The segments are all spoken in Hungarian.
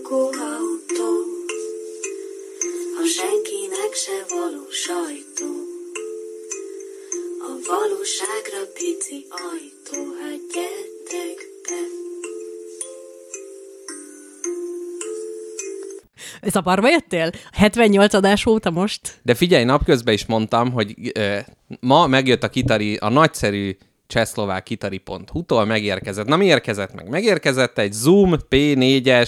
lakóautó, a senkinek se való sajtó, a valóságra pici ajtó, hát gyertek be. Zavarba jöttél? 78 adás óta most? De figyelj, napközben is mondtam, hogy ma megjött a Kitari, a nagyszerű csehszlovák kitari.hu-tól megérkezett. Na mi érkezett meg? Megérkezett egy Zoom P4-es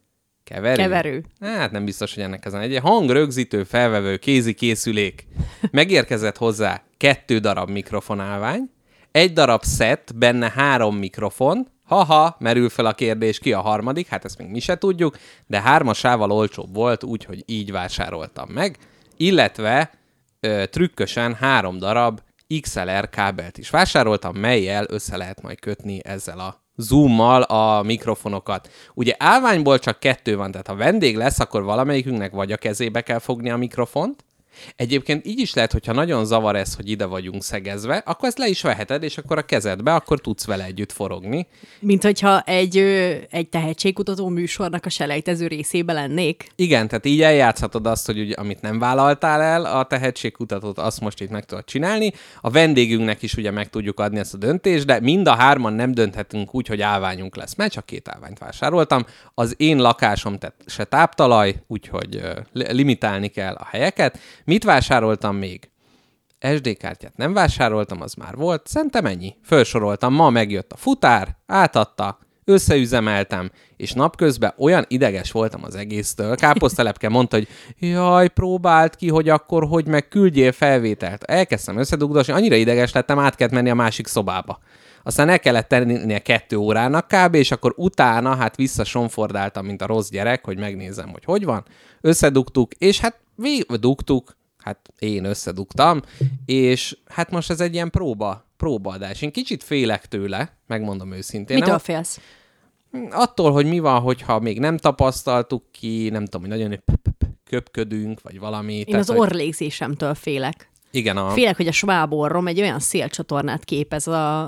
keverő. Hát nem biztos, hogy ennek ezen egy hangrögzítő, felvevő, kézi készülék. Megérkezett hozzá 2 darab mikrofonálvány, 1 darab set, benne 3 mikrofon. Haha, merül fel a kérdés, ki a harmadik, hát ezt még mi se tudjuk, de 3-asával olcsóbb volt, úgyhogy így vásároltam meg, illetve trükkösen 3 darab XLR kábelt is vásároltam, mellyel össze lehet majd kötni ezzel a Zoom-mal a mikrofonokat. Ugye állványból csak 2 van, tehát ha vendég lesz, akkor valamelyikünknek vagy a kezébe kell fogni a mikrofont. Egyébként így is lehet, hogyha nagyon zavar ez, hogy ide vagyunk szegezve, akkor ezt le is veheted, és akkor a kezedbe, akkor tudsz vele együtt forogni. Mint hogyha egy tehetségkutató műsornak a selejtező részébe lennék. Igen, tehát így eljátszhatod azt, hogy ugye, amit nem vállaltál el, a tehetségkutatót azt most itt meg tudod csinálni. A vendégünknek is ugye meg tudjuk adni ezt a döntést, de mind a 3-an nem dönthetünk úgy, hogy állványunk lesz, mert csak 2 állványt vásároltam. Az én lakásom se táptalaj, úgyhogy limitálni kell a helyeket. Mit vásároltam még? SD kártyát nem vásároltam, az már volt. Szerintem ennyi. Felsoroltam, ma megjött a futár, átadta, összeüzemeltem, és napközben olyan ideges voltam az egésztől. Káposztelepke mondta, hogy jaj, próbáld ki, hogy akkor, hogy meg küldjél felvételt. Elkezdtem összedugdosni, annyira ideges lettem, át kellett menni a másik szobába. Aztán el kellett tennie 2 órának kb., és akkor utána hát visszasonfordáltam, mint a rossz gyerek, hogy megnézem, hogy van. Összedugtuk, és hát dugtuk, hát én összedugtam, és hát most ez egy ilyen próbaadás. Én kicsit félek tőle, megmondom őszintén. Mitől félsz? Attól, hogy mi van, hogyha még nem tapasztaltuk ki, nem tudom, hogy nagyon köpködünk, vagy valami. Én az orrlégzésemtől félek. Igen, Félek, hogy a sváb orrom egy olyan szélcsatornát képez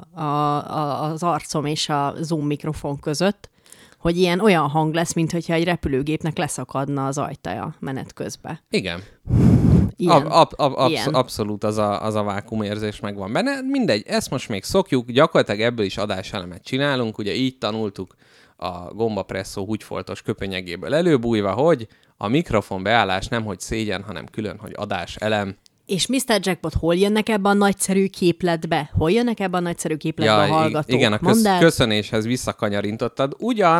az arcom és a Zoom mikrofon között, hogy ilyen olyan hang lesz, mint hogyha egy repülőgépnek leszakadna az ajtaja menet közben. Igen. Ilyen. Abszolút az a vákumérzés megvan benne. Mindegy, ezt most még szokjuk, gyakorlatilag ebből is adáselemet csinálunk, ugye így tanultuk a gombapresszó húgyfoltos köpönyegéből előbújva, hogy a mikrofon beállás nem hogy szégyen, hanem külön, hogy adáselem. És Mr. Jackpot, hol jönnek ebbe a nagyszerű képletbe? Hol jönnek ebbe a nagyszerű képletbe a hallgatók? Igen, a köszönéshez visszakanyarintottad.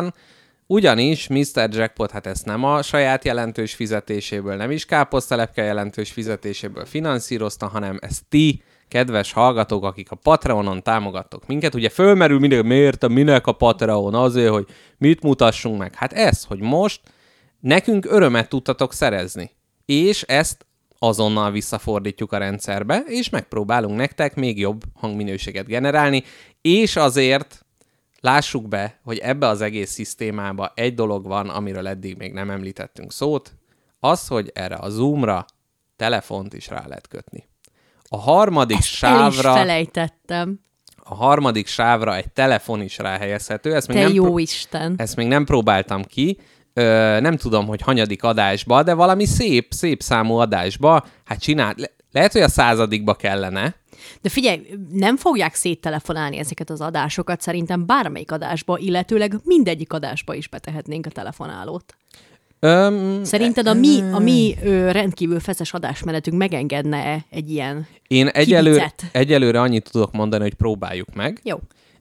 Ugyanis Mr. Jackpot, hát ezt nem a saját jelentős fizetéséből, nem is káposztelepke jelentős fizetéséből finanszírozta, hanem ezt ti, kedves hallgatók, akik a Patreonon támogattok minket. Ugye fölmerül mindig, minek a Patreon? Azért, hogy mit mutassunk meg. Hát ez, hogy most nekünk örömet tudtatok szerezni. És ezt azonnal visszafordítjuk a rendszerbe, és megpróbálunk nektek még jobb hangminőséget generálni, és azért lássuk be, hogy ebbe az egész szisztémába egy dolog van, amiről eddig még nem említettünk szót, az, hogy erre a Zoomra telefont is rá lehet kötni. A harmadik sávra... El is felejtettem. A harmadik sávra egy telefon is ráhelyezhető. Isten! Ezt még nem próbáltam ki. Nem tudom, hogy hanyadik adásba, de valami szép számú adásba, hát lehet, hogy a 100-ba kellene. De figyelj, nem fogják széttelefonálni ezeket az adásokat, szerintem bármelyik adásba, illetőleg mindegyik adásba is betehetnénk a telefonálót. Szerinted a mi rendkívül feszes adásmenetünk megengedne egy ilyen Én egyelőre annyit tudok mondani, hogy próbáljuk meg. Jó.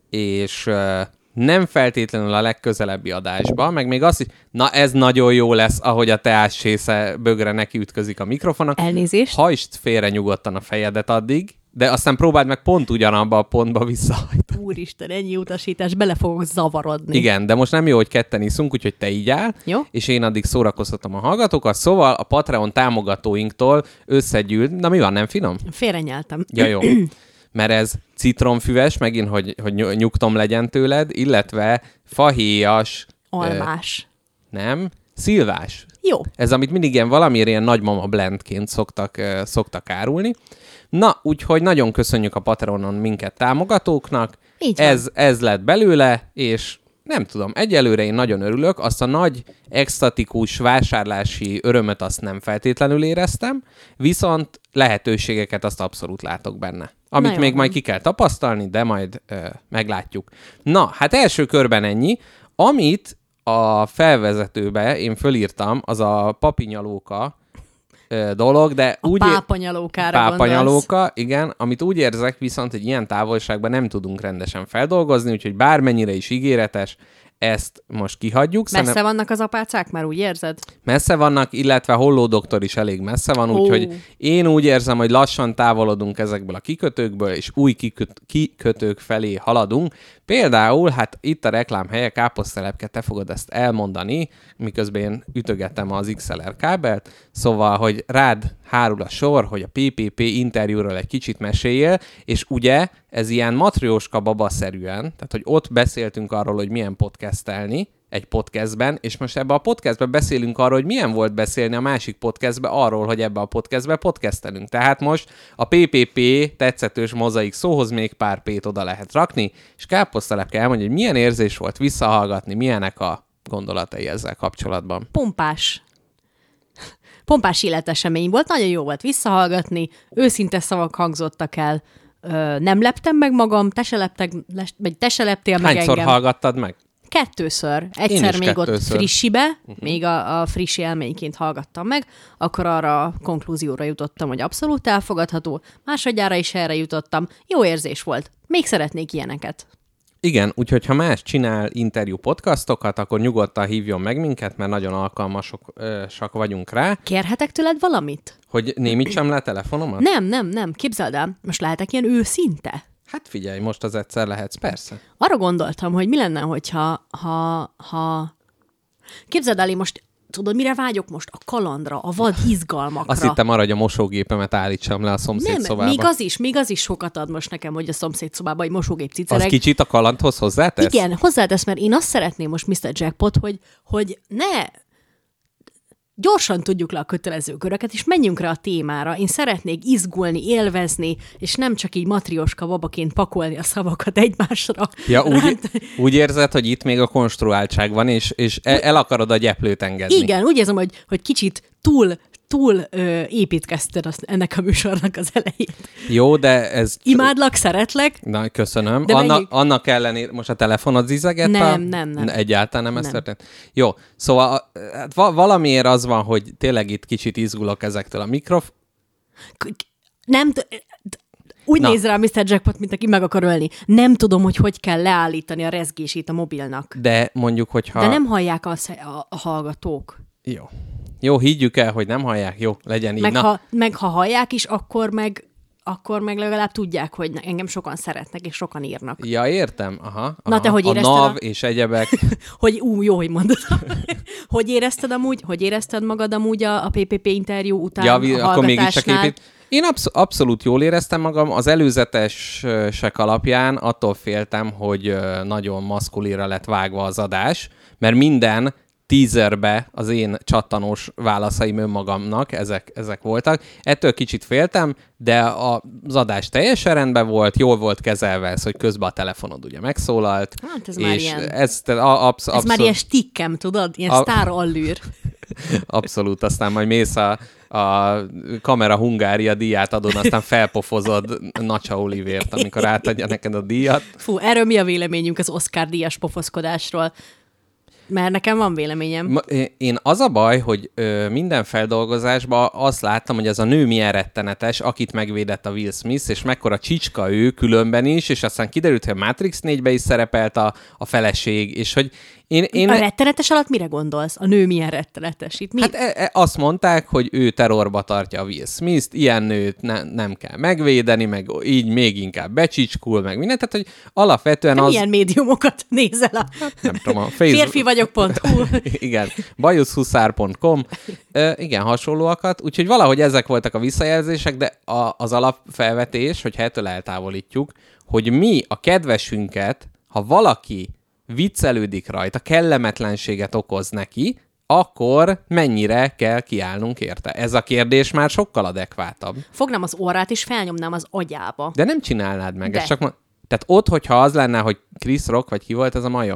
És nem feltétlenül a legközelebbi adásba, meg még azt is, na ez nagyon jó lesz, ahogy a teássésze bögre neki ütközik a mikrofonnak. Elnézést. Hajtsd félre nyugodtan a fejedet addig, de aztán próbáld meg pont ugyanabba a pontba visszahajtani. Úristen, ennyi utasítás, bele fogok zavarodni. Igen, de most nem jó, hogy ketten iszunk, úgyhogy te így áll, jó? És én addig szórakoztatom a hallgatókat, szóval a Patreon támogatóinktól összegyűlt, na mi van, nem finom? Félrenyeltem. Ja, jó. Mert ez citromfüves, megint, hogy nyugtom legyen tőled, illetve fahéjas... Almás. Nem, szilvás. Jó. Ez, amit mindig ilyen valamiért ilyen nagymama blendként szoktak árulni. Na, úgyhogy nagyon köszönjük a Patreonon minket támogatóknak. Ez lett belőle, és Nem tudom. Egyelőre én nagyon örülök. Azt a nagy, extatikus vásárlási örömöt azt nem feltétlenül éreztem, viszont lehetőségeket azt abszolút látok benne. Amit még majd ki kell tapasztalni, de majd meglátjuk. Na, hát első körben ennyi. Amit a felvezetőbe én fölírtam, az a papinyalóka dolog, de úgy... Pápanyalóka, igen, amit úgy érzek viszont, hogy ilyen távolságban nem tudunk rendesen feldolgozni, úgyhogy bármennyire is ígéretes, ezt most kihagyjuk. Messze vannak az apácák, már úgy érzed? Messze vannak, illetve Holló doktor is elég messze van, úgyhogy én úgy érzem, hogy lassan távolodunk ezekből a kikötőkből, és új kikötők felé haladunk. Például, hát itt a reklámhelye, Káposztelepke, te fogod ezt elmondani, miközben én ütögetem az XLR kábelt, szóval, hogy rád hárul a sor, hogy a PPP interjúról egy kicsit meséljél, és ugye ez ilyen matrjóska babaszerűen, tehát hogy ott beszéltünk arról, hogy milyen podcastelni egy podcastben, és most ebben a podcastben beszélünk arról, hogy milyen volt beszélni a másik podcastben arról, hogy ebben a podcastben podcastelünk. Tehát most a PPP tetszetős mozaik szóhoz még pár P-t oda lehet rakni, és Káposztelepke elmondja, hogy milyen érzés volt visszahallgatni, milyenek a gondolatai ezzel kapcsolatban. Pompás életesemény volt, nagyon jó volt visszahallgatni, őszinte szavak hangzottak el, nem leptem meg magam, te se leptél meg engem. Hányszor hallgattad meg? 2-ször. Egyszer még ott frissibe, még a frissi élményként hallgattam meg, akkor arra a konklúzióra jutottam, hogy abszolút elfogadható, másodjára is erre jutottam. Jó érzés volt. Még szeretnék ilyeneket. Igen, úgyhogy ha más csinál interjú podcastokat, akkor nyugodtan hívjon meg minket, mert nagyon alkalmasak vagyunk rá. Kérhetek tőled valamit? Hogy némítsam le a telefonomat? Nem. Képzeld el, most lehetek ilyen őszinte? Hát figyelj, most az egyszer lehetsz, persze. Arra gondoltam, hogy mi lenne, hogyha képzeld el, én most tudod, mire vágyok most? A kalandra, a vad izgalmakra. Azt hittem arra, hogy a mosógépemet állítsam le a szomszédszobába. Nem, még az is sokat ad most nekem, hogy a szomszédszobába egy mosógép cicereg. Az kicsit a kalandhoz hozzátesz? Igen, hozzátesz, mert én azt szeretném most Mr. Jackpot, hogy ne gyorsan tudjuk le a kötelező köröket, és menjünk rá a témára. Én szeretnék izgulni, élvezni, és nem csak így matrioska babaként pakolni a szavakat egymásra. Ja, úgy érzed, hogy itt még a konstruáltság van, és el akarod a gyeplőt engedni. Igen, úgy érzem, hogy kicsit túl építkezted ennek a műsornak az elejét. Jó, de ez... Imádlak, szeretlek. Na, köszönöm. Annak ellenére most a telefonod zizegett? Nem. Egyáltalán nem ez történt. Jó, szóval hát valamiért az van, hogy tényleg itt kicsit izgulok ezektől a Úgy néz rá Mr. Jackpot, mint aki meg akar ölni. Nem tudom, hogy kell leállítani a rezgését a mobilnak. De mondjuk, hogyha... De nem hallják a hallgatók. Jó, higgyük el, hogy nem hallják. Jó, legyen így. Meg ha hallják is, akkor meg legalább tudják, hogy engem sokan szeretnek, és sokan írnak. Ja, értem. Aha. Na, te hogy érezted? A NAV és egyebek. Jó, hogy mondod. Hogy érezted magad amúgy a PPP interjú után a hallgatásnál? Akkor mégiscsak Én abszolút jól éreztem magam. Az előzetesek alapján attól féltem, hogy nagyon maszkulira lett vágva az adás, mert minden teaserbe az én csattanós válaszaim önmagamnak, ezek voltak. Ettől kicsit féltem, de az adás teljesen rendben volt, jól volt kezelve ez, hogy közben a telefonod ugye megszólalt. Hát ez már ilyen... Ez már ilyen stikkem, tudod? Ilyen sztárallűr. Abszolút, aztán majd mész a Kamera Hungária díját adod, aztán felpofozod Nacsa Olivért, amikor átadja neked a díjat. Fú, erről mi a véleményünk az Oscar díjas pofoszkodásról? Mert nekem van véleményem. Én az a baj, hogy minden feldolgozásban azt láttam, hogy ez a nő milyen rettenetes, akit megvédett a Will Smith, és mekkora csicska ő különben is, és aztán kiderült, hogy a Matrix 4-be is szerepelt a feleség, és hogy A rettenetes alatt mire gondolsz? A nő milyen rettenetes? Itt mi? Hát azt mondták, hogy ő terrorba tartja a Will Smith-t, ilyen nőt nem kell megvédeni, meg így még inkább becsicskul, meg mindent, tehát hogy alapvetően az... Milyen médiumokat nézel a... Nem tudom, a Facebook... Férfivagyok.hu. Igen, bajuszhuszár.com. Igen, hasonlóakat, úgyhogy valahogy ezek voltak a visszajelzések, de az alapfelvetés, hogy ettől eltávolítjuk, hogy mi a kedvesünket, ha valaki viccelődik rajta, kellemetlenséget okoz neki, akkor mennyire kell kiállnunk érte? Ez a kérdés már sokkal adekvátabb. Fognám az orrát, és felnyomnám az agyába. De nem csinálnád meg. Ez csak tehát ott, hogyha az lenne, hogy Chris Rock, vagy ki volt ez a majom?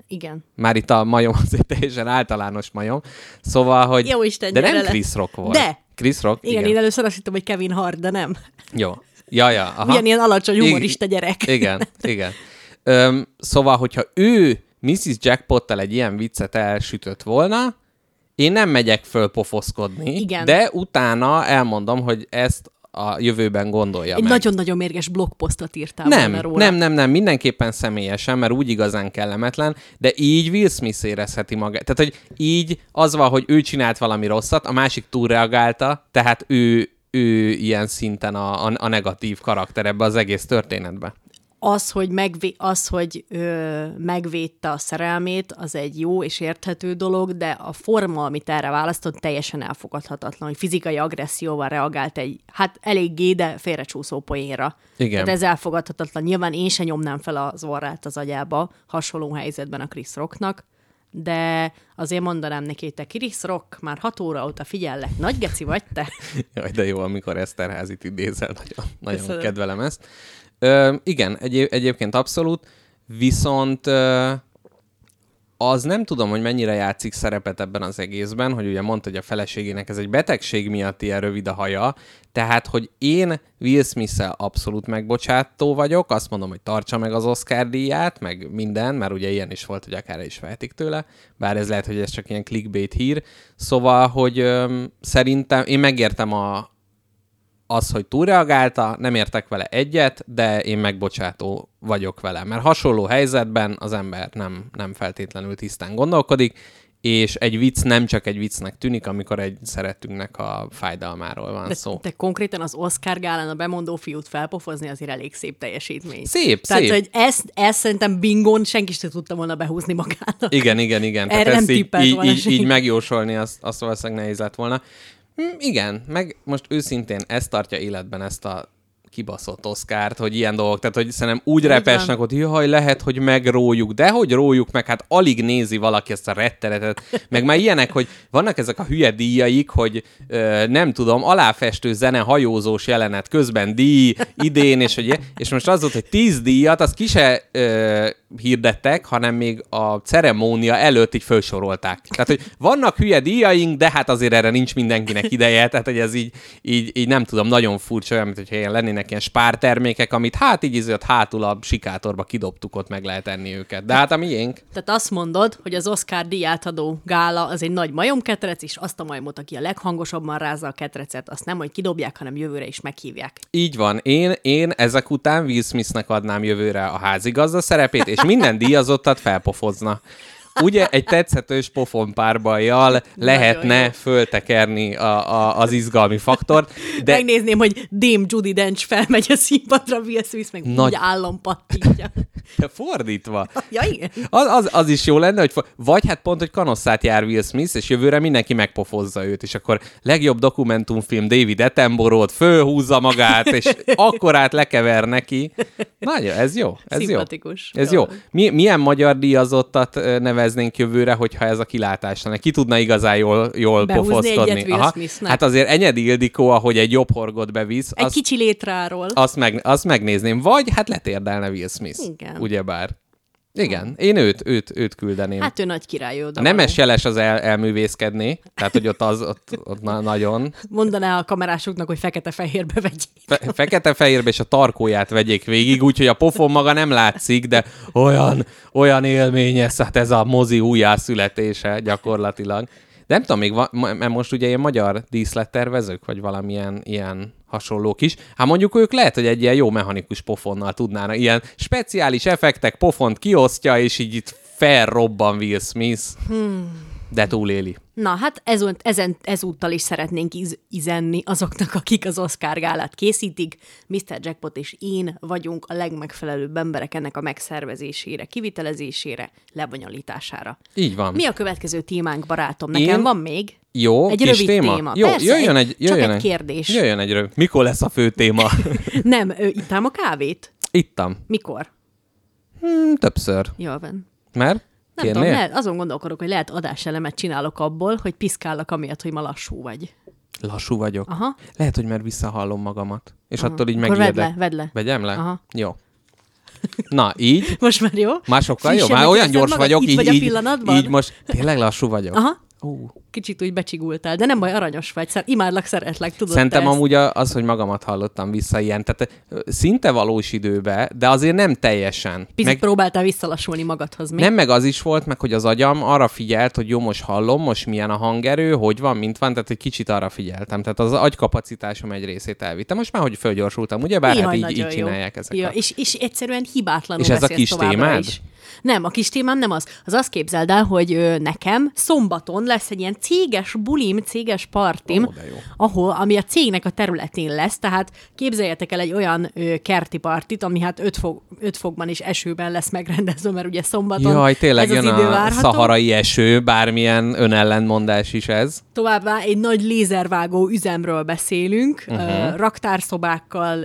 Igen. Már itt a majom azért teljesen általános majom. Szóval, hogy... Jó Isten, de nem Chris Rock volt. De! Chris Rock? Igen, én először azt hittem, hogy Kevin Hart, de nem. Jó. Ja. Aha. Ugyanilyen alacsony humorista gyerek. Igen. Szóval, hogyha ő Mrs. Jackpottal egy ilyen viccet elsütött volna, én nem megyek föl pofoszkodni, igen. De utána elmondom, hogy ezt a jövőben gondolja egy meg. Nagyon-nagyon mérges blogposztot írtál volna róla. Nem, mindenképpen személyesen, mert úgy igazán kellemetlen, de így Will Smith érezheti magát. Tehát, hogy így az van, hogy ő csinált valami rosszat, a másik túlreagálta, tehát ő ilyen szinten a negatív karakter ebbe az egész történetbe. Az, hogy megvédte a szerelmét, az egy jó és érthető dolog, de a forma, amit erre választott, teljesen elfogadhatatlan, hogy fizikai agresszióval reagált egy, eléggé, de félrecsúszó poénra. Igen. Tehát ez elfogadhatatlan. Nyilván én se nyomnám fel az orrát az agyába, hasonló helyzetben a Chris Rocknak, de azért mondanám neki, hogy te Chris Rock, már 6 óra óta figyellek, nagy geci vagy te? Jaj, de jó, amikor Eszterházit idézel, nagyon kedvelem ezt. Igen, egyébként abszolút, viszont az nem tudom, hogy mennyire játszik szerepet ebben az egészben, hogy ugye mondta, hogy a feleségének ez egy betegség miatt ilyen rövid a haja, tehát, hogy én Will Smith-szel abszolút megbocsátó vagyok, azt mondom, hogy tartsa meg az Oscar-díját, meg minden, mert ugye ilyen is volt, hogy akár is vehetik tőle, bár ez lehet, hogy ez csak ilyen clickbait hír, szóval, hogy szerintem én megértem az, hogy túlreagálta, nem értek vele egyet, de én megbocsátó vagyok vele. Mert hasonló helyzetben az ember nem feltétlenül tisztán gondolkodik, és egy vicc nem csak egy viccnek tűnik, amikor egy szerettünknek a fájdalmáról van szó. De konkrétan az Oscar gálán a bemondó fiút felpofozni azért elég szép teljesítmény. Szép. Tehát, hogy ezt szerintem bingón senki sem tudta volna behúzni magának. Igen. Erre Tehát nem ezt tippelt volna így megjósolni, azt valószínűleg nehéz lett volna. Igen, meg most őszintén ezt tartja életben, ezt a kibaszott Oscart, hogy ilyen dolgok, tehát hogy szerintem úgy repesnek ott, jaj, lehet, hogy megrójuk, de hogy rójuk meg, hát alig nézi valaki ezt a rettenetet, meg már ilyenek, hogy vannak ezek a hülye díjaik, hogy nem tudom, aláfestő zene, hajózós jelenet, közben díj, idén, és most az volt, hogy 10 díjat, azt ki se hirdettek, hanem még a ceremónia előtt így felsorolták. Tehát, hogy vannak hülye díjaink, de hát azért erre nincs mindenkinek ideje, tehát, hogy ez így nem tudom, nagyon furcsa, olyan, mint hogyha ilyen lennének ilyen spártermékek, amit így ott hátul a sikátorba kidobtuk, ott meg lehet enni őket. De hát a miénk. Tehát azt mondod, hogy az Oscar díjátadó gála az egy nagy majomketrec, és azt a majmot, aki a leghangosabban rázza a ketrecet, azt nem, hogy kidobják, hanem jövőre is meghívják. Így van. Én ezek után Will Smithnek adnám jövőre a házigazda szerepét, és minden díjazottat felpofozna. Ugye egy tetszetős pofonpárbajjal lehetne föltekerni az izgalmi faktort. De... Megnézném, hogy Dame Judi Dench felmegy a színpadra, Will Smith meg úgy állampattintja. De fordítva. Ja, igen. Az is jó lenne, hogy vagy hát pont, hogy kanosszát jár Will Smith, és jövőre mindenki megpofozza őt, és akkor legjobb dokumentumfilm David Attenborough-t fölhúzza magát, és akkorát lekever neki. Nagyon, ez jó. Szimpatikus. Ez jó. Milyen magyar díjazottat neveznénk jövőre, hogyha ez a kilátás lenne? Ki tudna igazán jól pofozkodni? Hát azért Enyedi Ildikó, ahogy egy jobb horgot bevisz. Egy kicsi létráról. Azt megnézném. Vagy hát letérdelne Will Smith. Igen. Ugyebár. Igen, én őt küldeném. Hát ő nagy király. A Nemes Jeles az elművészkedné, tehát hogy ott nagyon... Mondaná a kamerásoknak, hogy fekete-fehérbe vegyék. Fekete-fehérbe és a tarkóját vegyék végig, úgyhogy a pofon maga nem látszik, de olyan élményes, hát ez a mozi újjászületése gyakorlatilag. De nem tudom, még mert most ugye ilyen magyar díszlettervezők, vagy valamilyen ilyen hasonlók is. Hát mondjuk ők lehet, hogy egy ilyen jó mechanikus pofonnal tudnának. Ilyen speciális effektek, pofont kiosztja, és így itt felrobban Will Smith. De túléli. Na, hát ezúttal is szeretnénk izenni azoknak, akik az Oscar gálát készítik. Mr. Jackpot és én vagyunk a legmegfelelőbb emberek ennek a megszervezésére, kivitelezésére, lebonyolítására. Így van. Mi a következő témánk, barátom? Nekem van még. Jó, egy rövid téma. Jó, persze, jöjjön egy kérdés. Jöjjön egy rövid. Mikor lesz a fő téma? Nem, ittál a kávét? Ittam. Mikor? Többször. Jól van. Mert? Nem tudom, azon gondolkodok, hogy lehet adáselemet csinálok abból, hogy piszkállak amiatt, hogy ma lassú vagy. Lassú vagyok? Aha. Lehet, hogy már visszahallom magamat. És attól így megijedek. Akkor vedd le. Vegyem le? Aha. Jó. Na, így. Most már jó? Már sokkal jó? Már olyan gyors vagyok, így most tényleg lassú vagyok. Aha. Kicsit úgy becsigultál, de nem baj, aranyos vagy. Imádlak, szeretlek, tudod. Szerintem amúgy az, hogy magamat hallottam vissza ilyen, tehát szinte valós időbe, de azért nem teljesen. Picit próbáltál visszalassulni magadhoz. Mi? Nem, meg az is volt, meg hogy az agyam arra figyelt, hogy jó, most hallom, most milyen a hangerő, hogy van, mint van, tehát egy kicsit arra figyeltem. Tehát az agykapacitásom egy részét elvittem. Most már, hogy fölgyorsultam, ugye? Bár hát így csinálják ezeket. Ja, és egyszerűen hibátlanul és ez a kis témád? Is. Nem, a kis témám nem az. Az azt képzeld el, hogy nekem szombaton lesz egy ilyen céges bulim, céges partim, ami a cégnek a területén lesz, tehát képzeljetek el egy olyan kerti partit, ami hát 5 fokban és esőben lesz megrendezve, mert ugye szombaton jaj, tényleg ez az idő várható. Szaharai eső, bármilyen önellentmondás is ez. Továbbá egy nagy lézervágó üzemről beszélünk, raktárszobákkal,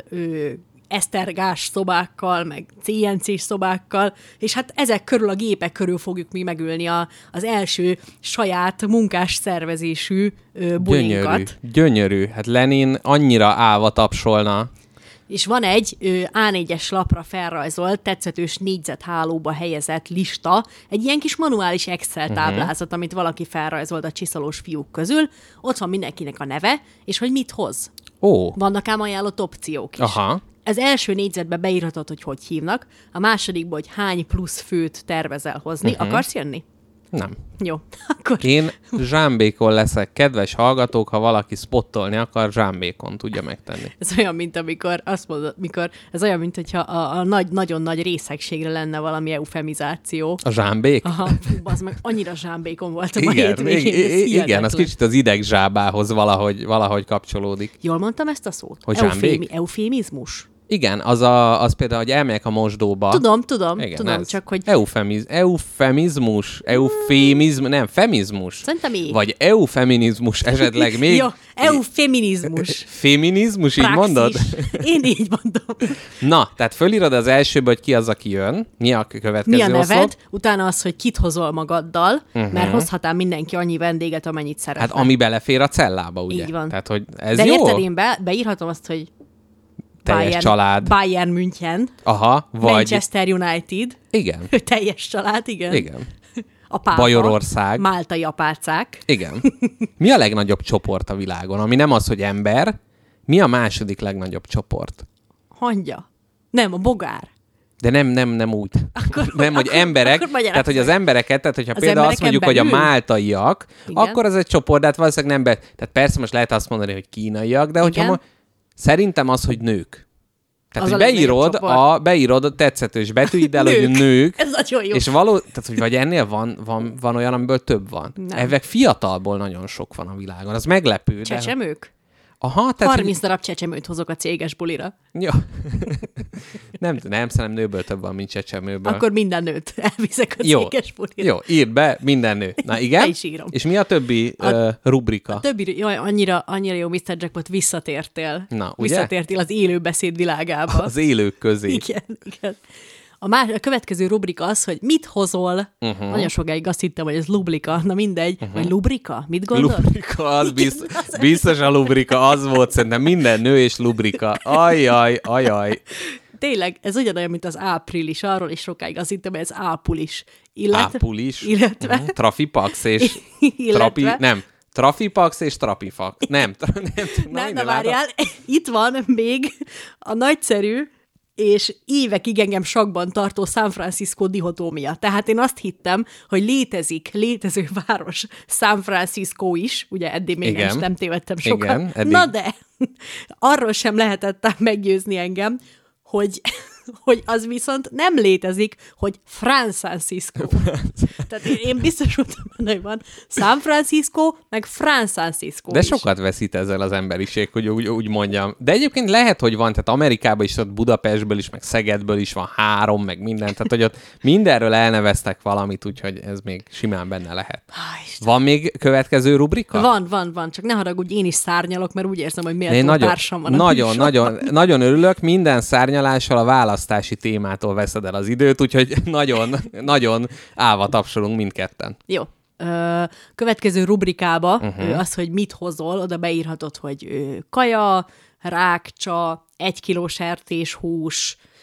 esztergás szobákkal, meg CNC-s szobákkal, és hát ezek körül, a gépek körül fogjuk mi megülni az első saját munkás szervezésű bulinkat. Gyönyörű. Hát Lenin annyira állva tapsolna. És van egy A4-es lapra felrajzolt, tetszetős négyzethálóba helyezett lista, egy ilyen kis manuális Excel táblázat, amit valaki felrajzolt a csiszolós fiúk közül. Ott van mindenkinek a neve, és hogy mit hoz. Vannak ám ajánlott opciók is. Aha. Az első négyzetbe beírhatod, hogy hívnak, a másodikban, hogy hány plusz főt tervezel hozni. Akarsz jönni? Nem. Jó. Akkor... Én zsámbékon leszek. Kedves hallgatók, ha valaki spottolni akar, zsámbékon tudja megtenni. Ez olyan, mint amikor azt mondod, ez olyan, mint hogyha a nagyon nagy részegségre lenne valami eufemizáció. A zsámbék? Aha, az meg annyira zsámbékon voltam a hétvégén. Igen, az kicsit az idegzsábához valahogy kapcsolódik. Jól mondtam ezt a szót? Hogy zsámbék? Eufémizmus? Igen, az például, hogy elmegyek a mosdóba. Tudom, csak hogy... Eufemizmus, nem, femizmus. Szerintem így. Vagy eufeminizmus esetleg még. Jó, eufeminizmus. Féminizmus, így mondod? Én így mondom. Na, tehát fölírod az elsőbe, hogy ki az, aki jön. Mi a következő Mi a neved, oszlop? Utána az, hogy kit hozol magaddal, mert hozhatál mindenki annyi vendéget, amennyit szeretne. Hát ami belefér a cellába, ugye? Így van. Tehát, hogy ez de jó? érted, én beírhatom azt, hogy teljes család. Bayern München. Aha, vagy... Manchester United. Igen. Teljes család, igen. Igen. A pápa. Bajorország. Máltai apácák. Igen. Mi a legnagyobb csoport a világon? Ami nem az, hogy ember. Mi a második legnagyobb csoport? Hangya. Nem, a bogár. De nem úgy. Hogy emberek, tehát hogy az embereket, tehát hogyha például azt mondjuk, hogy a máltaiak, akkor az egy csoport, de hát valószínűleg nem tehát persze most lehet azt mondani, hogy kínaiak, de hogyha szerintem az, hogy nők. Tehát, hogy beírod a tetszetős betűiddel, hogy nők. Ez nagyon jó. És tehát, hogy vagy ennél van olyan, amiből több van. Ezek fiatalból nagyon sok van a világon. Az meglepő. Csecsemők? Aha, tehát 30 darab csecsemőt hozok a céges bulira. Jó. nem, szerintem nőből több van, mint csecsemőből. Akkor minden nőt elviszek a céges bulira. Jó, írd be, minden nő. Na igen? is írom. És mi a többi rubrika? A többi, jaj, annyira jó Mr. Jackpot, visszatértél. Na, ugye? Visszatértél az élőbeszéd világába. Az élők közé. Igen. A következő rubrika az, hogy mit hozol. Nagyon sokáig azt hittem, hogy ez lubrika. Na mindegy. Vagy lubrika? Mit gondolsz? Lubrika, az biztos a lubrika. Az volt szerintem minden nő és lubrika. Ajaj. Tényleg, ez ugyanolyan, mint az április. Arról is sokáig azt hittem, hogy ez ápulis. Illetve... Trafipax és... Trafipax és trapifax. Nem, várjál. Itt van még a nagyszerű és évekig engem sakban tartó San Francisco dihotómia. Tehát én azt hittem, hogy létező város San Francisco is, ugye eddig még nem tévedtem sokat. Igen, na de, arról sem lehetett meggyőzni engem, hogy az viszont nem létezik, hogy Francisco. Tehát én biztos voltam benne, hogy van San Francisco, meg Francisco de is. Sokat veszít ezzel az emberiség, hogy úgy mondjam. De egyébként lehet, hogy van, tehát Amerikában is, Budapestből is, meg Szegedből is van 3, meg minden. Tehát, hogy ott mindenről elneveztek valamit, úgyhogy ez még simán benne lehet. Van még következő rubrika? Van. Csak ne haragudj, én is szárnyalok, mert úgy érzem, hogy méltó társam van. Nagyon örülök. Minden szárnyalással a választási témától veszed el az időt, úgyhogy nagyon állva tapsolunk mindketten. Jó. Következő rubrikába az, hogy mit hozol, oda beírhatod, hogy kaja, rákcsa, 1 kiló sertéshús,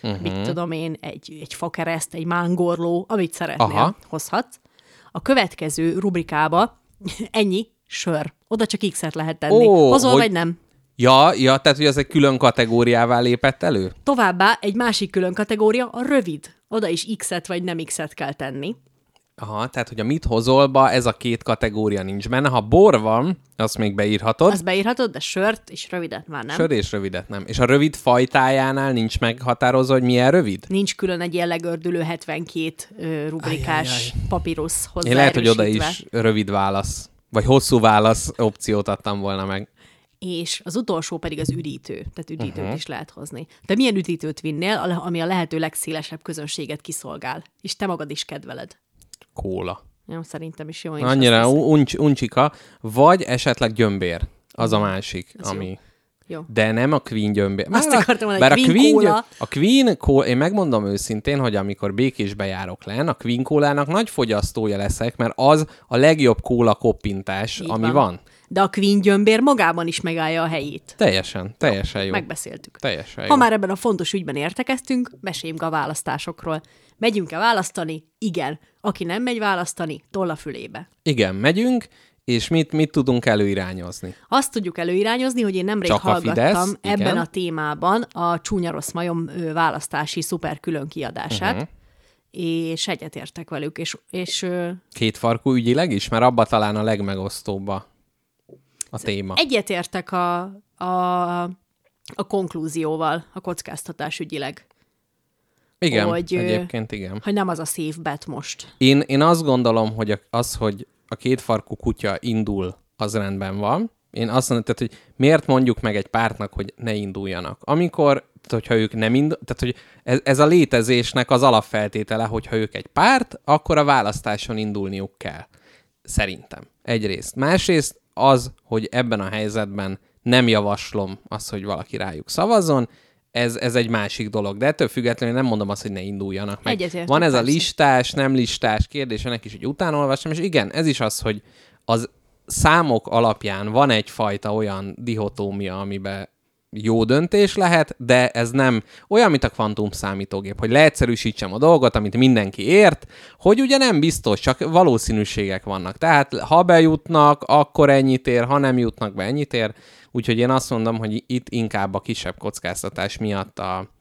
mit tudom én, egy fakereszt, egy mángorló, amit szeretnél, hozhatsz. A következő rubrikába ennyi sör. Oda csak X-et lehet tenni. Hozol vagy nem? Ja, tehát hogy ez egy külön kategóriává lépett elő? Továbbá egy másik külön kategória a rövid. Oda is X-et vagy nem X-et kell tenni. Aha, tehát hogy a mit hozolba ez a két kategória nincs benne. Ha bor van, azt még beírhatod. Azt beírhatod, de sört és rövidet már nem. Sör és rövidet nem. És a rövid fajtájánál nincs meghatározva, hogy milyen rövid? Nincs külön egy ilyen legördülő 72 rubrikás papírusz hozzá. Én lehet, hogy oda is rövid válasz, vagy hosszú válasz opciót adtam volna meg. És az utolsó pedig az üdítő. Tehát üdítőt is lehet hozni. De milyen üdítőt vinnél, ami a lehető legszélesebb közönséget kiszolgál? És te magad is kedveled. Kóla. Jó, szerintem is jó. Annyira uncsika, vagy esetleg gyömbér. Az a másik, ez ami... Jó. De nem a Queen gyömbér. Azt akartam mondani, Queen Cola. A Queen Cola, én megmondom őszintén, hogy amikor Békésbe járok lenn, a Queen Colának nagy fogyasztója leszek, mert az a legjobb kóla koppintás, így ami van. De a Queen gyömbér magában is megállja a helyét. Teljesen jó. Megbeszéltük. Teljesen jó. Ha már ebben a fontos ügyben értekeztünk, meséljünk a választásokról. Megyünk-e választani? Igen. Aki nem megy választani, toll a fülébe. Igen, megyünk, és mit tudunk előirányozni? Azt tudjuk előirányozni, hogy én nemrég hallgattam ebben a témában a Csúnya Rossz Majom választási szuper külön kiadását, és egyetértek velük, és kétfarkú ügyileg is? Mert abba talán a legmegosztóbb a téma. Egyetértek a konklúzióval, a kockáztatás ügyileg. Igen, egyébként igen. Hogy nem az a safe bet most. Én azt gondolom, hogy hogy a kétfarkú kutya indul, az rendben van. Én azt mondom, hogy miért mondjuk meg egy pártnak, hogy ne induljanak. Amikor, hogyha ők nem indul, tehát hogy ez a létezésnek az alapfeltétele, hogyha ők egy párt, akkor a választáson indulniuk kell. Szerintem. Egyrészt. Másrészt az, hogy ebben a helyzetben nem javaslom azt, hogy valaki rájuk szavazzon, ez egy másik dolog. De ettől függetlenül nem mondom azt, hogy ne induljanak meg. Van ez a listás, nem listás kérdés, ennek is, hogy utánolvastam, és igen, ez is az, hogy az számok alapján van egyfajta olyan dihotómia, amiben jó döntés lehet, de ez nem olyan, mint a kvantum számítógép, hogy leegyszerűsítsem a dolgot, amit mindenki ért, hogy ugye nem biztos, csak valószínűségek vannak. Tehát ha bejutnak, akkor ennyit ér, ha nem jutnak be, ennyit ér. Úgyhogy én azt mondom, hogy itt inkább a kisebb kockáztatás miatt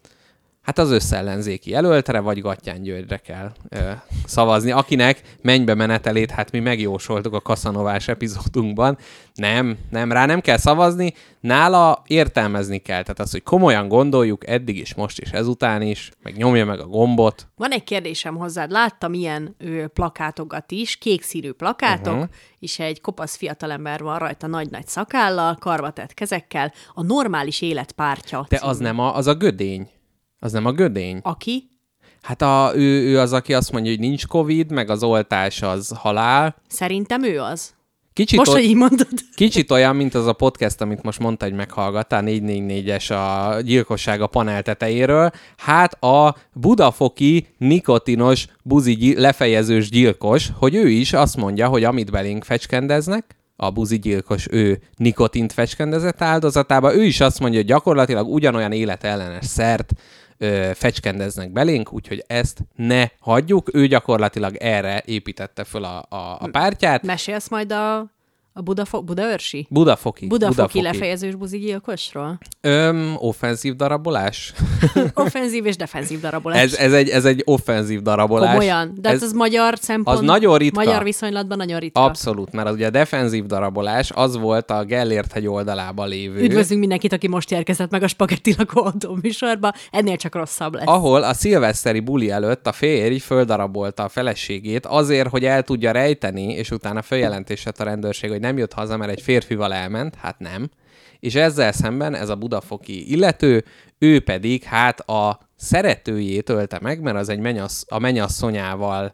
az összellenzéki jelöltre, vagy Gattyán Györgyre kell szavazni, akinek mennybe menetelét, mi megjósoltuk a Kaszanovás epizódunkban. Nem, rá nem kell szavazni, nála értelmezni kell. Tehát az, hogy komolyan gondoljuk, eddig is, most is, ezután is, meg nyomja meg a gombot. Van egy kérdésem hozzád. Láttam ilyen plakátokat is, kék színű plakátok, és egy kopasz fiatalember van rajta nagy-nagy szakállal, karbatett kezekkel, a normális élet pártja. De az nem az a Gödény. Az nem a Gödény. Aki? Hát ő az, aki azt mondja, hogy nincs Covid, meg az oltás az halál. Szerintem ő az. Hogy így mondod. Kicsit olyan, mint az a podcast, amit most mondta, hogy meghallgattál, 444-es a gyilkosság a panel tetejéről. Hát a budafoki nikotinos lefejezős gyilkos, hogy ő is azt mondja, hogy amit belénk fecskendeznek, a buzigyilkos ő nikotint fecskendezett áldozatába, ő is azt mondja, hogy gyakorlatilag ugyanolyan életellenes szert fecskendeznek belénk, úgyhogy ezt ne hagyjuk. Ő gyakorlatilag erre építette föl a pártját. Mesélsz majd a budaörsi? Budafoki lefejezős buzigyilkosról? Offenzív darabolás? Offenzív és defenzív darabolás. Ez egy offenzív darabolás. Komolyan? De ez magyar szempont. Az nagyon ritka. Magyar viszonylatban nagyon ritka. Abszolút, mert ugye a defenzív darabolás az volt a Gellért-hegy oldalában lévő. Üdvözlünk mindenkit, aki most érkezett meg a Spagetti lakóautó műsorba. Ennél csak rosszabb lesz. Ahol a szilveszteri buli előtt a férj földarabolta a feleségét azért, hogy el tudja rejteni, és utána feljelentésett a rendőrség, hogy nem jött haza, mert egy férfival elment, hát nem. És ezzel szemben ez a budafoki illető, ő pedig a szeretőjét ölte meg, mert az egy a mennyasszonyával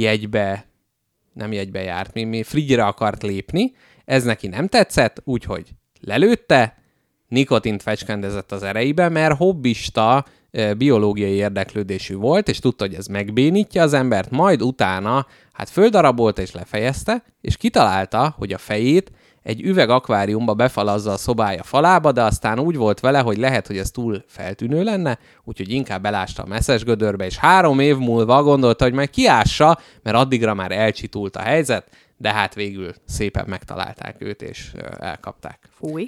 nem jegybe járt, mi frigyre akart lépni, ez neki nem tetszett, úgyhogy lelőtte, nikotint fecskendezett az ereibe, mert hobbista biológiai érdeklődésű volt, és tudta, hogy ez megbénítja az embert, majd utána földarabolta és lefejezte, és kitalálta, hogy a fejét egy üvegakváriumba befalazza a szobája falába, de aztán úgy volt vele, hogy lehet, hogy ez túl feltűnő lenne, úgyhogy inkább belásta a messzes gödörbe, és 3 év múlva gondolta, hogy majd kiássa, mert addigra már elcsitult a helyzet, de hát végül szépen megtalálták őt, és elkapták. Fúj.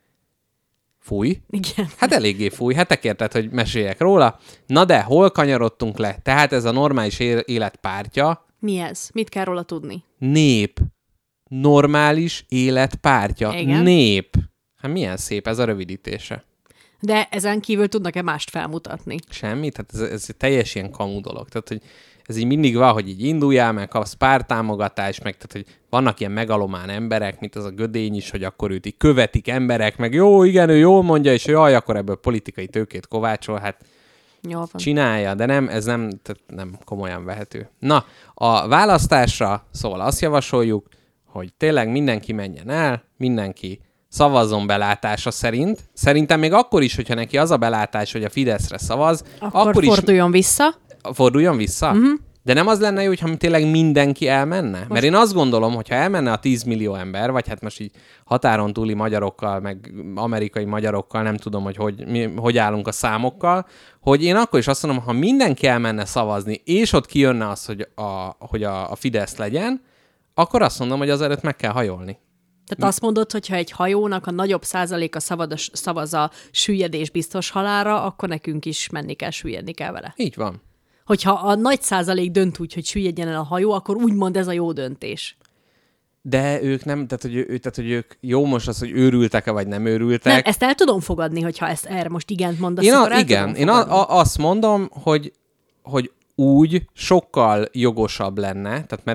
Fúj? Igen. Hát eléggé fúj. Hát te kérted, hogy meséljek róla. Na de, hol kanyarodtunk le? Tehát ez a normális élet pártja. Mi ez? Mit kell róla tudni? Nép. Normális élet pártja. Igen. Nép. Hát milyen szép ez a rövidítése. De ezen kívül tudnak-e mást felmutatni? Semmit? Hát ez teljes ilyen kamu dolog. Tehát, hogy ez így mindig van, hogy így induljál, meg kapsz pártámogatást, meg tehát, hogy vannak ilyen megalomán emberek, mint az a Gödény is, hogy akkor őt így követik emberek, meg jó, igen, ő jól mondja, és jaj, akkor ebből politikai tőkét kovácsol, hát csinálja, de nem, ez tehát nem komolyan vehető. Na, a választásra szóval azt javasoljuk, hogy tényleg mindenki menjen el, mindenki szavazzon belátása szerint. Szerintem még akkor is, hogyha neki az a belátás, hogy a Fideszre szavaz, akkor forduljon vissza. Forduljon vissza? Uh-huh. De nem az lenne jó, hogyha tényleg mindenki elmenne? Most... Mert én azt gondolom, hogyha elmenne a 10 millió ember, vagy hát most így határon túli magyarokkal, meg amerikai magyarokkal, nem tudom, hogy állunk a számokkal, hogy én akkor is azt mondom, ha mindenki elmenne szavazni, és ott kijönne az, hogy a Fidesz legyen, akkor azt mondom, hogy azelőtt meg kell hajolni. Tehát azt mondod, hogyha egy hajónak a nagyobb százaléka szavaz a süllyedés biztos halálra, akkor nekünk is menni kell, süllyedni kell vele. Így van. Hogyha a nagy százalék dönt úgy, hogy süllyedjen el a hajó, akkor úgymond ez a jó döntés. De ők nem, tehát hogy ők jó most az, hogy őrültek-e, vagy nem őrültek. Nem, ezt el tudom fogadni, hogyha erre most igent mondasz. Én azt mondom, hogy úgy sokkal jogosabb lenne,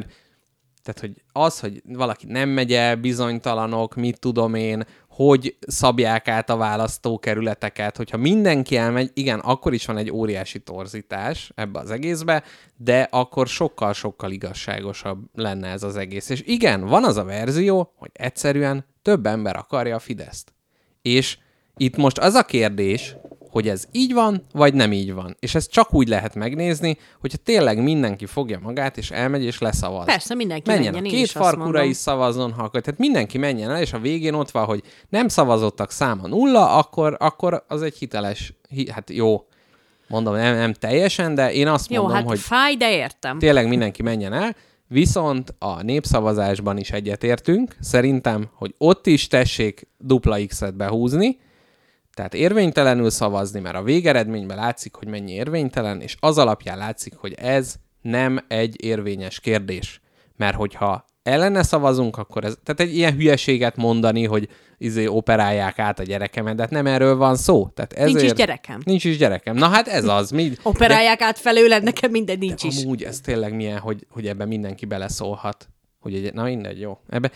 tehát, hogy az, hogy valaki nem megy el, bizonytalanok, mit tudom én, hogy szabják át a választókerületeket, hogyha mindenki elmegy, igen, akkor is van egy óriási torzítás ebbe az egészbe, de akkor sokkal-sokkal igazságosabb lenne ez az egész. És igen, van az a verzió, hogy egyszerűen több ember akarja a Fideszt. És itt most az a kérdés, hogy ez így van, vagy nem így van. És ezt csak úgy lehet megnézni, hogyha tényleg mindenki fogja magát, és elmegy, és leszavaz. Persze, mindenki menjen, a két farkura is szavazzon, ha akar. Tehát mindenki menjen el, és a végén ott van, hogy nem szavazottak száma 0, akkor az egy hiteles, hát jó, mondom, nem teljesen, de én azt mondom, hát hogy fáj, de értem. Tényleg mindenki menjen el, viszont a népszavazásban is egyetértünk, szerintem, hogy ott is tessék dupla X-et behúzni, tehát érvénytelenül szavazni, mert a végeredményben látszik, hogy mennyi érvénytelen, és az alapján látszik, hogy ez nem egy érvényes kérdés. Mert hogyha ellene szavazunk, akkor ez... Tehát egy ilyen hülyeséget mondani, hogy operálják át a gyerekemet, de hát nem erről van szó. Tehát ezért... Nincs is gyerekem. Nincs is gyerekem. Na hát ez az. Operálják át felőled, nekem minden nincs is. Amúgy ez tényleg milyen, hogy ebben mindenki beleszólhat. Na mindegy, jó.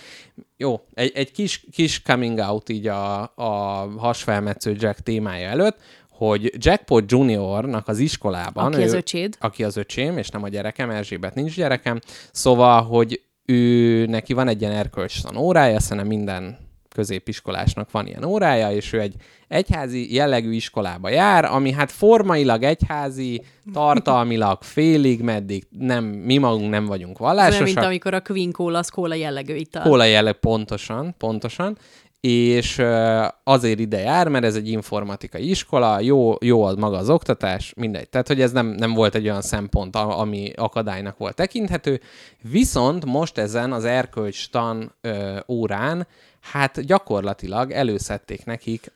Jó, egy kis coming out így a hasfelmetsző Jack témája előtt, hogy Jackpot Juniornak az iskolában... Aki az öcséd. Aki az öcsém, és nem a gyerekem, Erzsébet nincs gyerekem. Szóval, hogy neki van egy ilyen erkölcstan órája, szerintem minden középiskolásnak van ilyen órája, és ő egy egyházi jellegű iskolába jár, ami hát formailag egyházi, tartalmilag félig, meddig mi magunk nem vagyunk vallásosak. Olyan, mint amikor a Queen Cola, az kóla jellegű ital. Kóla jelleg, pontosan. És azért ide jár, mert ez egy informatikai iskola, jó az maga az oktatás, mindegy. Tehát, hogy ez nem volt egy olyan szempont, ami akadálynak volt tekinthető. Viszont most ezen az erkölcstan órán hát gyakorlatilag előszedték nekik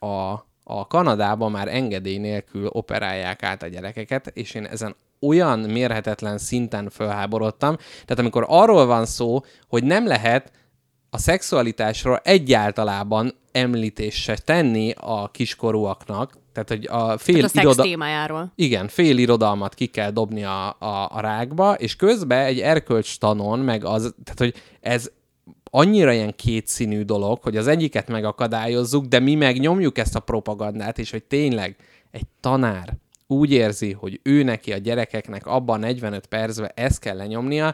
a Kanadában már engedély nélkül operálják át a gyerekeket, és én ezen olyan mérhetetlen szinten fölháborodtam. Tehát amikor arról van szó, hogy nem lehet a szexualitásról egyáltalában említést se tenni a kiskorúaknak, tehát hogy a szex témájáról. Igen, fél irodalmat ki kell dobni a rákba, és közben egy erkölcstanon, meg az, tehát hogy ez annyira ilyen kétszínű dolog, hogy az egyiket megakadályozzuk, de mi meg nyomjuk ezt a propagandát, és hogy tényleg egy tanár úgy érzi, hogy ő neki a gyerekeknek abban 45 percben ezt kell lenyomnia,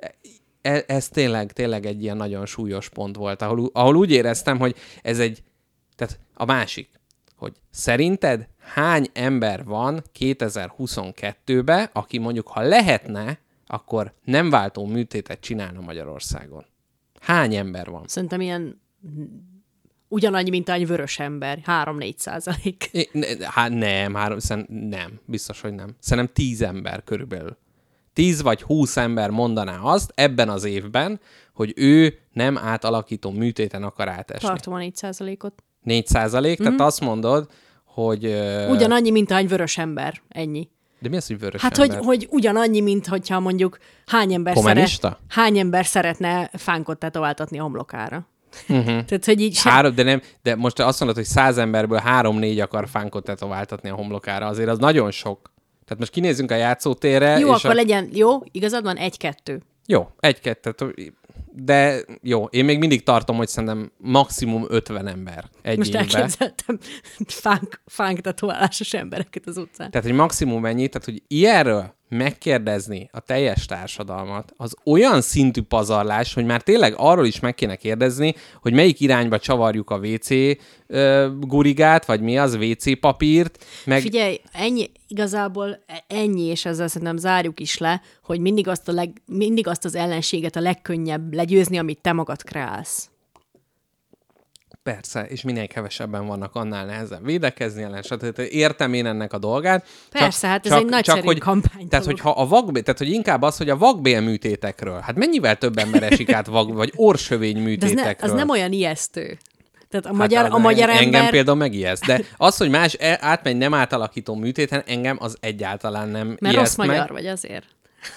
ez tényleg egy ilyen nagyon súlyos pont volt, ahol úgy éreztem, hogy ez tehát a másik, hogy szerinted hány ember van 2022-ben, aki mondjuk, ha lehetne, akkor nem váltó műtétet csinálna Magyarországon? Hány ember van? Szerintem ilyen ugyanannyi, mint egy vörös ember. 3-4%. Hát nem. Biztos, hogy nem. Szerintem 10 ember körülbelül. 10 vagy 20 ember mondaná azt ebben az évben, hogy ő nem átalakító műtéten akar átesni. Tartom a 4%-ot. 4%? Tehát azt mondod, hogy... Ugyanannyi, mint egy vörös ember. Ennyi. De mi az, hogy vörös hát, ember? hogy ugyanannyi, mint hogyha mondjuk hány ember szeretne fánkot tetováltatni a homlokára. Tehát, hogy így de most azt mondod, hogy 100 emberből 3-4 akar fánkot tetováltatni a homlokára. Azért az nagyon sok. Tehát most kinézzünk a játszótérre. Jó, akkor legyen, jó, igazad van, 1-2. Jó, 1-2. De jó, én még mindig tartom, hogy szerintem maximum 50 ember egy most évben. elképzeltem fánk tetoválásos embereket az utcán. Tehát, hogy maximum ennyi, tehát, hogy ilyenről megkérdezni a teljes társadalmat, az olyan szintű pazarlás, hogy már tényleg arról is meg kéne kérdezni, hogy melyik irányba csavarjuk a WC gurigát, vagy mi az, WC papírt. Meg... Figyelj, igazából ennyi, és ezzel szerintem zárjuk is le, hogy mindig azt az ellenséget a legkönnyebb legyőzni, amit te magad kreálsz. Persze, és minél kevesebben vannak, annál nehezebb védekezni ellen, stb. Értem én ennek a dolgát. Persze, hát ez egy nagyszerű kampány. Tehát, tehát, hogy inkább az, hogy a vakbélműtétekről, hát mennyivel több ember esik át vagy orsövény műtétekről. De az nem olyan ijesztő. Tehát a magyar ember... Engem például megijeszt, de az, hogy más átmegy nem átalakító műtéten, engem az egyáltalán nem mert ijeszt rossz meg. magyar vagy azért.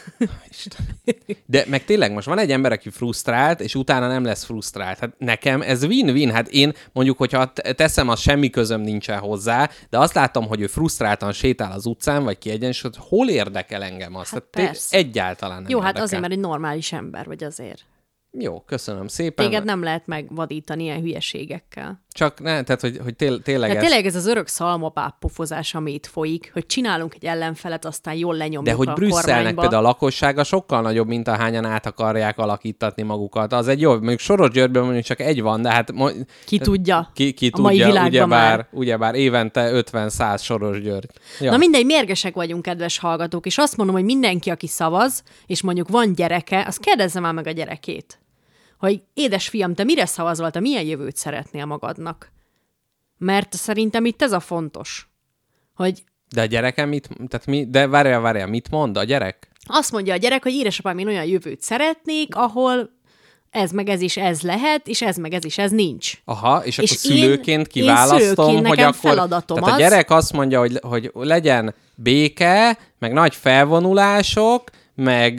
De meg tényleg most van egy ember, aki frusztrált, és utána nem lesz frusztrált. Hát nekem ez win-win. Hát én mondjuk, hogyha teszem, az semmi közöm nincsen hozzá, de azt látom, hogy ő frusztráltan sétál az utcán, vagy kiegyensúlyozott, hol érdekel engem azt? Hát egyáltalán nem jó, érdekel. Hát azért, mert egy normális ember vagy azért. Jó, köszönöm szépen. Téged nem lehet megvadítani ilyen hülyeségekkel. Csak ne, tehát, hogy tényleg ez... tényleg ez az örök szalmapáp pofozás, ami itt folyik, hogy csinálunk egy ellenfelet, aztán jól lenyomjuk a kormányba. De hogy Brüsszelnek például a lakossága sokkal nagyobb, mint ahányan át akarják alakítatni magukat. Az egy jó, mondjuk Soros-Györgyben mondjuk csak egy van, de hát... Ki tudja? Ki tudja, ugyebár évente 50-100 Soros-György. Ja. Na mindegy, mérgesek vagyunk, kedves hallgatók, és azt mondom, hogy mindenki, aki szavaz, és mondjuk van gyereke, az kérdezze már meg a gyerekét, hogy édesfiam, te mire szavazol, te milyen jövőt szeretnél magadnak? Mert szerintem itt ez a fontos, hogy... De a gyerekem de várjál, mit mond a gyerek? Azt mondja a gyerek, hogy édesapám, én olyan jövőt szeretnék, ahol ez meg ez is ez lehet, és ez meg ez is ez nincs. Aha, és akkor szülőként kiválasztom, hogy akkor... feladatom tehát a gyerek azt mondja, hogy legyen béke, meg nagy felvonulások, meg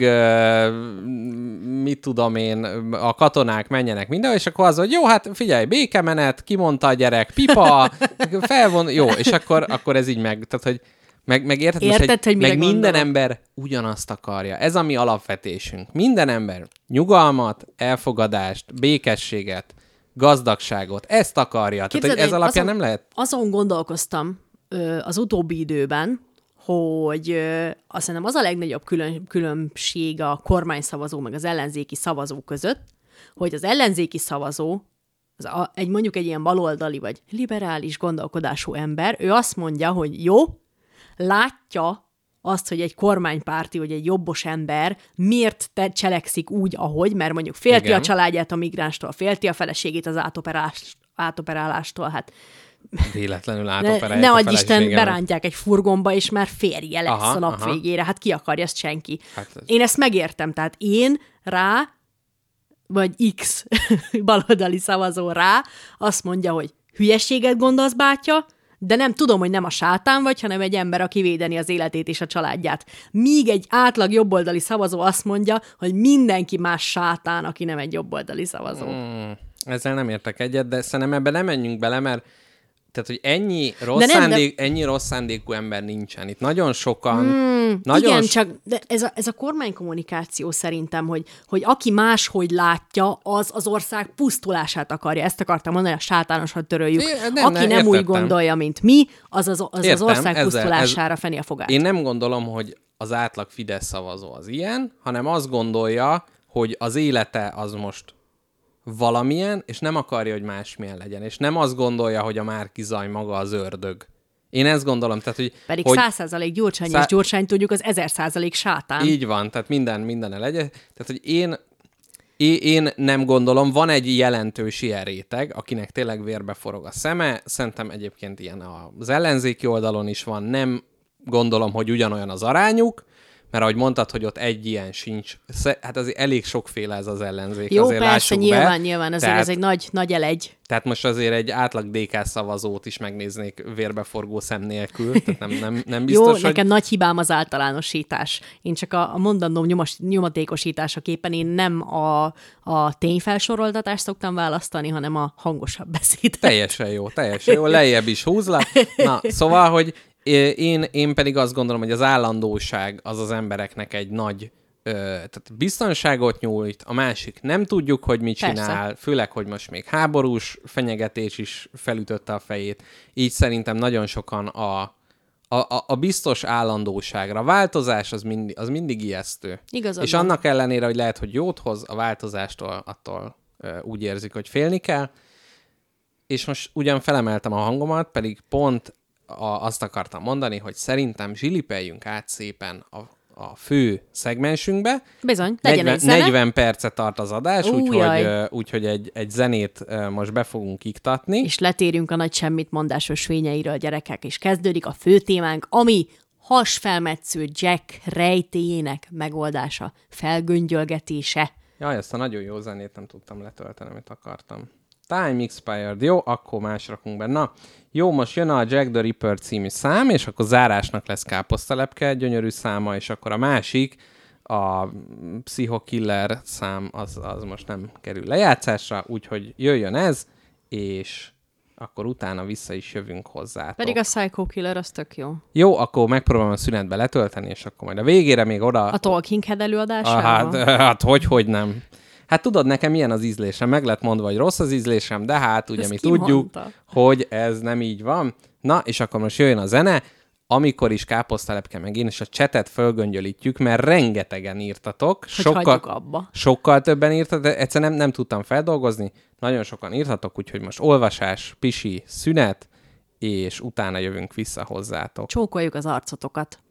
mit tudom én, a katonák menjenek mindenhol, és akkor az, hogy jó, hát figyelj, békemenet, kimondta a gyerek, pipa, jó, és akkor ez így meg, tehát, hogy meg érted most, hogy meg minden ember ugyanazt akarja. Ez a mi alapvetésünk. Minden ember nyugalmat, elfogadást, békességet, gazdagságot, ezt akarja. Tehát, hogy ez alapján nem lehet? Azon gondolkoztam az utóbbi időben, hogy azt hiszem az a legnagyobb különbség a kormányszavazó meg az ellenzéki szavazó között, hogy az ellenzéki szavazó, mondjuk egy ilyen baloldali vagy liberális gondolkodású ember, ő azt mondja, hogy jó, látja azt, hogy egy kormánypárti vagy egy jobbos ember miért cselekszik úgy, ahogy, mert mondjuk félti Igen. a családját a migránstól, félti a feleségét az átoperálástól, hát véletlenül átoperálják ne adj Isten, berántják egy furgonba, és már férje lesz a nap végére. Hát ki akarja ezt senki? Én ezt megértem. Tehát én rá, vagy X baloldali szavazó rá, azt mondja, hogy hülyeséget gondolsz, bátya, de nem tudom, hogy nem a sátán vagy, hanem egy ember, aki védeni az életét és a családját. Míg egy átlag jobboldali szavazó azt mondja, hogy mindenki más sátán, aki nem egy jobboldali szavazó. Ezzel nem értek egyet, de szerintem ebben nem menjünk bele, mert tehát, hogy ennyi rossz szándékú ember nincsen. Itt nagyon sokan... Igen, csak de ez a kormánykommunikáció szerintem, hogy aki máshogy látja, az ország pusztulását akarja. Ezt akartam mondani, a sátánosat töröljük. Aki nem úgy gondolja, mint mi, az ország pusztulására feni a fogát. Én nem gondolom, hogy az átlag Fidesz szavazó az ilyen, hanem azt gondolja, hogy az élete az most valamilyen, és nem akarja, hogy másmilyen legyen. És nem azt gondolja, hogy a Márki-Zay maga az ördög. Én ezt gondolom, tehát, hogy... Pedig 100% Gyurcsány, és Gyurcsány tudjuk, az 1000% sátán. Így van, tehát minden legyen. Tehát, hogy én Én nem gondolom, van egy jelentős ilyen réteg, akinek tényleg vérbe forog a szeme, szerintem egyébként ilyen az ellenzéki oldalon is van, nem gondolom, hogy ugyanolyan az arányuk, mert ahogy mondtad, hogy ott egy ilyen sincs, hát azért elég sokféle ez az ellenzék. Jó, azért persze, nyilván, azért ez egy nagy elegy. Tehát most azért egy átlag DK szavazót is megnéznék vérbeforgó szem nélkül, tehát nem biztos, Jó, hogy... nekem nagy hibám az általánosítás. Én csak a mondandóm nyomatékosításaképpen én nem a tényfelsoroltatást szoktam választani, hanem a hangosabb beszédet. Teljesen jó, lejjebb is húzlak. Na, szóval, hogy én pedig azt gondolom, hogy az állandóság az embereknek egy nagy tehát biztonságot nyújt, a másik nem tudjuk, hogy mit csinál, persze. Főleg, hogy most még háborús fenyegetés is felütötte a fejét. Így szerintem nagyon sokan a biztos állandóságra. A változás az mindig ijesztő. Igazad és van. Annak ellenére, hogy lehet, hogy jót hoz, a változástól attól úgy érzik, hogy félni kell. És most ugyan felemeltem a hangomat, pedig pont azt akartam mondani, hogy szerintem zsilipeljünk át szépen a fő szegmensünkbe. Bizony, legyen egy zene. 40 percet tart az adás, úgyhogy egy zenét most be fogunk iktatni. És letérjünk a nagy semmitmondás ösvényeiről, gyerekek, és kezdődik a fő témánk, ami hasfelmetsző Jack rejtélyének megoldása, felgöngyölgetése. Jaj, ezt a nagyon jó zenét nem tudtam letölteni, amit akartam. Time expired. Jó, akkor más rakunk be. Na, jó, most jön a Jack the Ripper című szám, és akkor zárásnak lesz káposztalepke, gyönyörű száma, és akkor a másik, a Psycho-Killer szám, az most nem kerül lejátszásra, úgyhogy jöjjön ez, és akkor utána vissza is jövünk hozzátok. Pedig a Psycho-Killer az tök jó. Jó, akkor megpróbálom a szünetbe letölteni, és akkor majd a végére még oda... A Talking Head előadásával? Hát hogy nem. Hát tudod, nekem milyen az ízlésem, meg lett mondva, hogy rossz az ízlésem, de hát ugye mi tudjuk, hogy ez nem így van. Na, és akkor most jöjjön a zene, amikor is káposztalepke meg én, és a csetet fölgöngyölítjük, mert rengetegen írtatok. Sokkal többen írtatok, de egyszerűen nem tudtam feldolgozni. Nagyon sokan írtatok, úgyhogy most olvasás, pisi, szünet, és utána jövünk vissza hozzátok. Csókoljuk az arcotokat.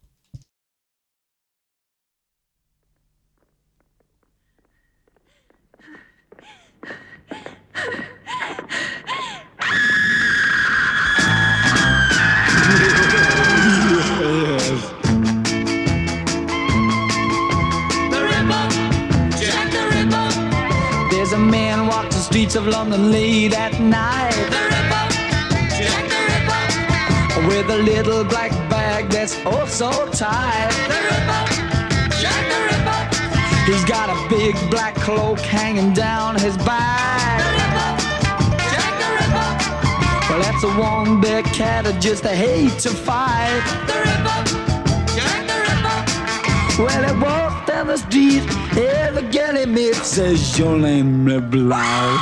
There's a man walks the streets of London late at night. The Ripper, Jack the Ripper, with a little black bag that's oh so tight. The Ripper, Jack the Ripper, he's got a big black cloak hanging down his back. The Ripper, Jack the Ripper, well that's a one big cat that just hate to fight. The Ripper, Jack the Ripper, well it walks down the street. Every girl he meets says your name is Blau.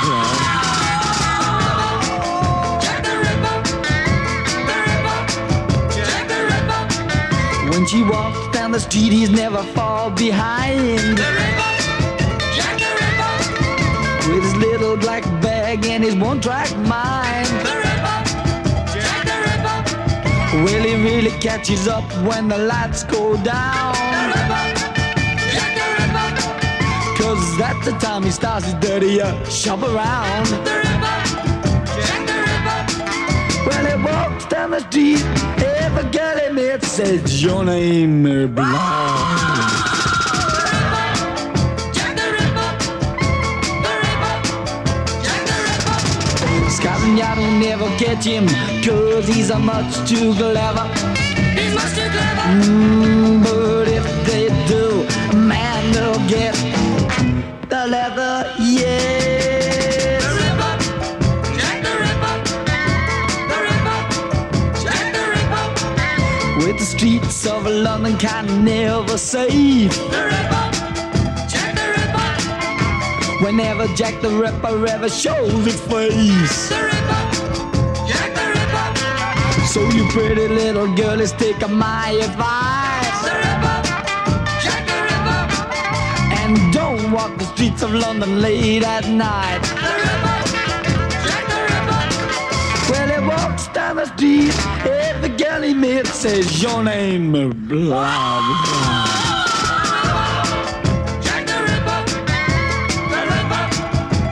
Jack the Ripper, the Ripper, Jack the Ripper. When she walks down the street, he's never fall behind. The Ripper, Jack the Ripper, with his little black bag and his one-track mind. The Ripper, Jack the Ripper, well he really catches up when the lights go down. The Ripper, cause at the time he starts his dirty shop around. The Ripper, Jack the Ripper, well he walks down the street, every girl he meets says your name is Blau. Jack the Ripper, the Ripper, Jack the Ripper. Scotland Yard will never catch him, cause he's a much too clever. He's much too clever. But if they do, man, they'll get the leather, yeah. The Ripper, Jack the Ripper, the Ripper, Jack the Ripper. With the streets of London kind of never safe. The Ripper, Jack the Ripper. Whenever Jack the Ripper ever shows his face. The Ripper, Jack the Ripper. So you pretty little girlies take my advice. The Ripper, Jack the Ripper. And don't walk the streets of London late at night. The Ripper, Jack the Ripper. Well, he walks down the street, every girl he meets says your name is blah, blah. Jack the Ripper,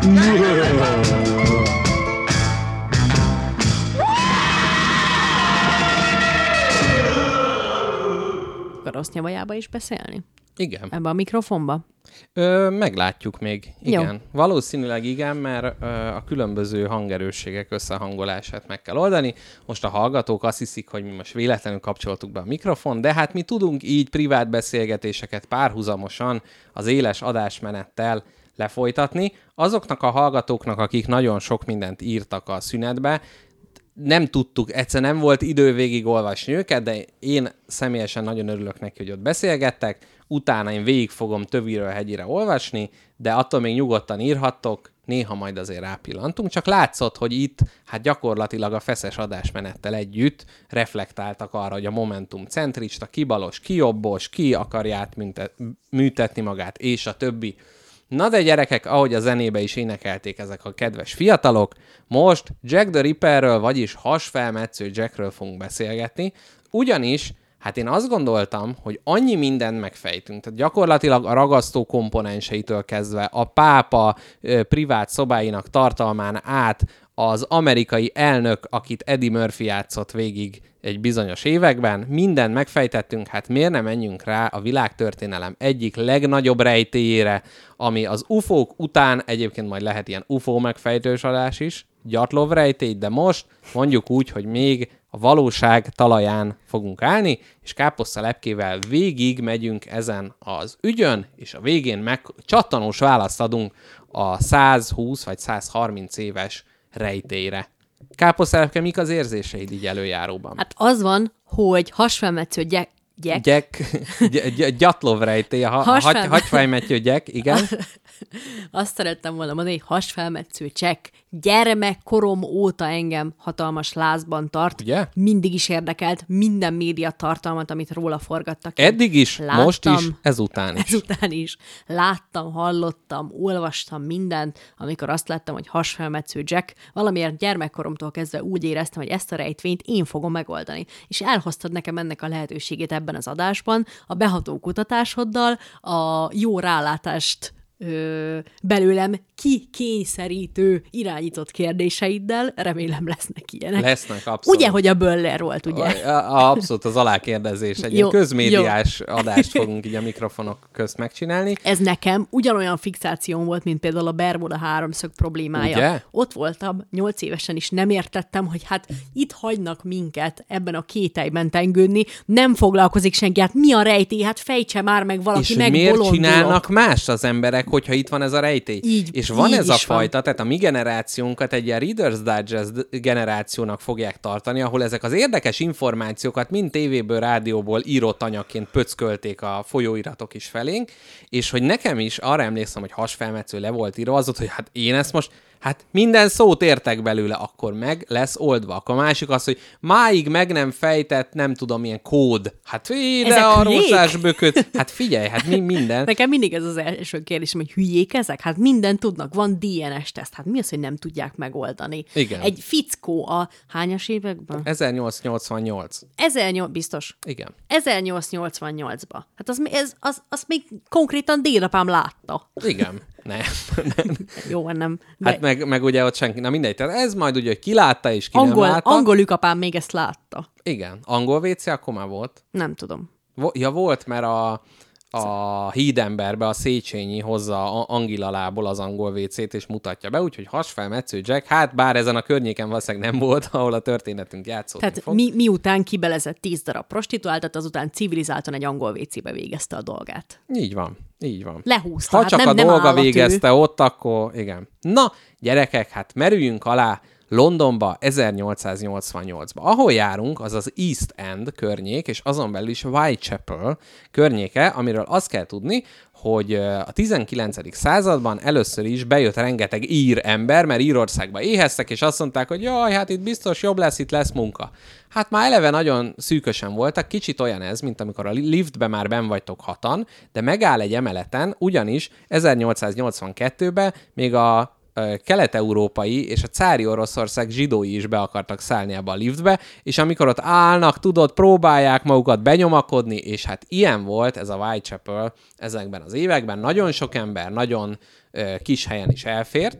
A rossz nyavajába is beszélni? Igen. Ebbe a mikrofonba? Meglátjuk még. Igen. Jó. Valószínűleg igen, mert a különböző hangerősségek összehangolását meg kell oldani. Most a hallgatók azt hiszik, hogy mi most véletlenül kapcsoltuk be a mikrofon, de hát mi tudunk így privát beszélgetéseket párhuzamosan az éles adásmenettel lefolytatni. Azoknak a hallgatóknak, akik nagyon sok mindent írtak a szünetbe, nem tudtuk, egyszer nem volt idő végigolvasni őket, de én személyesen nagyon örülök neki, hogy ott beszélgettek, utána én végig fogom töviről hegyire olvasni, de attól még nyugodtan írhattok, néha majd azért rápillantunk, csak látszott, hogy itt hát gyakorlatilag a feszes adásmenettel együtt reflektáltak arra, hogy a Momentum centrista, ki balos, ki jobbos, ki akarja műtetni magát, és a többi. Na de gyerekek, ahogy a zenébe is énekelték ezek a kedves fiatalok, most Jack the Ripperről, vagyis hasfelmetsző Jackről fogunk beszélgetni, ugyanis hát én azt gondoltam, hogy annyi mindent megfejtünk. Tehát gyakorlatilag a ragasztó komponenseitől kezdve a pápa privát szobáinak tartalmán át az amerikai elnök, akit Eddie Murphy játszott végig egy bizonyos években, mindent megfejtettünk, hát miért nem menjünk rá a világtörténelem egyik legnagyobb rejtélyére, ami az UFO-k után, egyébként majd lehet ilyen UFO megfejtős adás is, Gyatlov rejtély, de most mondjuk úgy, hogy még a valóság talaján fogunk állni, és Káposzta Lepkével végig megyünk ezen az ügyön, és a végén csattanós választ adunk a 120 vagy 130 éves rejtélyre. Káposzta Lepke, mik az érzéseid így előjáróban? Hát az van, hogy hasfelmetsző Gyatlov rejtély, hagyfájmetjő Jack, igen. Azt szerettem volna mondani, hogy hasfelmetsző Jack gyermekkorom óta engem hatalmas lázban tart. Ugye? Mindig is érdekelt minden média tartalmat, amit róla forgattak. Eddig is, láttam, most is, ezután is. Ezután is. Láttam, hallottam, olvastam mindent, amikor azt láttam, hogy hasfelmetsző Jack, valamiért gyermekkoromtól kezdve úgy éreztem, hogy ezt a rejtvényt én fogom megoldani. És elhoztad nekem ennek a lehetőségét ebben az adásban, a beható kutatásoddal, a jó rálátást belőlem kikényszerítő irányított kérdéseiddel, remélem lesznek ilyenek. Lesznek, abszolút. Ugye, hogy a Böller volt, ugye? Abszolút az alákérdezés. Egy ilyen közmédiás adást fogunk így a mikrofonok közt megcsinálni. Ez nekem ugyanolyan fixációm volt, mint például a Bermuda háromszög problémája. Ugye? Ott voltam 8 évesen is, nem értettem, hogy hát itt hagynak minket ebben a kételyben tengődni, nem foglalkozik senki, hát mi a rejtély, hát fejtse már meg valaki, meg miért bolondulok. csinálnak más az emberek, hogyha itt van ez a rejtély? És van ez a fajta, tehát a mi generációnkat egy ilyen Reader's Digest generációnak fogják tartani, ahol ezek az érdekes információkat mind tévéből, rádióból írott anyagként pöckölték a folyóiratok is felénk, és hogy nekem is arra emlékszem, hogy hasfelmetsző le volt írva, az ott, hogy hát én ezt most, hát minden szót értek belőle, akkor meg lesz oldva. Akkor a másik az, hogy máig meg nem fejtett, nem tudom, milyen kód. Hát de a rosásbököt. Hát figyelj, hát minden. Nekem mindig ez az első kérdésem, hogy hülyék ezek? Hát mindent tudnak, van DNS-teszt. Hát mi az, hogy nem tudják megoldani? Igen. Egy fickó a hányas években? 1888. Biztos. Igen. 1888-ban. Hát az még konkrétan dédapám látta. Igen. Nem. Jó, nem. De... Hát meg ugye ott senki, na mindegy, tehát ez majd ugye, hogy ki látta és ki nem látta. Angol ükapám még ezt látta. Igen. Angol WC akkor már volt? Nem tudom. Volt, mert a Hídemberbe a Széchenyi hozza Angilalából az angol WC-t, és mutatja be, úgyhogy hasfelmetsző Jack, hát bár ezen a környéken valószínűleg nem volt, ahol a történetünk játszódni Tehát fog. miután kibelezett 10 darab prostituáltat, azután civilizáltan egy angol WC-be végezte a dolgát. Így van. Lehúzta. Ha hát csak nem, a dolga nem végezte ott, akkor igen. Na, gyerekek, hát merüljünk alá Londonba 1888-ba. Ahol járunk, az az East End környék, és azon belül is Whitechapel környéke, amiről azt kell tudni, hogy a 19. században először is bejött rengeteg ír ember, mert Írországba éheztek, és azt mondták, hogy jaj, hát itt biztos jobb lesz, itt lesz munka. Hát már eleve nagyon szűkösen voltak, kicsit olyan ez, mint amikor a liftbe már benn vagytok hatan, de megáll egy emeleten, ugyanis 1882-ben még a kelet-európai és a cári Oroszország zsidói is be akartak szállni ebbe a liftbe, és amikor ott állnak, tudod, próbálják magukat benyomakodni, és hát ilyen volt ez a Whitechapel ezekben az években, nagyon sok ember, nagyon kis helyen is elfért,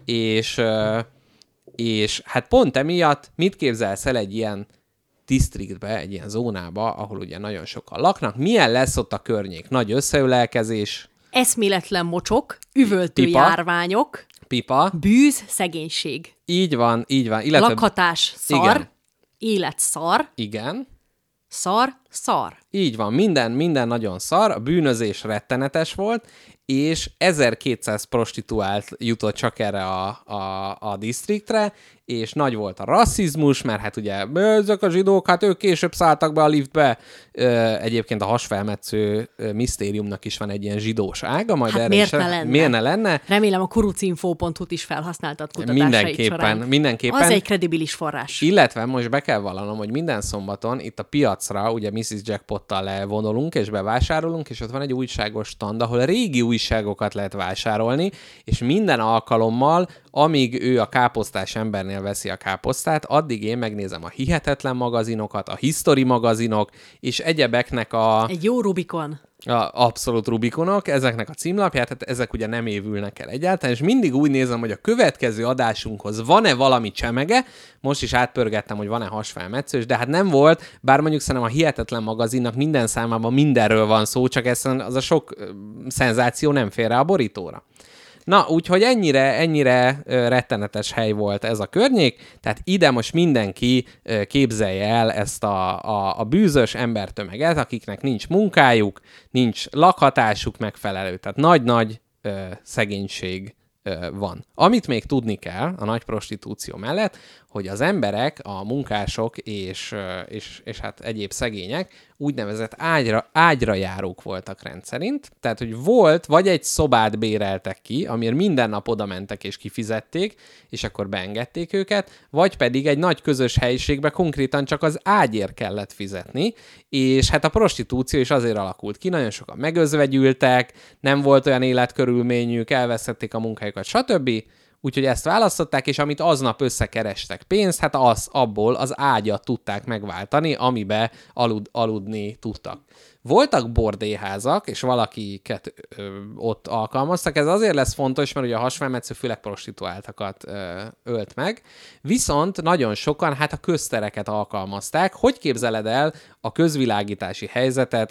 és hát pont emiatt mit képzelsz el egy ilyen disztriktbe, egy ilyen zónába, ahol ugye nagyon sokan laknak, milyen lesz ott a környék? Nagy összeülelkezés, eszméletlen mocsok, üvöltő Pipa. járványok, pipa. bűz, szegénység, Így van. Illetve... lakhatás, szar, Igen. élet szar, Igen. szar. Így van, minden nagyon szar, a bűnözés rettenetes volt, és 1200 prostituált jutott csak erre a disztriktre, és nagy volt a rasszizmus, mert hát ugye ezek a zsidók, hát ők később szálltak be a liftbe. Egyébként a hasfelmetsző misztériumnak is van egy ilyen zsidós ága, majd Hát erre miért is ne lenne? Miért ne lenne? Remélem a kurucinfo.hu-t is felhasználtad kutatásaid során. Mindenképpen. Az egy kredibilis forrás. Illetve most be kell vallanom, hogy minden szombaton itt a piacra, ugye Mrs. Jackpottal levonulunk és bevásárolunk, és ott van egy újságos stand, ahol régi újságokat lehet vásárolni, és minden alkalommal, amíg ő a káposztás embernél veszi a káposztát, addig én megnézem a Hihetetlen magazinokat, a History magazinok, és egyebeknek Egy jó Rubikon. Abszolút Rubikonok, ezeknek a címlapját, tehát ezek ugye nem évülnek el egyáltalán, és mindig úgy nézem, hogy a következő adásunkhoz van-e valami csemege, most is átpörgettem, hogy van-e hasfelmetszős, de hát nem volt, bár mondjuk szerintem a Hihetetlen magazinnak minden számában mindenről van szó, csak az a sok szenzáció nem fér rá a borítóra. Na, úgyhogy ennyire rettenetes hely volt ez a környék, tehát ide most mindenki képzelje el ezt a bűzös embertömeget, akiknek nincs munkájuk, nincs lakhatásuk megfelelő, tehát nagy-nagy szegénység van. Amit még tudni kell a nagy prostitúció mellett, hogy az emberek, a munkások és hát egyéb szegények úgynevezett ágyra járók voltak rendszerint, tehát hogy volt, vagy egy szobát béreltek ki, amiért minden nap oda mentek és kifizették, és akkor beengedték őket, vagy pedig egy nagy közös helyiségbe konkrétan csak az ágyért kellett fizetni, és hát a prostitúció is azért alakult ki, nagyon sokan megözvegyültek, nem volt olyan életkörülményük, elvesztették a munkájukat, stb., úgyhogy ezt választották, és amit aznap összekerestek pénzt, hát abból az ágyat tudták megváltani, amibe aludni tudtak. Voltak bordélyházak, és valakiket ott alkalmaztak. Ez azért lesz fontos, mert ugye a hasfelmetsző főleg prostituáltakat ölt meg, viszont nagyon sokan hát a köztereket alkalmazták. Hogy képzeled el a közvilágítási helyzetet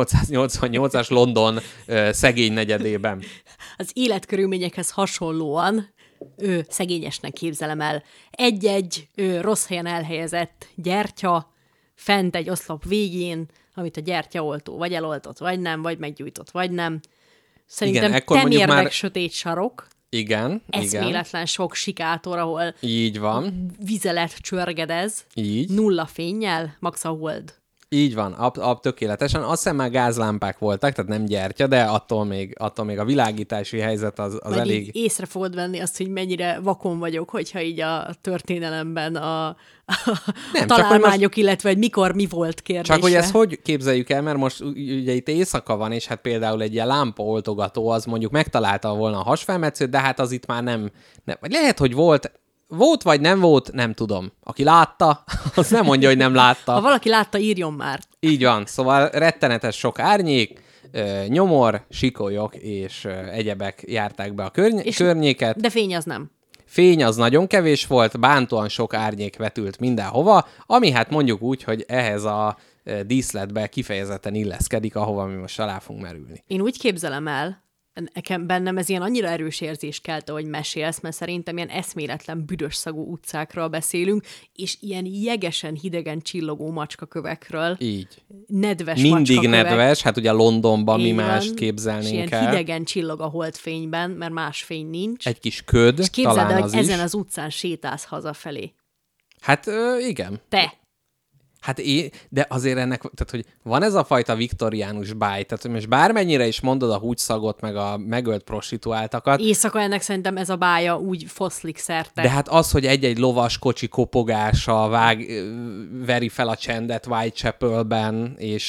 1888-as London szegény negyedében? Az életkörülményekhez hasonlóan szegényesnek képzelem el. Egy-egy rossz helyen elhelyezett gyertya, fent egy oszlop végén, amit a gyertyaoltó vagy eloltott, vagy nem, vagy meggyújtott, vagy nem. Szerintem temérdek sötét sarok. Igen. Eszméletlen sok sikátor, ahol így van. Vizelet csörgedez. Így. Nulla fénnyel, max a hold. Így van, tökéletesen. Azt hiszem már gázlámpák voltak, tehát nem gyertya, de attól még a világítási helyzet az elég... Így észre fogod venni azt, hogy mennyire vakon vagyok, hogyha így a történelemben a találmányok, illetve hogy mikor mi volt kérdésre. Csak hogy ezt hogy képzeljük el, mert most ugye itt éjszaka van, és hát például egy ilyen lámpaoltogató az mondjuk megtalálta volna a hasfelmetszőt, de hát az itt már nem vagy lehet, hogy volt, vagy nem volt, nem tudom. Aki látta, az nem mondja, hogy nem látta. Ha valaki látta, írjon már. Így van, szóval rettenetes sok árnyék, nyomor, sikolyok és egyebek járták be a környéket. De fény az nem. Fény az nagyon kevés volt, bántóan sok árnyék vetült mindenhova, ami hát mondjuk úgy, hogy ehhez a díszletbe kifejezetten illeszkedik, ahova mi most alá fogunk merülni. Én úgy képzelem el, bennem ez ilyen annyira erős érzés kelte, hogy mesélsz, mert szerintem ilyen eszméletlen büdös szagú utcákról beszélünk, és ilyen jegesen hidegen csillogó macskakövekről. Így. Nedves mindig macskakövek. Nedves, hát ugye Londonban mi mást képzelnénk el. Ilyen hidegen csillog a holdfényben, mert más fény nincs. Egy kis köd, és képzeld talán el, az hogy is. ezen az utcán sétálsz hazafelé. Hát igen. Te. Hát de azért ennek, tehát hogy van ez a fajta viktoriánus báj, tehát hogy most bármennyire is mondod a húgyszagot, meg a megölt prostituáltakat. Éjszaka ennek szerintem ez a bája úgy foszlik szerte. De hát az, hogy egy-egy lovas kocsi kopogása veri fel a csendet Whitechapelben, és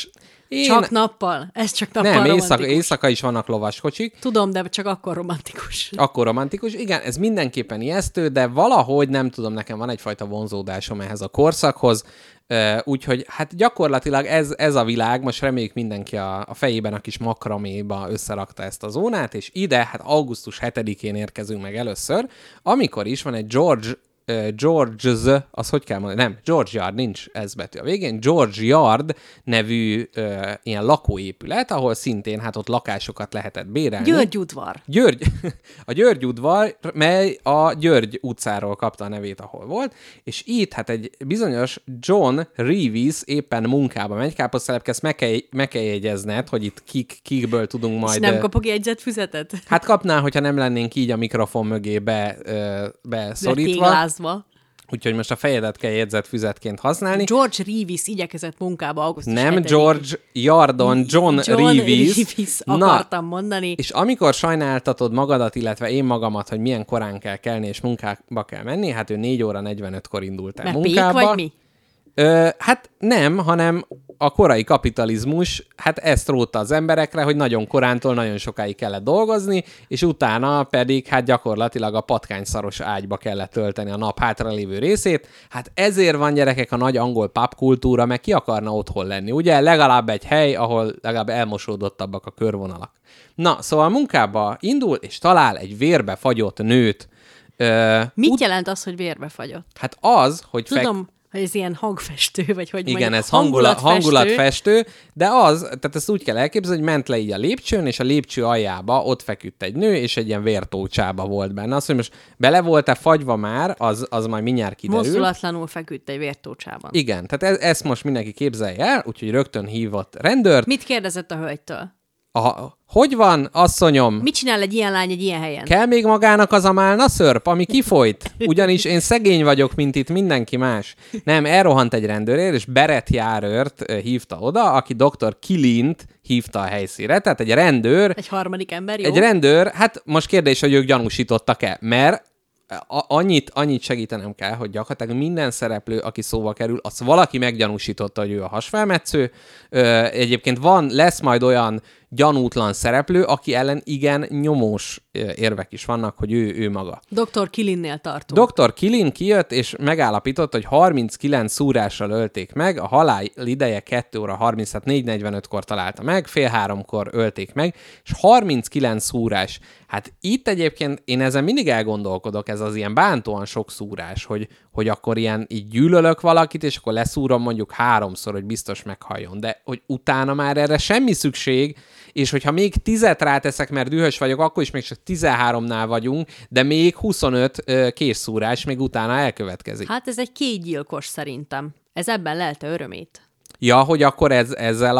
Csak nappal? Ez csak nappal nem, romantikus. éjszaka is vannak lovaskocsik. Tudom, de csak akkor romantikus. Akkor romantikus. Igen, ez mindenképpen ijesztő, de valahogy nem tudom, nekem van egyfajta vonzódásom ehhez a korszakhoz. Úgyhogy hát gyakorlatilag ez a világ, most reméljük mindenki a fejében a kis makraméba összerakta ezt a zónát, és ide, hát augusztus 7-én érkezünk meg először, amikor is van egy George's, az hogy kell mondani? Nem, George Yard, nincs ez betű a végén. George Yard nevű ilyen lakóépület, ahol szintén hát ott lakásokat lehetett bérelni. György udvar. A György udvar, mely a György utcáról kapta a nevét, ahol volt, és itt hát egy bizonyos John Reeves éppen munkába megy. Káposztelepke, ezt meg kell jegyezned, hogy itt kikből tudunk majd... És nem kapok jegyzetfüzetet? Hát kapnál, hogyha nem lennénk így a mikrofon mögé beszorítva. Úgyhogy most a fejedet kell jegyzetfüzetként használni. George Reeves igyekezett munkába augusztus 7-én. Nem George Yardon, John Reeves. Akartam mondani. És amikor sajnáltatod magadat, illetve én magamat, hogy milyen korán kell kelni és munkába kell menni, hát ő 4 óra 45-kor indult el munkába. Pék vagy mi? Hát nem, hanem a korai kapitalizmus, hát ezt rótta az emberekre, hogy nagyon korántól nagyon sokáig kellett dolgozni, és utána pedig hát gyakorlatilag a patkányszaros ágyba kellett tölteni a nap hátralévő részét. Hát ezért van, gyerekek, a nagy angol pubkultúra, meg ki akarna otthon lenni, ugye? Legalább egy hely, ahol legalább elmosódottabbak a körvonalak. Na, szóval munkába indul, és talál egy vérbe fagyott nőt. Mit jelent az, hogy vérbe fagyott? Hát az, hogy... Tudom, hogy ez ilyen hangfestő, vagy hogy igen, ez hangulatfestő, de az, tehát ezt úgy kell elképzelni, hogy ment le így a lépcsőn, és a lépcső aljába ott feküdt egy nő, és egy ilyen vértócsába volt benne. Az, hogy most bele volt-e fagyva már, az majd mindjárt kiderül. Mozdulatlanul feküdt egy vértócsában. Igen, tehát ezt most mindenki képzelje el, úgyhogy rögtön hívott rendőrt. Mit kérdezett a hölgytől? Hogy van, asszonyom? Mit csinál egy ilyen lány egy ilyen helyen? Kell még magának az a málna szörp, ami kifolyt? Ugyanis én szegény vagyok, mint itt mindenki más. Nem, elrohant egy rendőrér, és Beret Járőrt hívta oda, aki dr. Kilint hívta a helyszínre. Tehát egy rendőr... Egy harmadik ember, jó? Egy rendőr, hát most kérdés, hogy ők gyanúsítottak-e, mert annyit segítenem kell, hogy gyakorlatilag minden szereplő, aki szóba kerül, azt valaki meggyanúsította, hogy ő a hasfelmetsző. Egyébként lesz majd olyan gyanútlan szereplő, aki ellen igen nyomós érvek is vannak, hogy ő maga. Dr. Killinnél tartunk. Dr. Killin kijött, és megállapított, hogy 39 szúrással ölték meg, a halál ideje 2 óra 30, tehát 4:45-kor találta meg, 2:30-kor ölték meg, és 39 szúrás. Hát itt egyébként én ezen mindig elgondolkodok, ez az ilyen bántóan sok szúrás, hogy akkor ilyen így gyűlölök valakit, és akkor leszúrom mondjuk 3-szor, hogy biztos meghalljon. De hogy utána már erre semmi szükség, és hogyha még 10-et ráteszek, mert dühös vagyok, akkor is még csak 13-nál vagyunk, de még 25 készszúrás még utána elkövetkezik. Hát ez egy kétgyilkos szerintem. Ez ebben lelte örömét. Ja, hogy akkor ezzel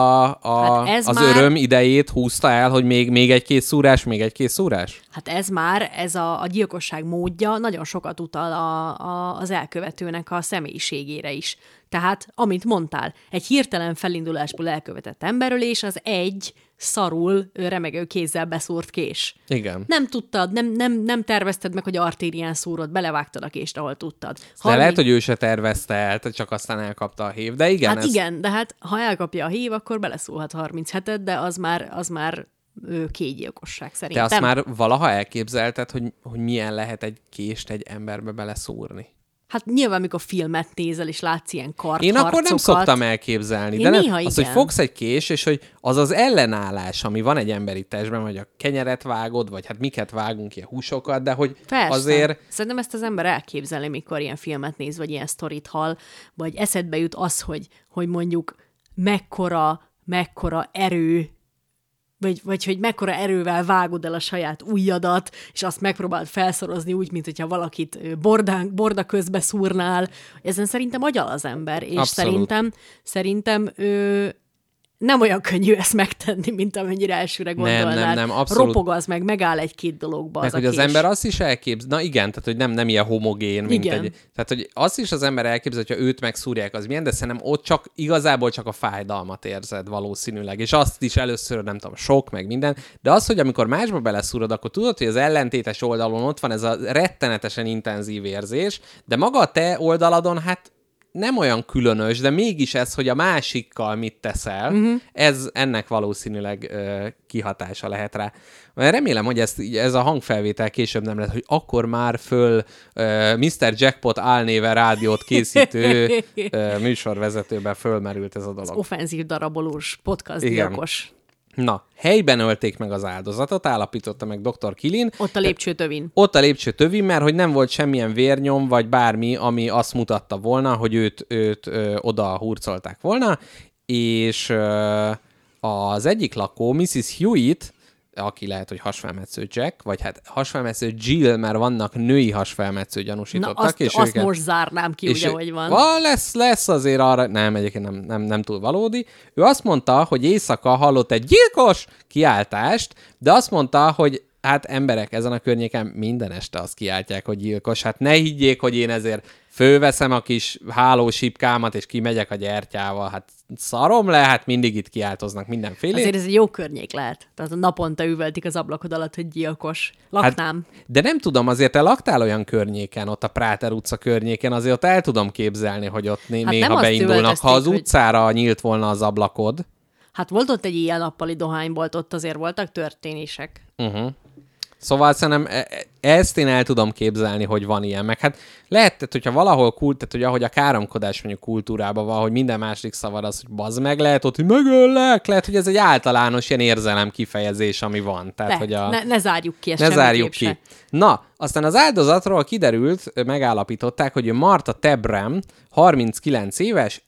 az öröm idejét húzta el, hogy még egy készszúrás, még egy készszúrás? Hát ez a gyilkosság módja nagyon sokat utal az elkövetőnek a személyiségére is. Tehát, amit mondtál, egy hirtelen felindulásból elkövetett emberölés az egy szarul, remegő kézzel beszúrt kés. Igen. Nem tudtad, nem tervezted meg, hogy artérián szúrod, belevágtad a kést, ahol tudtad. De lehet, hogy ő se tervezte el, csak aztán elkapta a hév, de igen. Hát igen, de hát ha elkapja a hév, akkor beleszúrhat 37-et, de az már kétgyilkosság szerintem. Te azt már valaha elképzelted, hogy milyen lehet egy kést egy emberbe beleszúrni? Hát nyilván, mikor filmet nézel, és látsz ilyen kartharcokat. Én akkor nem szoktam elképzelni. Én de nem, néha az, igen. hogy fogsz egy kés, és hogy az ellenállás, ami van egy emberi testben, vagy a kenyeret vágod, vagy hát miket vágunk, ilyen húsokat, de hogy persze. azért... Szerintem ezt az ember elképzelni, mikor ilyen filmet néz, vagy ilyen sztorit hall, vagy eszedbe jut az, hogy mondjuk mekkora erő, vagy hogy mekkora erővel vágod el a saját ujjadat, és azt megpróbálod felszorozni úgy, mint hogyha valakit borda közbe szúrnál. Ezen szerintem agyal az ember, és abszolút. szerintem nem olyan könnyű ezt megtenni, mint amennyire elsőre gondolnád. Nem, abszolút. Ropog az meg, megáll egy-két dologba meg, az hogy az ember azt is elképzel, na igen, tehát hogy nem ilyen homogén, mint egy... Tehát, hogy azt is az ember elképzel, hogyha őt megszúrják, az milyen, de szerintem ott igazából csak a fájdalmat érzed valószínűleg, és azt is először, nem tudom, sok, meg minden, de az, hogy amikor másba beleszúrod, akkor tudod, hogy az ellentétes oldalon ott van ez a rettenetesen intenzív érzés, de maga a te oldaladon, hát nem olyan különös, de mégis ez, hogy a másikkal mit teszel, ez ennek valószínűleg kihatása lehet rá. Remélem, hogy ez a hangfelvétel később nem lesz, hogy akkor már föl Mr. Jackpot álnéven rádiót készítő műsorvezetőben fölmerült ez a dolog. Az offenzív darabolós podcast gyilkos. Na, helyben ölték meg az áldozatot, állapította meg dr. Kilin. Ott a lépcsőtövin. Ott a lépcsőtövin, mert hogy nem volt semmilyen vérnyom, vagy bármi, ami azt mutatta volna, hogy őt oda hurcolták volna, és az egyik lakó, Mrs. Hewitt, aki lehet, hogy hasfelmetsző Jack, vagy hát hasfelmetsző Jill, mert vannak női hasfelmetsző gyanúsítottak. Na, azt, és azt most zárnám ki, ugye, hogy van. Lesz azért arra, nem, egyébként nem túl valódi. Ő azt mondta, hogy éjszaka hallott egy gyilkos kiáltást, de azt mondta, hogy hát emberek ezen a környéken minden este azt kiáltják, hogy gyilkos. Hát ne higgyék, hogy én ezért fölveszem a kis hálósipkámat, és kimegyek a gyertyával. Hát szarom le, hát mindig itt kiáltoznak mindenféle. Azért ez egy jó környék lehet. Tehát naponta üvöltik az ablakod alatt, hogy gyilkos. Laknám. Hát, de nem tudom, azért te laktál olyan környéken, ott a Práter utca környékén, azért ott el tudom képzelni, hogy ott néha beindulnak. Ha az utcára nyílt volna az ablakod. Hát volt ott egy ilyen-nappali dohánybolt, ott azért voltak történések. Szóval szerintem ezt én el tudom képzelni, hogy van ilyen. Meg hát lehet, hogyha valahol tehát hogy ahogy a káromkodás mondjuk kultúrában van, hogy minden másik szavad az, hogy bazd meg, lehet ott, hogy megöllek, lehet, hogy ez egy általános ilyen érzelem kifejezés, ami van. Tehát, hogy ne zárjuk ki ezt. Ne zárjuk ki. Na, aztán az áldozatról kiderült, megállapították, hogy Martha Tebram, 39 éves,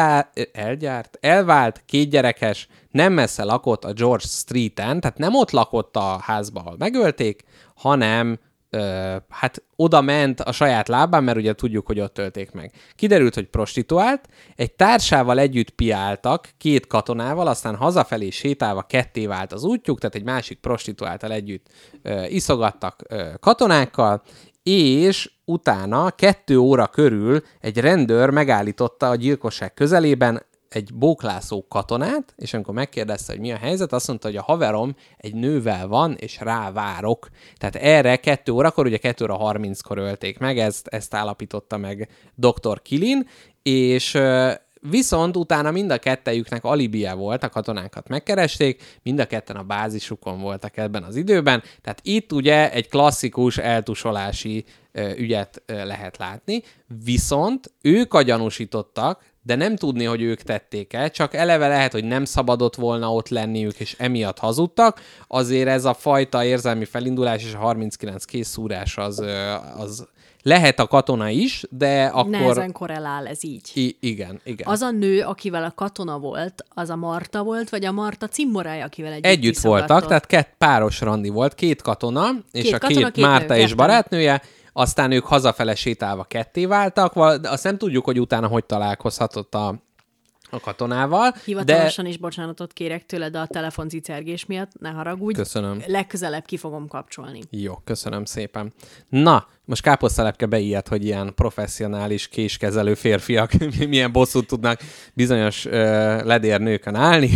elvált, 2 gyerekes, nem messze lakott a George Streeten, tehát nem ott lakott a házban, ahol megölték, hanem hát oda ment a saját lábán, mert ugye tudjuk, hogy ott ölték meg. Kiderült, hogy prostituált, egy társával együtt piáltak, 2 katonával, aztán hazafelé sétálva ketté vált az útjuk, tehát egy másik prostituáltal együtt iszogattak katonákkal, és utána 2 óra körül egy rendőr megállította a gyilkosság közelében egy bóklászó katonát, és amikor megkérdezte, hogy mi a helyzet, azt mondta, hogy a haverom egy nővel van, és rá várok. Tehát erre 2 órakor, ugye 2 óra 30-kor ölték meg, ezt állapította meg dr. Kilin, és viszont utána mind a kettejüknek alibije volt, a katonákat megkeresték, mind a ketten a bázisukon voltak ebben az időben, tehát itt ugye egy klasszikus eltusolási ügyet lehet látni, viszont ők a gyanúsítottak, de nem tudni, hogy ők tették el, csak eleve lehet, hogy nem szabadott volna ott lenniük, és emiatt hazudtak, azért ez a fajta érzelmi felindulás és a 39 készszúrás az lehet a katona is, de akkor... Nehezen korrelál ez így. Igen. Az a nő, akivel a katona volt, az a Marta volt, vagy a Marta cimborája, akivel együtt voltak, tehát páros randi volt, 2 katona, és a 2 Márta és barátnője, aztán ők hazafele sétálva ketté váltak, de azt nem tudjuk, hogy utána hogy találkozhatott a katonával. Hivatalosan is bocsánatot kérek tőled a telefoncicergés miatt, ne haragudj. Köszönöm. Legközelebb ki fogom kapcsolni. Jó, köszönöm szépen. Na, most Káposztelepke beijed, hogy ilyen professzionális késkezelő férfiak milyen bosszút tudnak bizonyos ledérnőkön állni.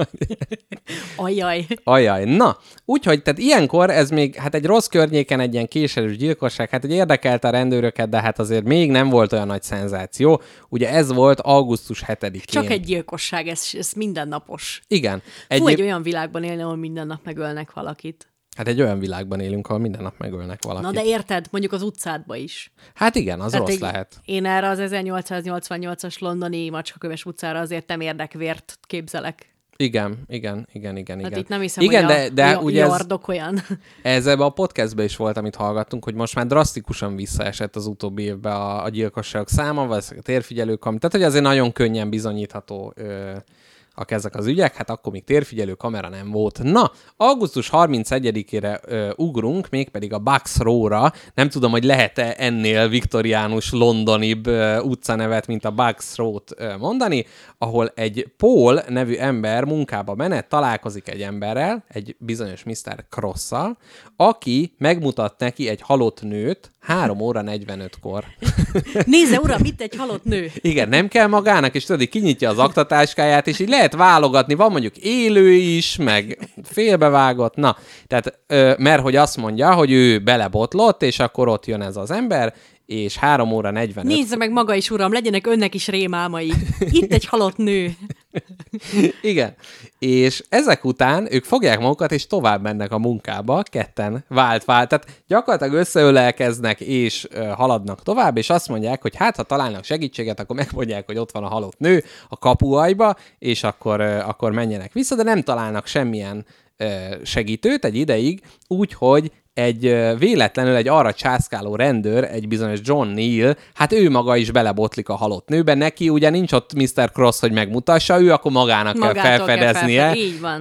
Ajaj. Na, úgyhogy tehát ilyenkor ez még, hát egy rossz környéken egy ilyen késelős gyilkosság, hát hogy érdekelte a rendőröket, de hát azért még nem volt olyan nagy szenzáció. Ugye ez volt augusztus 7-én. Csak egy gyilkosság, ez mindennapos. Igen. Egy olyan világban élni, ahol minden nap megölnek valakit. Hát egy olyan világban élünk, ahol minden nap megölnek valakit. Na de érted, mondjuk az utcádba is. Hát igen, az tehát rossz lehet. Én erre az 1888-as londoni Macskaköves utcára azért nem érdekvért képzelek. Igen. Hát itt nem hiszem, igen, hogy de ugye olyan. Ez ebben a podcastben is volt, amit hallgattunk, hogy most már drasztikusan visszaesett az utóbbi évben a gyilkosságok száma, vagy a térfigyelők, tehát hogy azért nagyon könnyen bizonyítható ezek az ügyek, hát akkor még térfigyelő kamera nem volt. Na, augusztus 31-ére ugrunk, mégpedig a Bucks Row-ra. Nem tudom, hogy lehet-e ennél viktoriánus, londonibb utcanevet, mint a Bucks Row-t mondani, ahol egy Paul nevű ember munkába menet, találkozik egy emberrel, egy bizonyos Mr. Cross-szal, aki megmutat neki egy halott nőt 3 óra 45-kor. Nézze, uram, itt egy halott nő. Igen, nem kell magának, és tudod, kinyitja az aktatáskáját, és így lehet válogatni, van mondjuk élő is, meg félbevágott, na, tehát, mert hogy azt mondja, hogy ő belebotlott, és akkor ott jön ez az ember, és 3 óra 45... Nézze meg maga is, uram, legyenek önnek is rémálmai. Itt egy halott nő. Igen. És ezek után ők fogják magukat, és tovább mennek a munkába, ketten vált. Tehát gyakorlatilag összeölelkeznek, és haladnak tovább, és azt mondják, hogy hát, ha találnak segítséget, akkor megmondják, hogy ott van a halott nő a kapuajba, és akkor menjenek vissza, de nem találnak semmilyen segítőt egy ideig, úgyhogy egy véletlenül egy arra császkáló rendőr, egy bizonyos John Neal, hát ő maga is belebotlik a halott nőben, neki ugye nincs ott Mr. Cross, hogy megmutassa, ő akkor magának kell felfedeznie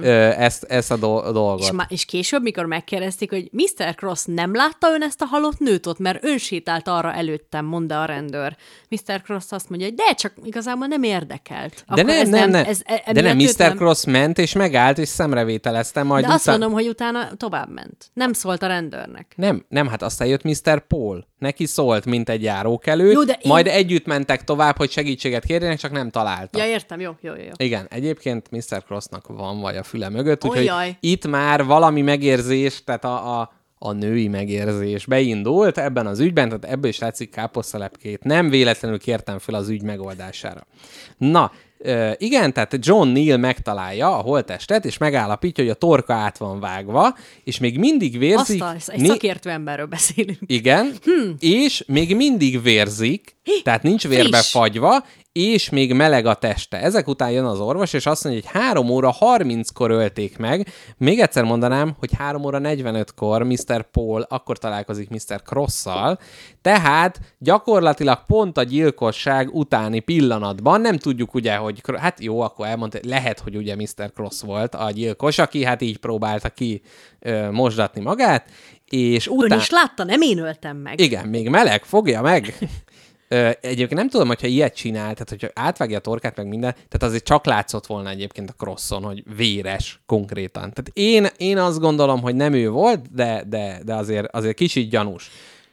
ezt a dolgot. És később, mikor megkérdezték, hogy Mr. Cross nem látta ön ezt a halott nőt ott, mert ön sétált arra előttem, mondta a rendőr. Mr. Cross azt mondja, hogy de csak igazából nem érdekelt. De nem, Mr. Cross ment és megállt, és szemrevételezte majd. De azt mondom, hogy utána tovább ment. Nem szólt a rendőrnek. Nem, hát aztán jött Mr. Paul. Neki szólt, mint egy járókelő, majd együtt mentek tovább, hogy segítséget kérjenek, csak nem találtak. Ja, értem, jó. Igen, egyébként Mr. Crossnak van vaj a füle mögött, úgyhogy itt már valami megérzés, tehát a női megérzés beindult ebben az ügyben, tehát ebből is látszik káposztalepkét. Nem véletlenül kértem fel az ügy megoldására. Na, igen, tehát John Neal megtalálja a holttestet, és megállapítja, hogy a torka át van vágva, és még mindig vérzik... Egy szakértő emberről beszélünk. Igen, és még mindig vérzik, tehát nincs vérbe fagyva, és még meleg a teste. Ezek után jön az orvos, és azt mondja, hogy 3 óra 30-kor ölték meg. Még egyszer mondanám, hogy 3 óra 45-kor Mr. Paul akkor találkozik Mr. Cross-szal, tehát gyakorlatilag pont a gyilkosság utáni pillanatban, nem tudjuk ugye, hogy hát jó, akkor elmondta, lehet, hogy ugye Mr. Cross volt a gyilkos, aki hát így próbálta ki mosdatni magát, és utána... Ön is látta, nem én öltem meg. Igen, még meleg, fogja meg. Egyébként nem tudom, hogyha ilyet csinál, tehát hogyha átvágja a torkát, meg minden, tehát azért csak látszott volna egyébként a Crosson, hogy véres konkrétan. Tehát én azt gondolom, hogy nem ő volt, de azért kicsit gyanús.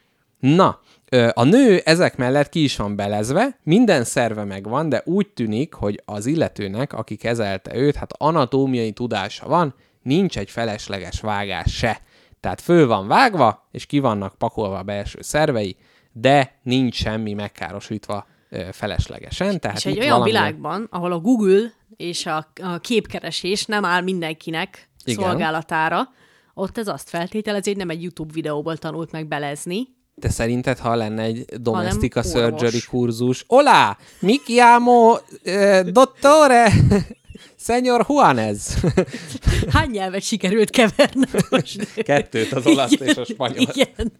Na, a nő ezek mellett ki is van belezve, minden szerve megvan, de úgy tűnik, hogy az illetőnek, aki kezelte őt, hát anatómiai tudása van, nincs egy felesleges vágás se. Tehát föl van vágva, és ki vannak pakolva a belső szervei, de nincs semmi megkárosítva feleslegesen. Tehát és egy olyan világban, ahol a Google és a képkeresés nem áll mindenkinek szolgálatára, ott ez azt feltételezi, hogy nem egy YouTube videóból tanult meg belezni. De szerinted, ha lenne egy domestika surgery kurzus? Hola! Mi chiamo dottore? Señor Juanez. Hány nyelvet sikerült keverni most? 2, az olasz és a spanyol. Igen.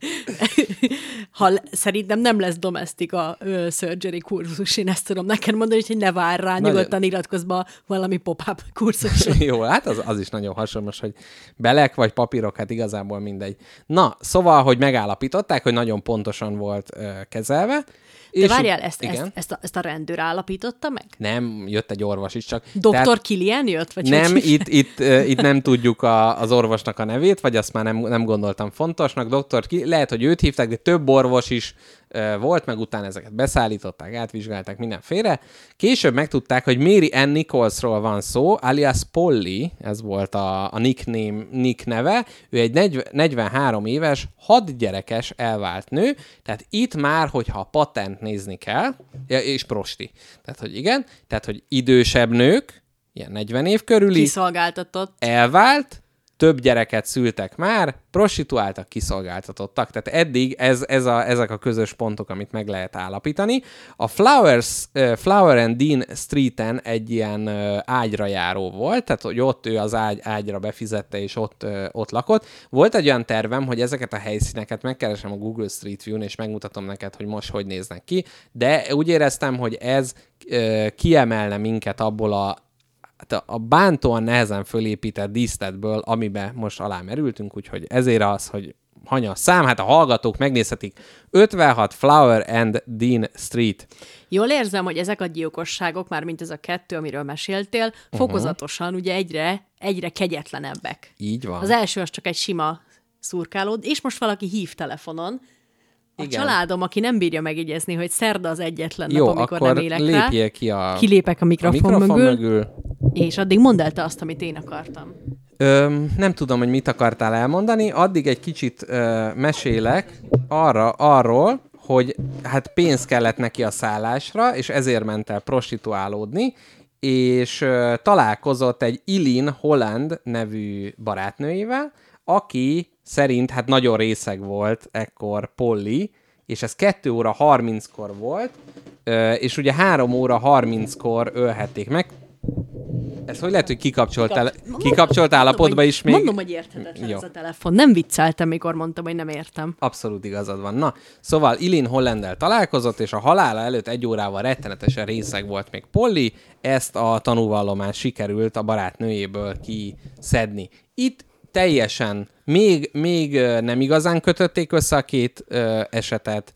Szerintem nem lesz domestika surgery kurzus, én ezt tudom neked mondani, hogy ne várj rá, nyugodtan iratkozz be valami pop-up kurzusra. Jó, hát az is nagyon hasonlós, hogy belek vagy papírok, hát igazából mindegy. Na, szóval, hogy megállapították, hogy nagyon pontosan volt kezelve. De várjál, ezt a rendőr állapította meg? Nem, jött egy orvos is csak. Dr. Kilian jött? Vagy nem, itt nem tudjuk az orvosnak a nevét, vagy azt már nem gondoltam fontosnak. Lehet, hogy őt hívták, de több orvos is volt, meg utána ezeket beszállították, átvizsgálták mindenféle. Később megtudták, hogy Mary Ann Nicholsról van szó, alias Polly, ez volt a nick neve. Ő egy 43 éves, 6 gyerekes elvált nő, tehát itt már, hogyha a patent nézni kell, és prosti. Tehát, hogy igen, tehát, hogy idősebb nők, ilyen 40 év körüli, kiszolgáltatott, elvált, több gyereket szültek már, prostituáltak, kiszolgáltatottak. Tehát eddig ezek a közös pontok, amit meg lehet állapítani. A Flower and Dean Streeten egy ilyen ágyra járó volt, tehát hogy ott ő az ágyra befizette, és ott lakott. Volt egy olyan tervem, hogy ezeket a helyszíneket megkeresem a Google Street View-n, és megmutatom neked, hogy most hogy néznek ki, de úgy éreztem, hogy ez kiemelne minket abból a bántóan nehezen fölépített díszletből, amiben most alá merültünk, úgyhogy ezért az, hogy hanyas szám, hát a hallgatók megnézhetik 56 Flower and Dean Street. Jól érzem, hogy ezek a gyilkosságok, már mint ez a 2, amiről meséltél, fokozatosan ugye egyre kegyetlenebbek. Így van. Az első az csak egy sima szurkálód, és most valaki hív telefonon. A családom, aki nem bírja megjegyezni, hogy szerda az egyetlen nap, amikor nem élek rá. Jó, akkor lépjél ki kilépek a mikrofon mögül, és addig mondd el te azt, amit én akartam. Nem tudom, hogy mit akartál elmondani, addig egy kicsit mesélek arról, hogy hát pénz kellett neki a szállásra, és ezért ment el prostituálódni, és találkozott egy Eileen Holland nevű barátnőjével, aki szerint hát nagyon részeg volt ekkor Polly, és ez 2 óra 30-kor volt, és ugye 3 óra 30-kor ölhették meg. Ez hogy lehet, hogy kikapcsolt állapotba is még? Mondom, hogy érthetetlen ez a telefon. Nem vicceltem, mikor mondtam, hogy nem értem. Abszolút igazad van. Na, szóval Eileen Hollanddel találkozott, és a halála előtt 1 órával rettenetesen részeg volt még Polly, ezt a tanúvallomást sikerült a barátnőjéből kiszedni. Itt teljesen, még nem igazán kötötték össze a két esetet,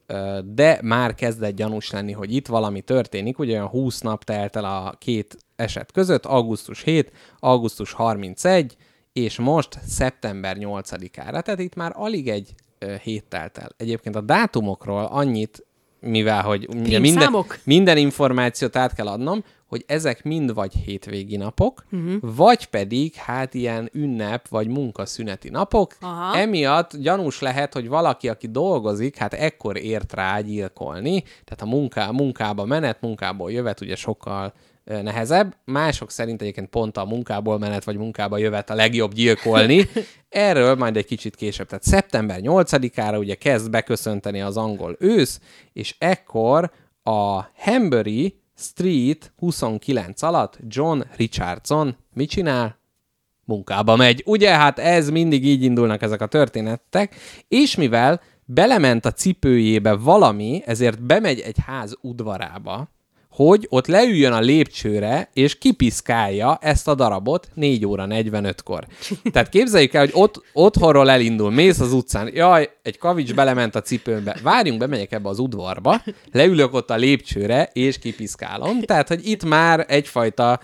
de már kezdett gyanús lenni, hogy itt valami történik. Ugye olyan 20 nap telt el a két eset között, augusztus 7, augusztus 31, és most szeptember 8-ára. Tehát itt már alig egy hét telt el. Egyébként a dátumokról annyit, mivel hogy minden információt át kell adnom, hogy ezek mind vagy hétvégi napok, vagy pedig hát ilyen ünnep, vagy munkaszüneti napok. Aha. Emiatt gyanús lehet, hogy valaki, aki dolgozik, hát ekkor ért rá gyilkolni, tehát a munkába menet, munkából jövet ugye sokkal nehezebb. Mások szerint egyébként pont a munkából menet, vagy munkába jövet a legjobb gyilkolni. Erről majd egy kicsit később. Tehát szeptember 8-ára ugye kezd beköszönteni az angol ősz, és ekkor a Hanbury Street 29 alatt John Richardson mit csinál? Munkába megy. Ugye, hát ez mindig így indulnak ezek a történetek, és mivel belement a cipőjébe valami, ezért bemegy egy ház udvarába, hogy ott leüljön a lépcsőre, és kipiszkálja ezt a darabot 4 óra 45-kor. Tehát képzeljük el, hogy otthonról elindul, mész az utcán, jaj, egy kavics belement a cipőmbe, várjunk, bemegyek ebbe az udvarba, leülök ott a lépcsőre, és kipiszkálom. Tehát, hogy itt már egyfajta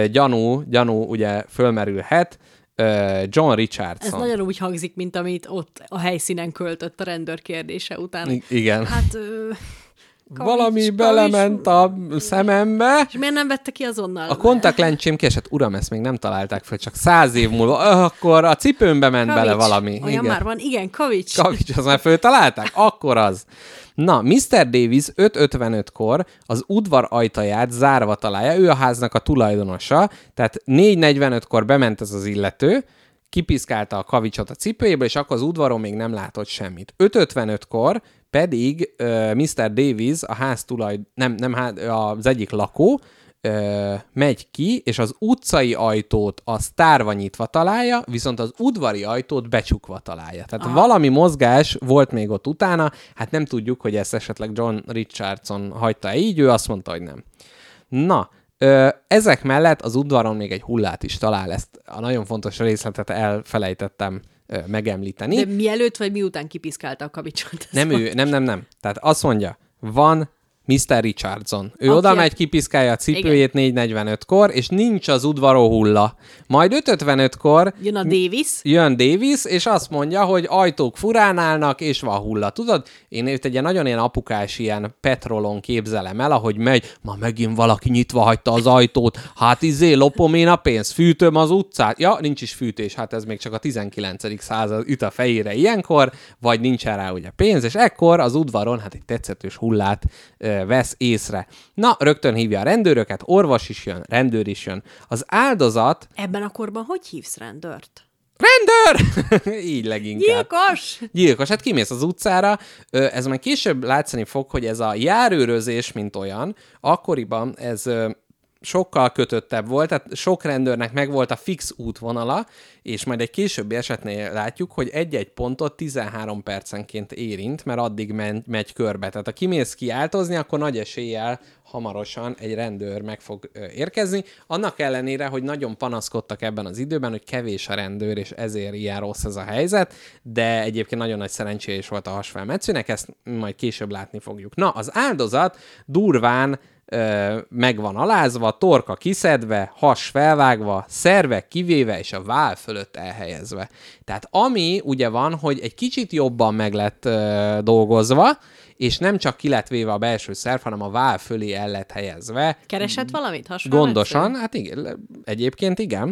gyanú ugye fölmerülhet, John Richardson. Ez nagyon úgy hangzik, mint amit ott a helyszínen költött a rendőr kérdése után. Igen. Hát... Valami belement a szemembe. És miért nem vette ki azonnal? A kontaktlencsém kiesett. Uram, ezt még nem találták fel, csak 100 év múlva. Akkor a cipőmbe ment bele valami. Olyan igen. Már van, igen, kavics. Kavics, az már föltalálták? Akkor az. Na, Mr. Davis 5:55-kor az udvar ajtaját zárva találja, ő a háznak a tulajdonosa, tehát 4:45-kor bement ez az illető, kipiszkálta a kavicsot a cipőjéből, és akkor az udvaron még nem látott semmit. 5:55-kor pedig Mr. Davis, a ház az egyik lakó, megy ki, és az utcai ajtót az tárva nyitva találja, viszont az udvari ajtót becsukva találja. Tehát valami mozgás volt még ott utána, hát nem tudjuk, hogy ezt esetleg John Richardson hagyta így, ő azt mondta, hogy nem. Na, ezek mellett az udvaron még egy hullát is talál, ezt a nagyon fontos részletet elfelejtettem megemlíteni. De mielőtt vagy miután kipiszkálta a kavicsot? Nem. Tehát azt mondja, van Mr. Richardson. Ő oda megy, kipiszkálja a cipőjét 4:45-kor, és nincs az udvaró hulla. Majd 5:55-kor jön Davis, és azt mondja, hogy ajtók furán állnak, és van hulla. Tudod, én őt egy nagyon ilyen apukás ilyen petrolon képzelem el, ahogy megy, ma megint valaki nyitva hagyta az ajtót, hát lopom én a pénzt, fűtöm az utcát. Ja, nincs is fűtés, hát ez még csak a 19. század üt a fejére ilyenkor, vagy nincsen rá ugye pénz, és ekkor az udvaron hát egy tetszetős hullát vesz észre. Na, rögtön hívja a rendőröket, orvos is jön, rendőr is jön. Az áldozat... Ebben a korban hogy hívsz rendőrt? Rendőr! Így leginkább. Gyilkos, hát kimész az utcára. Ez majd később látszani fog, hogy ez a járőrözés, mint olyan, akkoriban ez... sokkal kötöttebb volt, tehát sok rendőrnek megvolt a fix útvonala, és majd egy későbbi esetnél látjuk, hogy egy-egy pontot 13 percenként érint, mert addig megy körbe. Tehát ha kimész kiáltozni, akkor nagy eséllyel hamarosan egy rendőr meg fog érkezni. Annak ellenére, hogy nagyon panaszkodtak ebben az időben, hogy kevés a rendőr, és ezért ilyen rossz ez a helyzet, de egyébként nagyon nagy szerencséje is volt a hasfelmetszőnek, ezt majd később látni fogjuk. Na, az áldozat durván meg van alázva, torka kiszedve, has felvágva, szervek kivéve, és a váll fölött elhelyezve. Tehát ami ugye van, hogy egy kicsit jobban meg lett dolgozva, és nem csak ki lett véve a belső szerv, hanem a váll fölé el lett helyezve. Keresett valamit hasonló? Gondosan, hát igen, egyébként igen.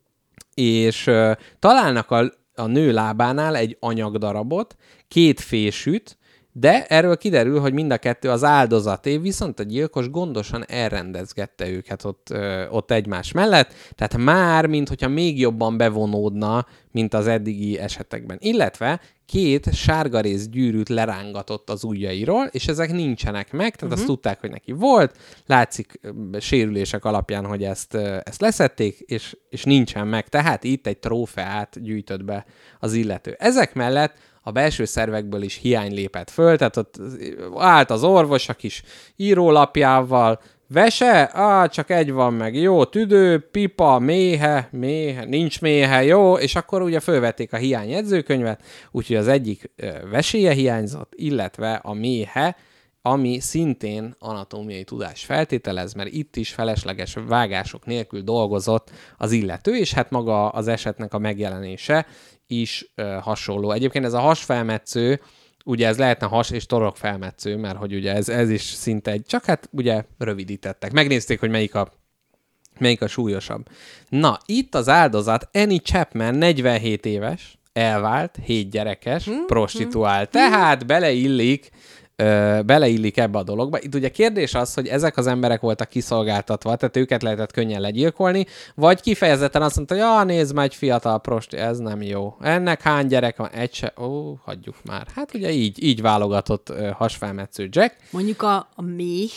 És találnak a nő lábánál egy anyagdarabot, 2 fésűt, De erről kiderül, hogy mind a kettő az áldozaté, viszont a gyilkos gondosan elrendezgette őket ott egymás mellett, tehát már, mint hogyha még jobban bevonódna, mint az eddigi esetekben. Illetve 2 sárgarész gyűrűt lerángatott az ujjairól, és ezek nincsenek meg, tehát azt tudták, hogy neki volt, látszik sérülések alapján, hogy ezt leszették, és nincsen meg, tehát itt egy trófeát gyűjtött be az illető. Ezek mellett a belső szervekből is hiány lépett föl, tehát ott állt az orvos a kis írólapjával, vese? Csak egy van meg, jó, tüdő, pipa, méhe, nincs méhe, jó, és akkor ugye fölvették a hiányjegyzőkönyvet, úgyhogy az egyik veséje hiányzott, illetve a méhe, ami szintén anatómiai tudás feltételez, mert itt is felesleges vágások nélkül dolgozott az illető, és hát maga az esetnek a megjelenése is hasonló. Egyébként ez a hasfelmetsző, ugye ez lehetne has- és torokfelmetsző, mert hogy ugye ez is szinte csak hát ugye rövidítettek. Megnézték, hogy melyik a súlyosabb. Na, itt az áldozat Annie Chapman, 47 éves, elvált, 7 gyerekes, prostituált. Tehát beleillik ebbe a dologba. Itt ugye kérdés az, hogy ezek az emberek voltak kiszolgáltatva, tehát őket lehetett könnyen legyilkolni, vagy kifejezetten azt mondta, hogy nézd már, egy fiatal prosti, ez nem jó. Ennek hány gyerek van? Egy se. Hagyjuk már. Hát ugye így válogatott hasfelmetsző Jack. Mondjuk a méh,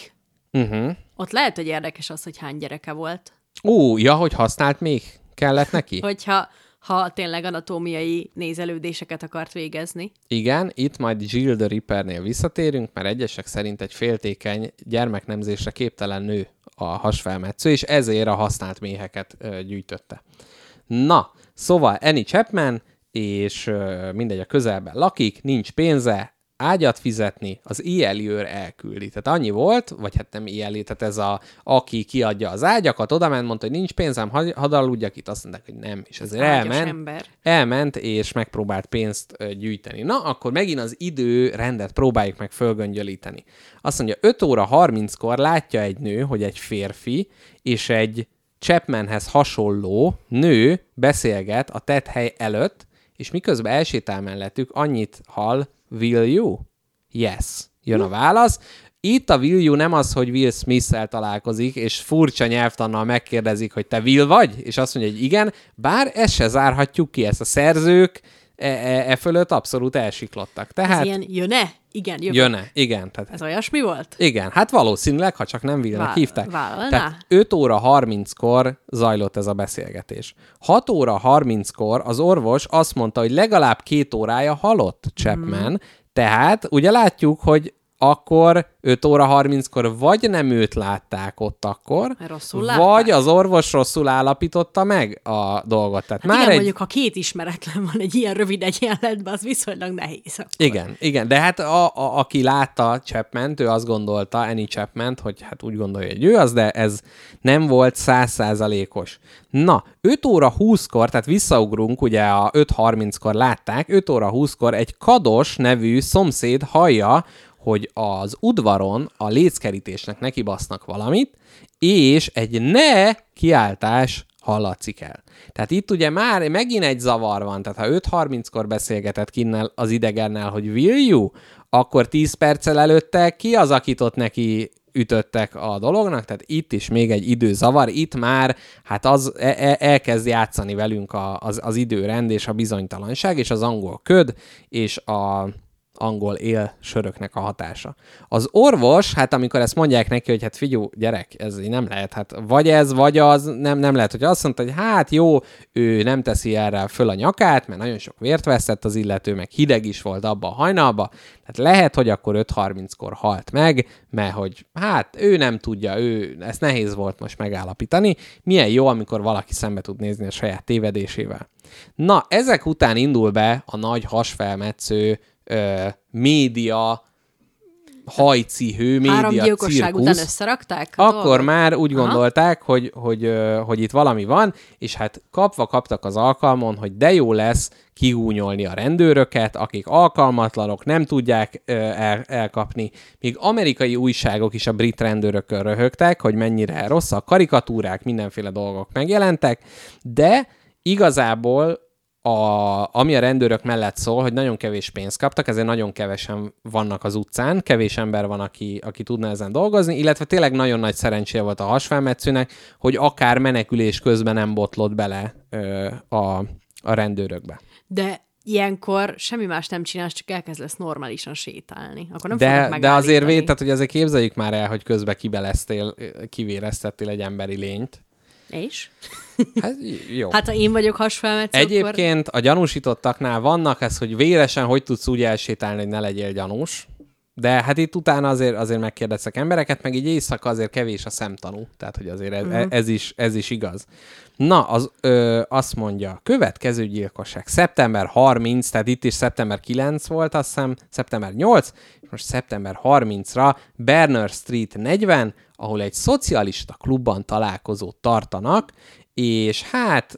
ott lehet, hogy érdekes az, hogy hány gyereke volt. Hogy használt méh kellett neki? Ha tényleg anatómiai nézelődéseket akart végezni. Igen, itt majd Jill the Rippernél visszatérünk, mert egyesek szerint egy féltékeny gyermeknemzésre képtelen nő a hasfelmetsző, és ezért a használt méheket gyűjtötte. Na, szóval Annie Chapman, és mindegy, a közelben lakik, nincs pénze, ágyat fizetni, az ILI őr elküldi. Tehát annyi volt, vagy hát nem ILI, tehát ez aki kiadja az ágyakat, odament, mondta, hogy nincs pénzem, hadd aludjak itt, azt mondták, hogy nem, és ezért elment, és megpróbált pénzt gyűjteni. Na, akkor megint az időrendet próbáljuk meg fölgöngyölíteni. Azt mondja, 5 óra 30-kor látja egy nő, hogy egy férfi és egy Chapmanhez hasonló nő beszélget a tetthely előtt, és miközben elsétál mellettük, annyit hall, will you? Yes. Jön a válasz. Itt a will you nem az, hogy Will Smith-szel találkozik, és furcsa nyelvtannal megkérdezik, hogy te Will vagy? És azt mondja, hogy igen, bár ezt se zárhatjuk ki, ezt a szerzők fölött abszolút elsiklottak. Tehát... Ez ilyen jön-e? Igen, jön-e? Igen. Tehát... Ez olyasmi volt? Igen, hát valószínűleg, ha csak nem Willnek hívták. Tehát 5 óra 30-kor zajlott ez a beszélgetés. 6 óra 30-kor az orvos azt mondta, hogy legalább 2 órája halott Chapman, tehát ugye látjuk, hogy akkor 5 óra 30-kor vagy nem őt látták ott akkor, vagy az orvos rosszul állapította meg a dolgot. Tehát hát már igen, mondjuk, ha 2 ismeretlen van egy ilyen rövid egyenletben, az viszonylag nehéz. Akkor. Igen, de hát aki látta Chapman-t, ő azt gondolta, Annie Chapman-t, hogy hát úgy gondolja, hogy ő az, de ez nem volt 100%-os. Na, 5 óra 20-kor, tehát visszaugrunk, ugye a 5:30-kor látták, 5 óra 20-kor egy Kados nevű szomszéd hallja, hogy az udvaron a léckerítésnek nekibasznak valamit, és egy ne kiáltás hallatszik el. Tehát itt ugye már megint egy zavar van, tehát ha 5:30-kor beszélgetett kinnel az idegennel, hogy will you, akkor 10 perccel előtte ki az, akit ott neki ütöttek a dolognak, tehát itt is még egy időzavar, itt már hát az elkezd játszani velünk az időrend és a bizonytalanság, és az angol köd, és a angol élsöröknek a hatása. Az orvos, hát amikor ezt mondják neki, hogy hát figyelj, gyerek, ez nem lehet, hát vagy ez, vagy az, nem lehet, hogy azt mondta, hogy hát jó, ő nem teszi erre föl a nyakát, mert nagyon sok vért vesztett az illető, meg hideg is volt abba a hajnalba, tehát lehet, hogy akkor 5:30-kor halt meg, mert hogy hát ő nem tudja, ezt nehéz volt most megállapítani. Milyen jó, amikor valaki szembe tud nézni a saját tévedésével. Na, ezek után indul be a nagy hasfelmetsző média hajcihő, média 3 gyilkosság után összerakták? Akkor már úgy gondolták, hogy itt valami van, és hát kaptak az alkalmon, hogy de jó lesz kigúnyolni a rendőröket, akik alkalmatlanok, nem tudják elkapni. Még amerikai újságok is a brit rendőrökön röhögtek, hogy mennyire rossz a karikatúrák, mindenféle dolgok megjelentek, de igazából ami a rendőrök mellett szól, hogy nagyon kevés pénzt kaptak, ezért nagyon kevesen vannak az utcán, kevés ember van, aki tudna ezen dolgozni, illetve tényleg nagyon nagy szerencséje volt a hasfelmetszőnek, hogy akár menekülés közben nem botlott bele a rendőrökbe. De ilyenkor semmi más nem csinálsz, csak elkezdesz normálisan sétálni. Akkor nem fognak megállítani. De azért tehát, hogy azért képzeljük már el, hogy közben kivéreztettél egy emberi lényt. És? Hát jó. Hát ha én vagyok hasfelmetsző, Egyébként a gyanúsítottaknál vannak ez, hogy véresen hogy tudsz úgy elsétálni, hogy ne legyél gyanús. De hát itt utána azért megkérdeztek embereket, meg így éjszaka azért kevés a szemtanú. Tehát, hogy azért ez is igaz. Na, azt mondja, következő gyilkosság. Szeptember 30, tehát itt is szeptember 9 volt, azt hiszem, szeptember 8, és most szeptember 30-ra Berners Street 40, ahol egy szocialista klubban találkozót tartanak, és hát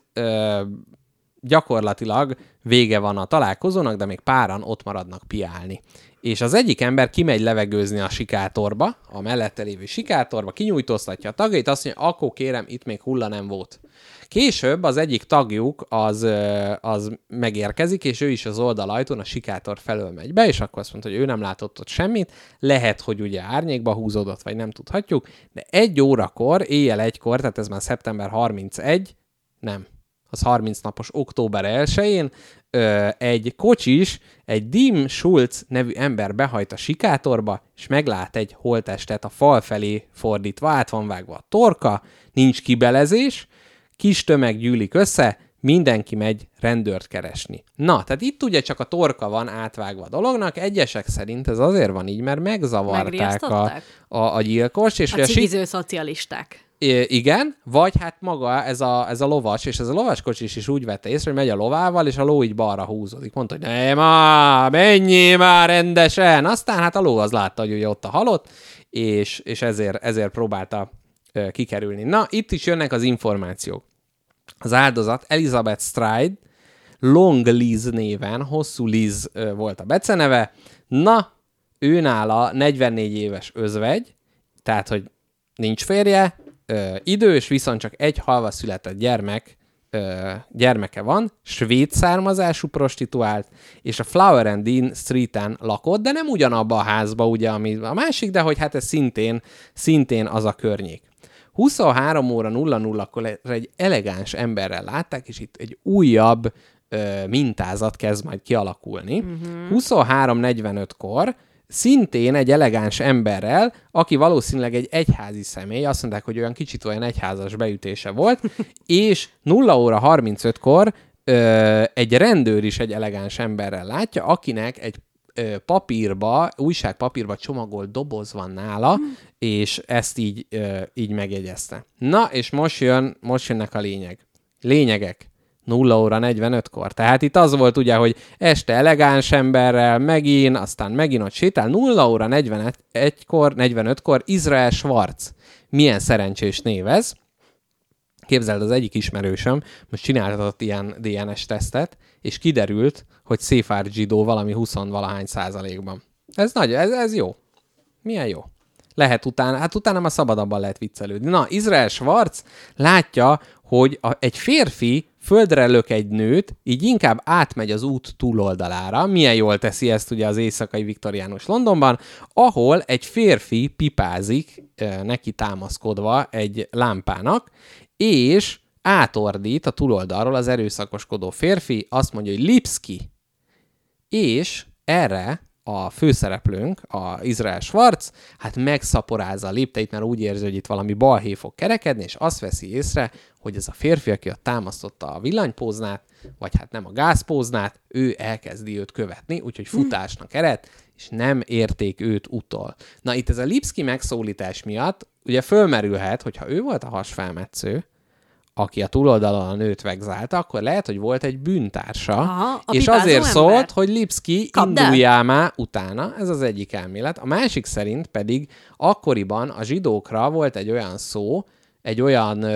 gyakorlatilag vége van a találkozónak, de még páran ott maradnak piálni. És az egyik ember kimegy levegőzni a sikátorba, a mellette lévő sikátorba, kinyújtóztatja a tagjait, azt mondja, akkor kérem, itt még hulla nem volt. Később az egyik tagjuk az megérkezik, és ő is az oldalajtón a sikátor felől megy be, és akkor azt mondta, hogy ő nem látott ott semmit, lehet, hogy ugye árnyékba húzódott, vagy nem tudhatjuk, de 1 órakor, éjjel 1-kor, tehát ez már szeptember 31, nem, az 30 napos október 1-én, egy kocsis, egy Dim Schulz nevű ember behajt a sikátorba, és meglát egy holttestet a fal felé fordítva, át van vágva a torka, nincs kibelezés, kis tömeg gyűlik össze, mindenki megy rendőrt keresni. Na, tehát itt ugye csak a torka van átvágva a dolognak, egyesek szerint ez azért van így, mert megzavarták a gyilkost. És a cigiző szocialisták. Igen, vagy hát maga ez a lovas, és ez a lovaskocsis is úgy vette észre, hogy megy a lovával, és a ló így balra húzódik. Mondta, hogy menjél már rendesen! Aztán hát a ló az látta, hogy ugye ott a halott, és ezért próbálta kikerülni. Na, itt is jönnek az információk. Az áldozat Elizabeth Stride, Long Liz néven, hosszú Liz volt a beceneve. Na, őnála 44 éves özvegy, tehát, hogy nincs férje, idős, viszont csak egy halva született gyermeke van, svéd származású prostituált, és a Flower and Dean Streeten lakott, de nem ugyanabba a házba, ugye, ami a másik, de hogy hát ez szintén az a környék. 23 óra 00-kor egy elegáns emberrel látták, és itt egy újabb mintázat kezd majd kialakulni. 23:45-kor szintén egy elegáns emberrel, aki valószínűleg egy egyházi személy, azt mondták, hogy olyan kicsit olyan egyházas beütése volt, és 0 óra 35-kor egy rendőr is egy elegáns emberrel látja, akinek egy újságpapírba csomagolt doboz van nála, és ezt így megjegyezte. Na, és most jönnek a lényegek. 0 óra 45-kor. Tehát itt az volt ugye, hogy este elegáns emberrel, aztán megint ott sétál. 0 óra 45-kor Israel Schwarz. Milyen szerencsés név ez. Képzeld, az egyik ismerősöm most csináltatott ilyen DNS tesztet, és kiderült, hogy széfárd zsidó valami 20-valahány %. Ez jó. Milyen jó. Lehet utána már szabadabban lehet viccelődni. Na, Israel Schwarz látja, hogy egy férfi földre lök egy nőt, így inkább átmegy az út túloldalára. Milyen jól teszi ezt ugye az éjszakai viktoriánus Londonban, ahol egy férfi pipázik neki támaszkodva egy lámpának, és átordít a túloldalról az erőszakoskodó férfi, azt mondja, hogy Lipski, és erre a főszereplőnk, a Israel Schwarz, hát megszaporázza a lépteit, mert úgy érzi, hogy itt valami balhé fog kerekedni, és azt veszi észre, hogy ez a férfi, aki ott támasztotta a villanypóznát, vagy hát nem a gázpóznát, ő elkezdi őt követni, úgyhogy futásnak ered, és nem érték őt utol. Na itt ez a Lipski megszólítás miatt ugye fölmerülhet, hogyha ő volt a hasfelmetsző, aki a túloldalon a nőt vegzálta, akkor lehet, hogy volt egy bűntársa, és azért szólt, hogy Lipski induljál már utána, ez az egyik elmélet. A másik szerint pedig akkoriban a zsidókra volt egy olyan szó,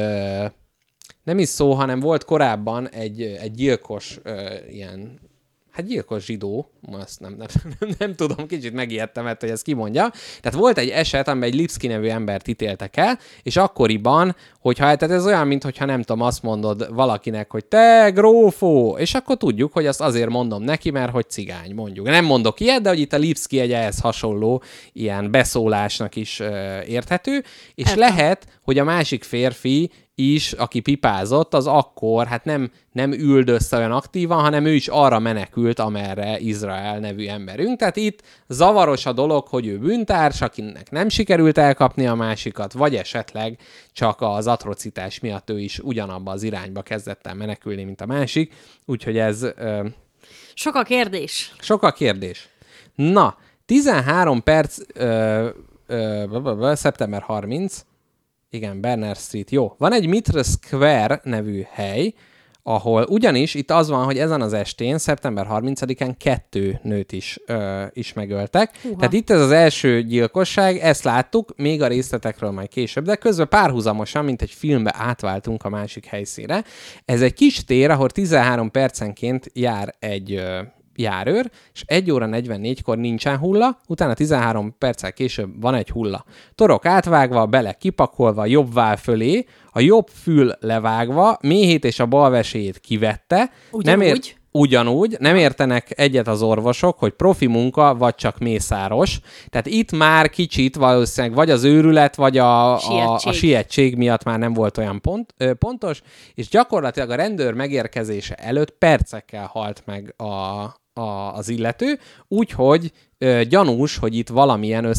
nem is szó, hanem volt korábban egy gyilkos ilyen, hát gyilkos zsidó, azt nem tudom, kicsit megijedtem, mert hogy ezt kimondja. Tehát volt egy eset, amiben egy Lipszki nevű embert ítéltek el, és akkoriban, tehát ez olyan, mintha nem tudom, azt mondod valakinek, hogy te grófó, és akkor tudjuk, hogy azt azért mondom neki, mert hogy cigány, mondjuk. Nem mondok ilyet, de hogy itt a Lipszki egy ehhez hasonló ilyen beszólásnak is érthető, és lehet, hogy a másik férfi is, aki pipázott, az akkor nem üldözte olyan aktívan, hanem ő is arra menekült, amerre Izrael nevű emberünk. Tehát itt zavaros a dolog, hogy ő bűntárs, akinek nem sikerült elkapni a másikat, vagy esetleg csak az atrocitás miatt ő is ugyanabba az irányba kezdett el menekülni, mint a másik. Úgyhogy ez... Sok a kérdés. Sok a kérdés. Na, 13 perc, szeptember 30, igen, Bernard Street, jó. Van egy Mitre Square nevű hely, ahol ugyanis itt az van, hogy ezen az estén, szeptember 30-án 2 nőt is megöltek. Tehát itt ez az első gyilkosság, ezt láttuk, még a részletekről majd később, de közben párhuzamosan, mint egy filmbe átváltunk a másik helyszínre. Ez egy kis tér, ahol 13 percenként jár egy járőr, és 1 óra 44-kor nincsen hulla, utána 13 perccel később van egy hulla. Torok átvágva, bele kipakolva, jobb vál fölé, a jobb fül levágva, méhét és a bal vesélyét kivette. Ugyanúgy. Nem értenek egyet az orvosok, hogy profi munka, vagy csak mészáros. Tehát itt már kicsit valószínűleg vagy az őrület, vagy a sietség miatt már nem volt olyan pontos, és gyakorlatilag a rendőr megérkezése előtt percekkel halt meg az illető, úgyhogy gyanús, hogy itt valamilyen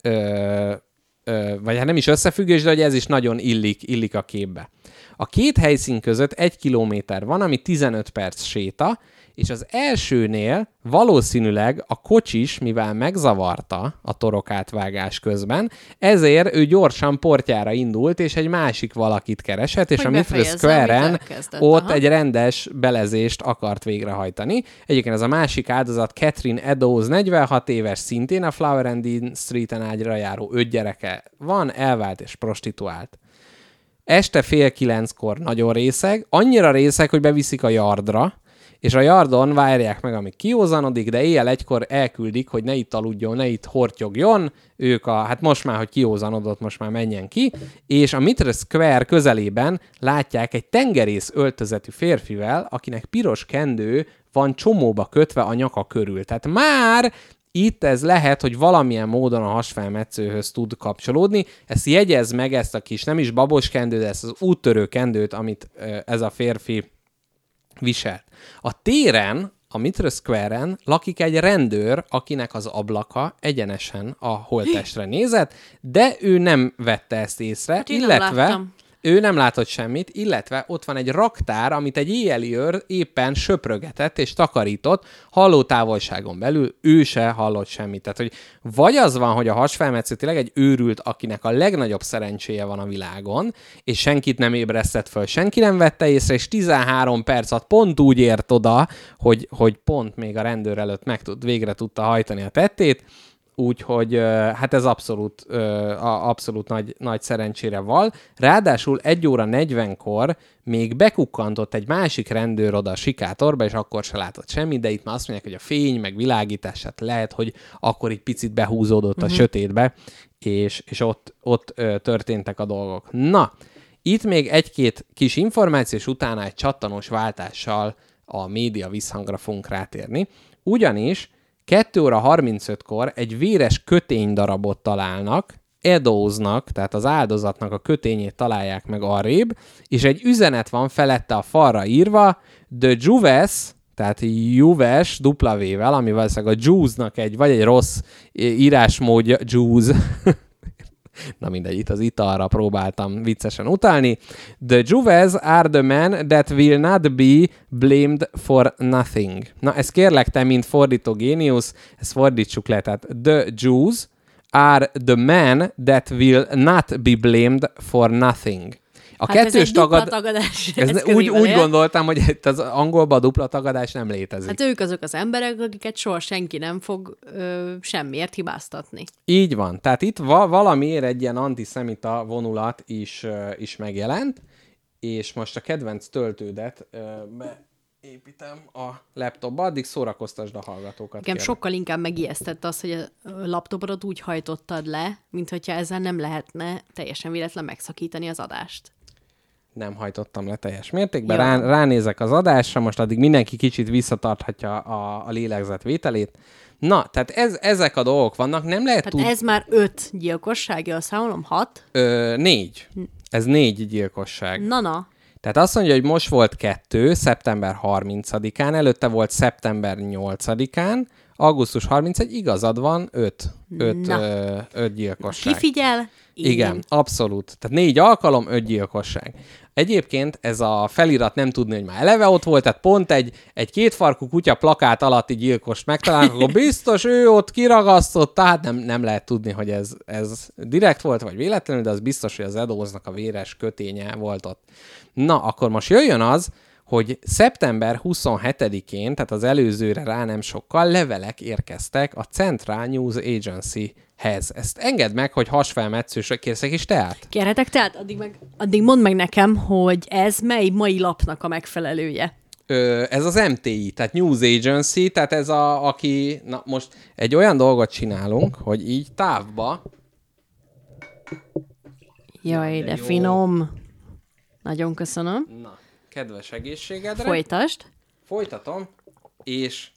vagy hát nem is összefüggés, de hogy ez is nagyon illik a képbe. A két helyszín között 1 kilométer van, ami 15 perc séta, és az elsőnél valószínűleg a kocsis, mivel megzavarta a torokátvágás közben, ezért ő gyorsan portyára indult, és egy másik valakit keresett, és a Mitre Square-en ott egy rendes belezést akart végrehajtani. Egyébként ez a másik áldozat Catherine Eddowes, 46 éves, szintén a Flower and Dean Street-en ágyra járó 5 gyereke van, elvált és prostituált. Este 8:30 nagyon részeg, annyira részeg, hogy beviszik a yardra, és a yardon várják meg, amíg kiózanodik, de éjjel 1-kor elküldik, hogy ne itt aludjon, ne itt hortyogjon, ők hát most már, hogy kiózanodott, most már menjen ki, és a Mitre Square közelében látják egy tengerész öltözetű férfivel, akinek piros kendő van csomóba kötve a nyaka körül. Tehát már itt ez lehet, hogy valamilyen módon a hasfelmetszőhöz tud kapcsolódni. Ezt jegyez meg, ezt a kis nem is babos kendő, de ezt az úttörő kendőt, amit ez a férfi viselt. A téren, a Mitre Square-en lakik egy rendőr, akinek az ablaka egyenesen a holttestre nézett, de ő nem vette ezt észre, hát illetve ő nem látott semmit, illetve ott van egy raktár, amit egy éjjeli őr éppen söprögetett és takarított, halló távolságon belül ő se hallott semmit. Tehát, hogy vagy az van, hogy a hasfelmetsző tényleg egy őrült, akinek a legnagyobb szerencséje van a világon, és senkit nem ébresztett föl, senki nem vette észre, és 13 perc alatt pont úgy ért oda, hogy pont még a rendőr előtt végre tudta hajtani a tettét, úgyhogy hát ez abszolút nagy szerencsére val. Ráadásul 1 óra 40-kor még bekukkantott egy másik rendőr oda a sikátorba, és akkor se látott semmit, de itt már azt mondják, hogy a fény, meg világítás, hát lehet, hogy akkor egy picit behúzódott a sötétbe, és ott történtek a dolgok. Na, itt még 1-2 kis információ, és utána egy csattanós váltással a média visszhangra fogunk rátérni. Ugyanis 2 óra 35-kor egy véres köténydarabot találnak, Eddowesnak, tehát az áldozatnak a kötényét találják meg arrébb, és egy üzenet van felette a falra írva, The Jews, tehát Juves, W-vel, ami valószínűleg a Jews-nak vagy egy rossz írásmódja, Jews, na mindegy, itt az italra próbáltam viccesen utalni. The Jews are the men that will not be blamed for nothing. Na, ez kérlek te, mint fordító géniusz, ezt fordítsuk le. Tehát the Jews are the men that will not be blamed for nothing. A kettős ez egy dupla tagadás. Úgy gondoltam, hogy itt az angolban a dupla tagadás nem létezik. Hát ők azok az emberek, akiket soha senki nem fog semmiért hibáztatni. Így van. Tehát itt valamiért egy ilyen antiszemita vonulat is megjelent, és most a kedvenc töltődet építem a laptopba, addig szórakoztasd a hallgatókat. Nekem sokkal inkább megijesztett az, hogy a laptopodat úgy hajtottad le, mint hogyha ezzel nem lehetne teljesen véletlen megszakítani az adást. Nem hajtottam le teljes mértékben, ránézek az adásra, most addig mindenki kicsit visszatarthatja a lélegzetvételét. Na, tehát ezek a dolgok vannak, nem lehet tudni. Ez már 5 gyilkosság, jól számolom, 6? 4. Ez 4 gyilkosság. Na. Tehát azt mondja, hogy most volt 2, szeptember 30-án, előtte volt szeptember 8-án, augusztus 31, igazad van, 5 gyilkosság. Kifigyel? Igen, abszolút. Tehát 4 alkalom, 5 gyilkosság. Egyébként ez a felirat nem tudni, hogy már eleve ott volt, tehát pont egy kétfarkú kutya plakát alatti gyilkost megtalálnak, akkor biztos ő ott kiragasztott, tehát nem lehet tudni, hogy ez direkt volt, vagy véletlenül, de az biztos, hogy az Eddowesnak a véres köténye volt ott. Na, akkor most jöjjön az, hogy szeptember 27-én, tehát az előzőre rá nem sokkal, levelek érkeztek a Central News Agency-hez. Ezt engedd meg, hogy hasfelmetszősre kérszek is teát. Kérhetek teát? Addig mondd meg nekem, hogy ez mely mai lapnak a megfelelője. Ez az MTI, tehát News Agency, tehát ez aki... Na most egy olyan dolgot csinálunk, hogy így távba... Jaj, de finom. Nagyon köszönöm. Na, kedves egészségedre. Folytasd. Folytatom, és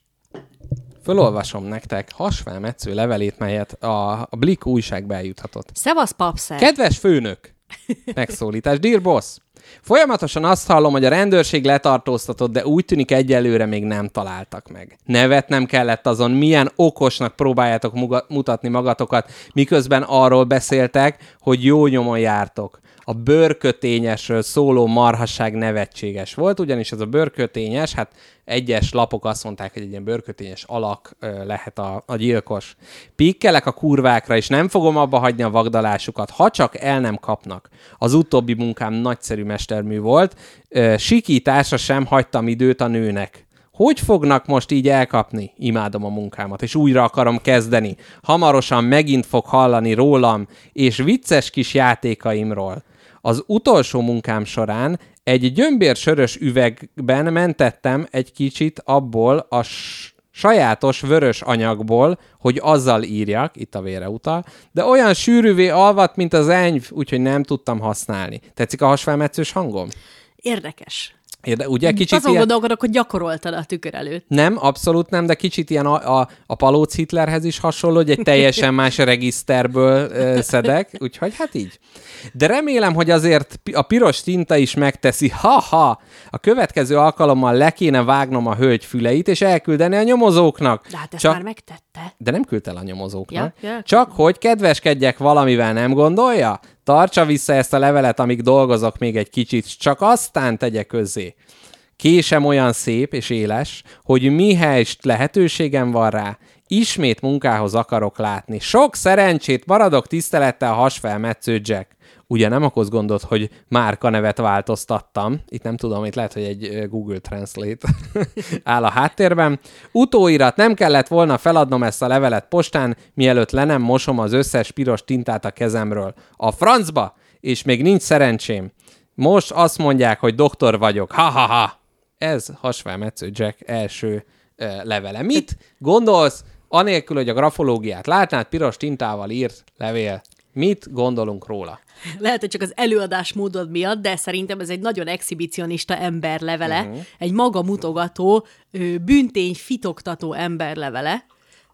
fölolvasom nektek hasfelmetsző levelét, melyet a Blick újságba eljuthatott. Szevasz, papszer! Kedves főnök! Megszólítás. Dear boss! Folyamatosan azt hallom, hogy a rendőrség letartóztatott, de úgy tűnik egyelőre még nem találtak meg. Nevetnem kellett azon, milyen okosnak próbáljátok mutatni magatokat, miközben arról beszéltek, hogy jó nyomon jártok. A bőrkötényesről szóló marhasság nevetséges volt, ugyanis ez a bőrkötényes, hát egyes lapok azt mondták, hogy egy ilyen bőrkötényes alak lehet a gyilkos. Pikkelek a kurvákra, és nem fogom abba hagyni a vagdalásukat, ha csak el nem kapnak. Az utóbbi munkám nagyszerű mestermű volt, sikításra sem hagytam időt a nőnek. Hogy fognak most így elkapni? Imádom a munkámat, és újra akarom kezdeni. Hamarosan megint fog hallani rólam, és vicces kis játékaimról. Az utolsó munkám során egy gyömbérsörös üvegben mentettem egy kicsit abból a sajátos vörös anyagból, hogy azzal írjak, itt a vére utal, de olyan sűrűvé alvat, mint az enyv, úgyhogy nem tudtam használni. Tetszik a hasfelmetszős hangom? Érdekes. Ugye kicsit azon gondolkodok, hogy gyakoroltad a tükör előtt. Nem, abszolút nem, de kicsit ilyen a Palóc Hitlerhez is hasonló, hogy egy teljesen más regiszterből szedek, úgyhogy hát így. De remélem, hogy azért a piros tinta is megteszi. Ha-ha! A következő alkalommal le kéne vágnom a hölgy füleit, és elküldeni a nyomozóknak. De hát ezt már megtette. De nem küldte el a nyomozóknak. Ja. Csak hogy kedveskedjek valamivel, nem gondolja? Tartsa vissza ezt a levelet, amíg dolgozok még egy kicsit, csak aztán tegye közzé. Késem olyan szép és éles, hogy mihelyst lehetőségem van rá, ismét munkához akarok látni. Sok szerencsét, maradok tisztelettel, hasfelmetsző Jack. Ugye nem okoz gondot, hogy márkanevet változtattam. Itt nem tudom, itt lehet, hogy egy Google Translate áll a háttérben. Utóirat, nem kellett volna feladnom ezt a levelet postán, mielőtt le nem mosom az összes piros tintát a kezemről. A francba! És még nincs szerencsém. Most azt mondják, hogy doktor vagyok. Ha-ha-ha! Ez hasfelmetsző Jack első levele. Mit gondolsz, anélkül, hogy a grafológiát látnád, piros tintával írt levél? Mit gondolunk róla? Lehet, hogy csak az előadásmódod miatt, de szerintem ez egy nagyon exhibicionista emberlevele, egy magamutogató, büntény fitoktató emberlevele,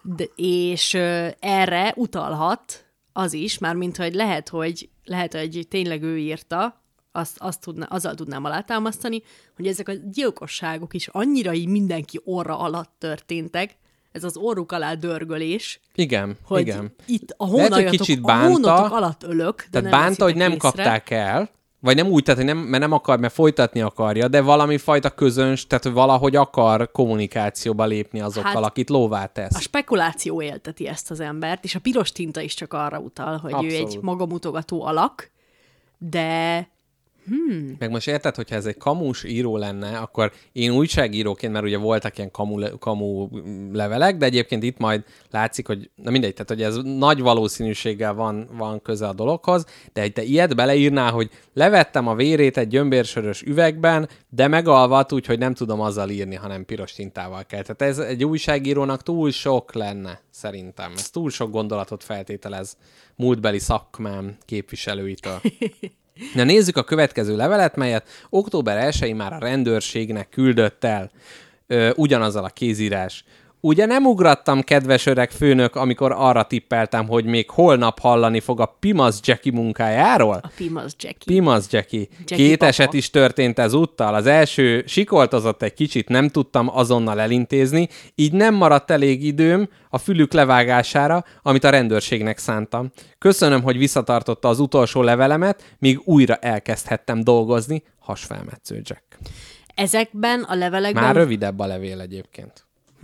és erre utalhat az is, mármint, hogy lehet, hogy tényleg ő írta, azzal tudnám alátámasztani, hogy ezek a gyilkosságok is annyira így mindenki orra alatt történtek, ez az orruk alá dörgölés. Igen, hogy igen. Itt a hónatok alatt ölök, de tehát bánta, hogy nem kapták el, vagy nem úgy, tehát, hogy mert nem akar, mert folytatni akarja, de valami fajta közöns, tehát valahogy akar kommunikációba lépni azokkal, akit lóvá tesz. A spekuláció élteti ezt az embert, és a piros tinta is csak arra utal, hogy abszolút. Ő egy magamutogató alak, de Meg most érted, hogyha ez egy kamus író lenne, akkor én újságíróként, mert ugye voltak ilyen kamu levelek, de egyébként itt majd látszik, hogy na mindegy, tehát hogy ez nagy valószínűséggel van köze a dologhoz, de egy te ilyet beleírnál, hogy levettem a vérét egy gyömbérsörös üvegben, de megalvat úgy, hogy nem tudom azzal írni, hanem piros tintával kell. Tehát ez egy újságírónak túl sok lenne, szerintem. Ez túl sok gondolatot feltételez múltbeli szakmám képviselőitől. Na nézzük a következő levelet, melyet október 1-én már a rendőrségnek küldött el. Ugyanazzal a kézírás. Ugye nem ugrattam, kedves öreg főnök, amikor arra tippeltem, hogy még holnap hallani fog a Pimasz Jackie munkájáról? A Pimasz Jackie. Pimasz Jackie. Két eset is történt ezúttal. Az első sikoltozott egy kicsit, nem tudtam azonnal elintézni, így nem maradt elég időm a fülük levágására, amit a rendőrségnek szántam. Köszönöm, hogy visszatartotta az utolsó levelemet, míg újra elkezdhettem dolgozni. Hasfelmetsző Jack. Ezekben a levelekben... Már rövidebb a levél egyébként.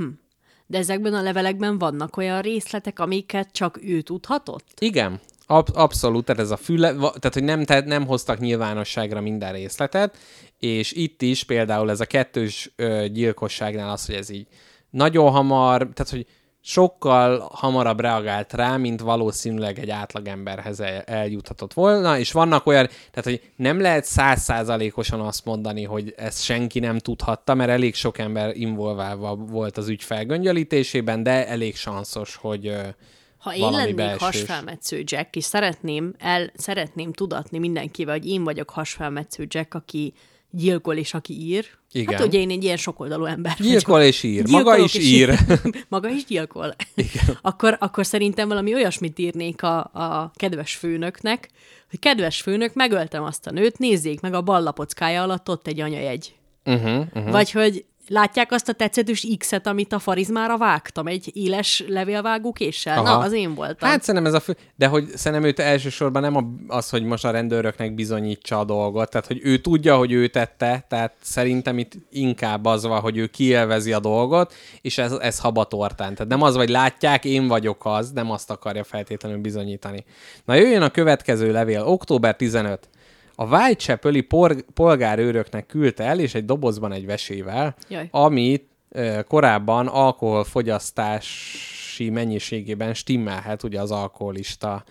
De ezekben a levelekben vannak olyan részletek, amiket csak ő tudhatott? Igen, abszolút, tehát ez a tehát hogy nem hoztak nyilvánosságra minden részletet, és itt is például ez a kettős gyilkosságnál az, hogy ez így nagyon hamar, tehát hogy sokkal hamarabb reagált rá, mint valószínűleg egy átlagemberhez eljuthatott volna, és vannak olyan, tehát hogy nem lehet 100%-osan azt mondani, hogy ezt senki nem tudhatta, mert elég sok ember involválva volt az ügy felgöngyölítésében, de elég sanszos, hogy ha én lennék hasfelmetsző Jack, és szeretném tudatni mindenkivel, hogy én vagyok hasfelmetsző Jack, aki gyilkol és aki ír. Igen. Hát ugye én egy ilyen sokoldalú ember gyilkol vagyok. És ír. Maga is ír. Maga is gyilkol. Igen. Akkor szerintem valami olyasmit írnék a kedves főnöknek, hogy kedves főnök, megöltem azt a nőt, nézzék meg a bal lapockája alatt ott egy anyajegy. Vagy hogy látják azt a tetszetős X-et, amit a farizmára vágtam, egy éles levélvágókéssel? Na, az én voltam. Hát szerintem ez de hogy szerintem őt elsősorban nem az, hogy most a rendőröknek bizonyítsa a dolgot, tehát hogy ő tudja, hogy ő tette, tehát szerintem itt inkább az van, hogy ő kielvezi a dolgot, és ez habatortán. Tehát nem az, hogy látják, én vagyok az, nem azt akarja feltétlenül bizonyítani. Na jöjjön a következő levél, október 15. A Whitechapel-i polgárőröknek küldte el, és egy dobozban egy vesével, amit korábban alkoholfogyasztási mennyiségében stimmelhet, ugye az alkoholista,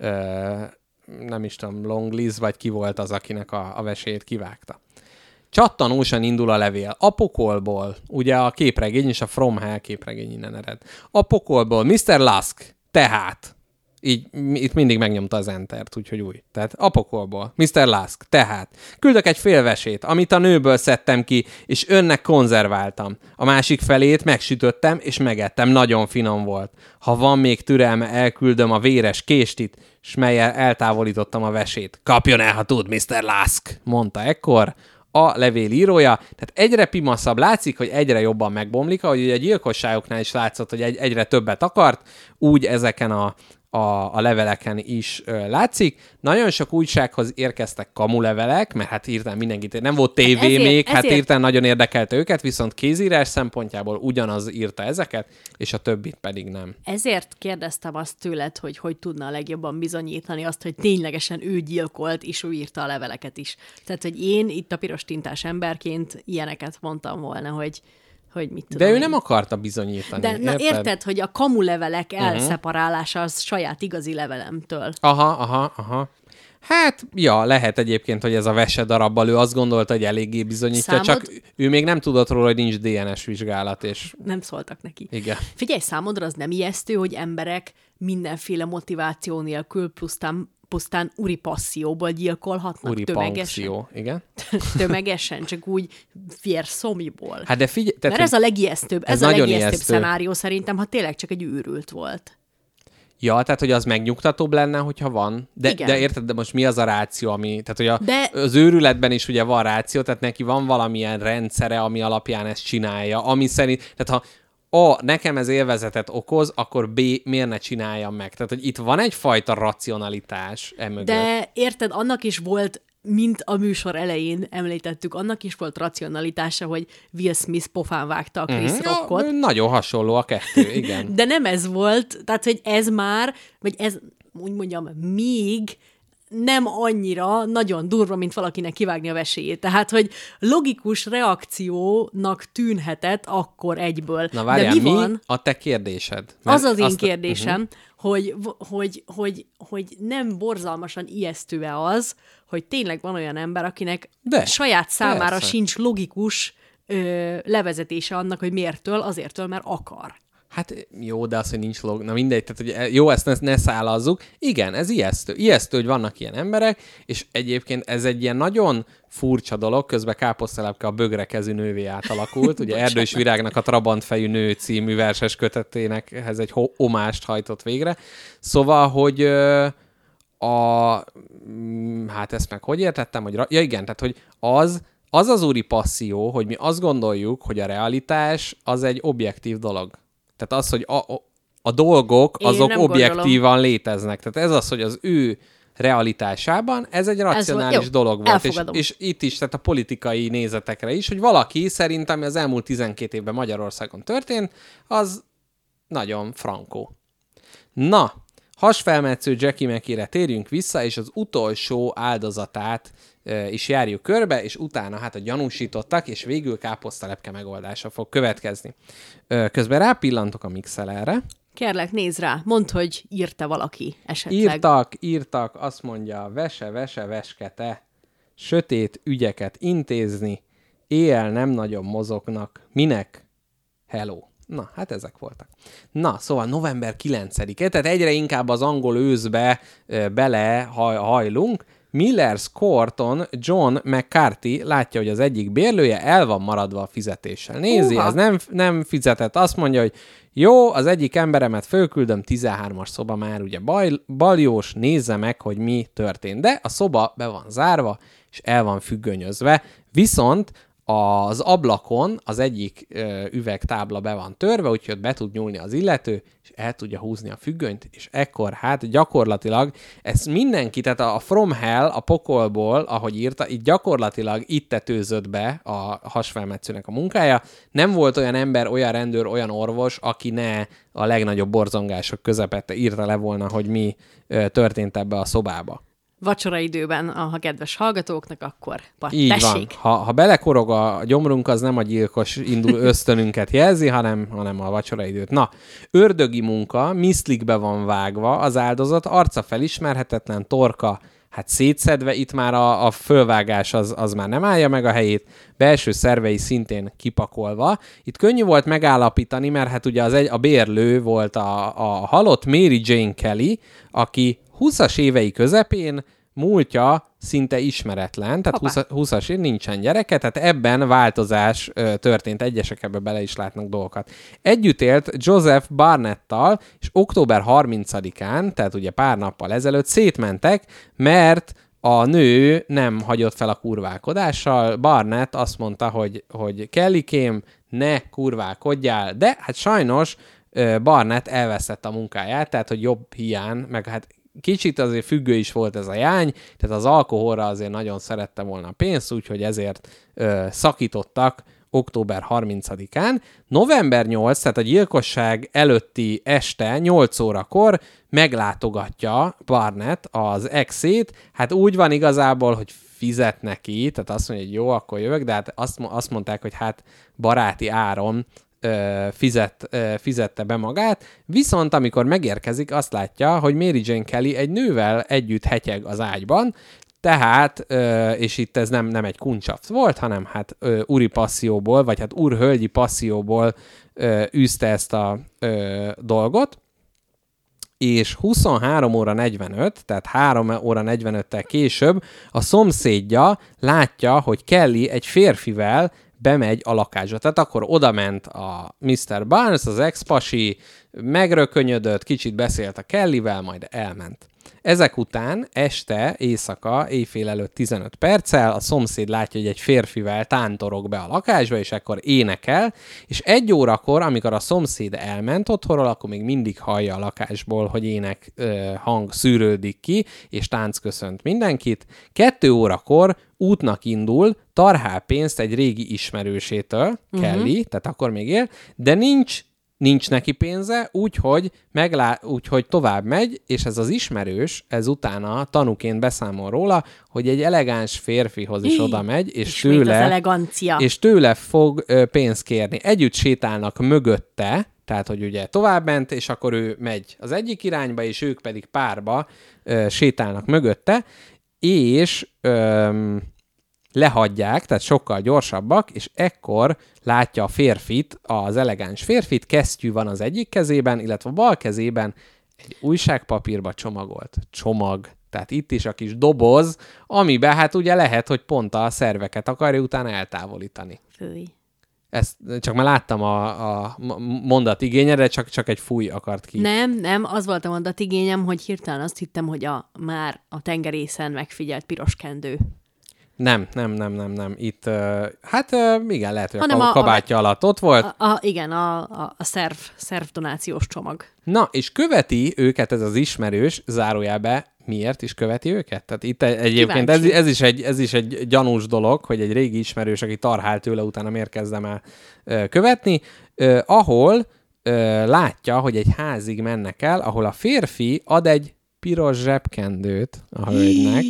nem is tudom, Longliz, vagy ki volt az, akinek a vesélyét kivágta. Csattanósan indul a levél. A pokolból, ugye a képregény és a From Hell képregény innen ered. A pokolból, Mr. Lusk, tehát... Így itt mindig megnyomta az Entert, úgyhogy új. Tehát a pokolból. Mr. Lusk, tehát. Küldök egy félvesét, amit a nőből szedtem ki, és önnek konzerváltam. A másik felét megsütöttem, és megettem. Nagyon finom volt. Ha van még türelme, elküldöm a véres késtit, s mellyel eltávolítottam a vesét. Kapjon el, ha tud, Mr. Lusk, mondta ekkor a levél írója. Tehát egyre pimaszabb, látszik, hogy egyre jobban megbomlik, ahogy ugye a gyilkosságoknál is látszott, hogy egyre többet akart, úgy ezeken a leveleken is látszik. Nagyon sok újsághoz érkeztek kamulevelek, mert hát hirtelen mindenkit, nem volt tévé még, hát hirtelen nagyon érdekelte őket, viszont kézírás szempontjából ugyanaz írta ezeket, és a többit pedig nem. Ezért kérdeztem azt tőled, hogy tudna a legjobban bizonyítani azt, hogy ténylegesen ő gyilkolt, és ő írta a leveleket is. Tehát, hogy én itt a piros tintás emberként ilyeneket mondtam volna, hogy mit tudom. De ő nem akarta bizonyítani. De érted, hogy a kamulevelek elszeparálása az saját igazi levelemtől. Aha. Hát, ja, lehet egyébként, hogy ez a vese darabbal ő azt gondolta, hogy eléggé bizonyítja, csak ő még nem tudott róla, hogy nincs DNS vizsgálat, és... Nem szóltak neki. Igen. Figyelj, számodra az nem ijesztő, hogy emberek mindenféle motiváció nélkül pusztán uri passzióból gyilkolhatnak tömegesen. Igen. Tömegesen, csak úgy vérszomjból. Hát de figyelj... Mert ez a legijesztőbb, ez a legijesztőbb szenárió szerintem, ha tényleg csak egy őrült volt. Ja, tehát, hogy az megnyugtatóbb lenne, hogyha van. De érted, de most mi az a ráció, ami... Tehát, hogy az őrületben is ugye van ráció, tehát neki van valamilyen rendszere, ami alapján ezt csinálja, ami szerint... Tehát ha nekem ez élvezetet okoz, akkor B, miért ne csináljam meg? Tehát, hogy itt van egyfajta racionalitás emögött. De érted, annak is volt, mint a műsor elején említettük, annak is volt racionalitása, hogy Will Smith pofán vágta a Chris Rockot. Nagyon hasonló a kettő, igen. De nem ez volt, tehát, hogy ez már, vagy ez, úgy mondjam, még nem annyira nagyon durva, mint valakinek kivágni a veséjét. Tehát, hogy logikus reakciónak tűnhetett akkor egyből. Na várjál, de mi van? A te kérdésed? Az az én kérdésem, hogy nem borzalmasan ijesztő-e az, hogy tényleg van olyan ember, akinek saját számára persze. sincs logikus levezetése annak, hogy miértől, azértől, mert akar. Hát jó, de az, hogy nincs na mindegy, tehát hogy jó, ezt ne szállazzuk. Igen, ez ijesztő. Ijesztő, hogy vannak ilyen emberek, és egyébként ez egy ilyen nagyon furcsa dolog, közben Káposztelepke a bögrekezű nővé átalakult. Ugye Erdős Virágnak a Trabantfejű nő című verses kötetének ehhez egy omást hajtott végre. Szóval, hogy hát ezt meg hogy értettem, hogy ja igen, tehát hogy az úri passzió, hogy mi azt gondoljuk, hogy a realitás az egy objektív dolog. Tehát az, hogy a dolgok azok objektívan léteznek. Tehát ez az, hogy az ő realitásában ez egy racionális dolog volt. És itt is, tehát a politikai nézetekre is, hogy valaki szerint, ami az elmúlt 12 évben Magyarországon történt, az nagyon frankó. Na, hasfelmetsző Jackie Mackie-re térjünk vissza, és az utolsó áldozatát is járjuk körbe, és utána hát a gyanúsítottak, és végül Káposztelepke megoldása fog következni. Közben rápillantok a Mixlrre. Kérlek, nézz rá, mondd, hogy írta valaki esetleg. Írtak, azt mondja, veskete, sötét ügyeket intézni, éjjel nem nagyon mozognak, minek? Hello. Na, hát ezek voltak. Na, szóval november 9-e, tehát egyre inkább az angol őszbe belehajlunk. Miller's Courton John McCarthy látja, hogy az egyik bérlője el van maradva a fizetéssel. Nézi, ez nem fizetett. Azt mondja, hogy jó, az egyik emberemet fölküldöm, 13-as szoba már ugye baljós, nézze meg, hogy mi történt. De a szoba be van zárva, és el van függönyözve. Viszont az ablakon az egyik üvegtábla be van törve, úgyhogy be tud nyúlni az illető, és el tudja húzni a függönyt, és ekkor hát gyakorlatilag ez mindenki, tehát a From Hell, a pokolból, ahogy írta, itt gyakorlatilag itt tetőzött be a hasfelmetszőnek a munkája. Nem volt olyan ember, olyan rendőr, olyan orvos, aki ne a legnagyobb borzongások közepette írta le volna, hogy mi történt ebbe a szobába. Vacsoraidőben a kedves hallgatóknak, akkor így tessék. Van. Ha belekorog a gyomrunk, az nem a gyilkos ösztönünket jelzi, hanem a vacsoraidőt. Na, ördögi munka, miszlikbe van vágva, az áldozat arca felismerhetetlen, torka, hát szétszedve, itt már a fölvágás az már nem állja meg a helyét, belső szervei szintén kipakolva. Itt könnyű volt megállapítani, mert hát ugye a bérlő volt a halott Mary Jane Kelly, aki 20-as évei közepén múltja szinte ismeretlen, tehát 20-as év, nincsen gyereke, tehát ebben változás történt, egyesek ebbe bele is látnak dolgokat. Együtt élt Joseph Barnettal, és október 30-án, tehát ugye pár nappal ezelőtt szétmentek, mert a nő nem hagyott fel a kurválkodással. Barnett azt mondta, hogy Kellykém, ne kurválkodjál, de hát sajnos Barnett elvesztette a munkáját, tehát hogy jobb hiány, meg hát kicsit azért függő is volt ez a jány, tehát az alkoholra azért nagyon szerette volna a pénzt, úgyhogy ezért szakítottak október 30-án. November 8, tehát a gyilkosság előtti este 8 órakor meglátogatja Barnett az exét, hát úgy van igazából, hogy fizet neki, tehát azt mondja, hogy jó, akkor jövök, de hát azt mondták, hogy hát baráti áron fizette be magát, viszont amikor megérkezik, azt látja, hogy Mary Jane Kelly egy nővel együtt hetyeg az ágyban, tehát, és itt ez nem egy kuncsaft volt, hanem hát úri passzióból, vagy hát úr-hölgyi passzióból űzte ezt a dolgot, és 23 óra 45, tehát 3 óra 45-tel később a szomszédja látja, hogy Kelly egy férfivel bemegy a lakásba. Tehát akkor odament a Mr. Barnes, az ex-pasi, megrökönyödött, kicsit beszélt a Kellyvel, majd elment. Ezek után éjszaka, éjfél előtt 15 perccel a szomszéd látja, hogy egy férfivel tántorog be a lakásba, és akkor énekel, és 1 órakor, amikor a szomszéd elment otthonról, akkor még mindig hallja a lakásból, hogy ének hang szűrődik ki, és tánc köszönt mindenkit. 2 órakor útnak indul, tarhál pénzt egy régi ismerősétől, Kelly, tehát akkor még él, de nincs neki pénze, úgyhogy tovább megy, és ez az ismerős, ez utána tanúként beszámol róla, hogy egy elegáns férfihoz is oda megy, és tőle fog pénzt kérni. Együtt sétálnak mögötte, tehát, hogy ugye továbbment, és akkor ő megy az egyik irányba, és ők pedig párba sétálnak mögötte, és lehagyják, tehát sokkal gyorsabbak, és ekkor látja a férfit, az elegáns férfit, kesztyű van az egyik kezében, illetve a bal kezében egy újságpapírba csomagolt csomag. Tehát itt is a kis doboz, amiben hát ugye lehet, hogy pont a szerveket akarja utána eltávolítani. Fői. Ezt csak már láttam a mondat igényedre, csak egy fúj akart ki. Nem, az volt a mondat igényem, hogy hirtelen azt hittem, hogy már a tengerészen megfigyelt piros kendő. Nem. Itt, igen, lehet, hogy a kabátja alatt ott volt. Igen, a szervdonációs csomag. Na, és követi őket ez az ismerős, zárójelbe, miért is követi őket? Tehát itt egyébként ez is egy gyanús dolog, hogy egy régi ismerős, aki tarhál tőle, utána miért kezdem el követni, ahol látja, hogy egy házig mennek el, ahol a férfi ad egy piros zsebkendőt a hölgynek,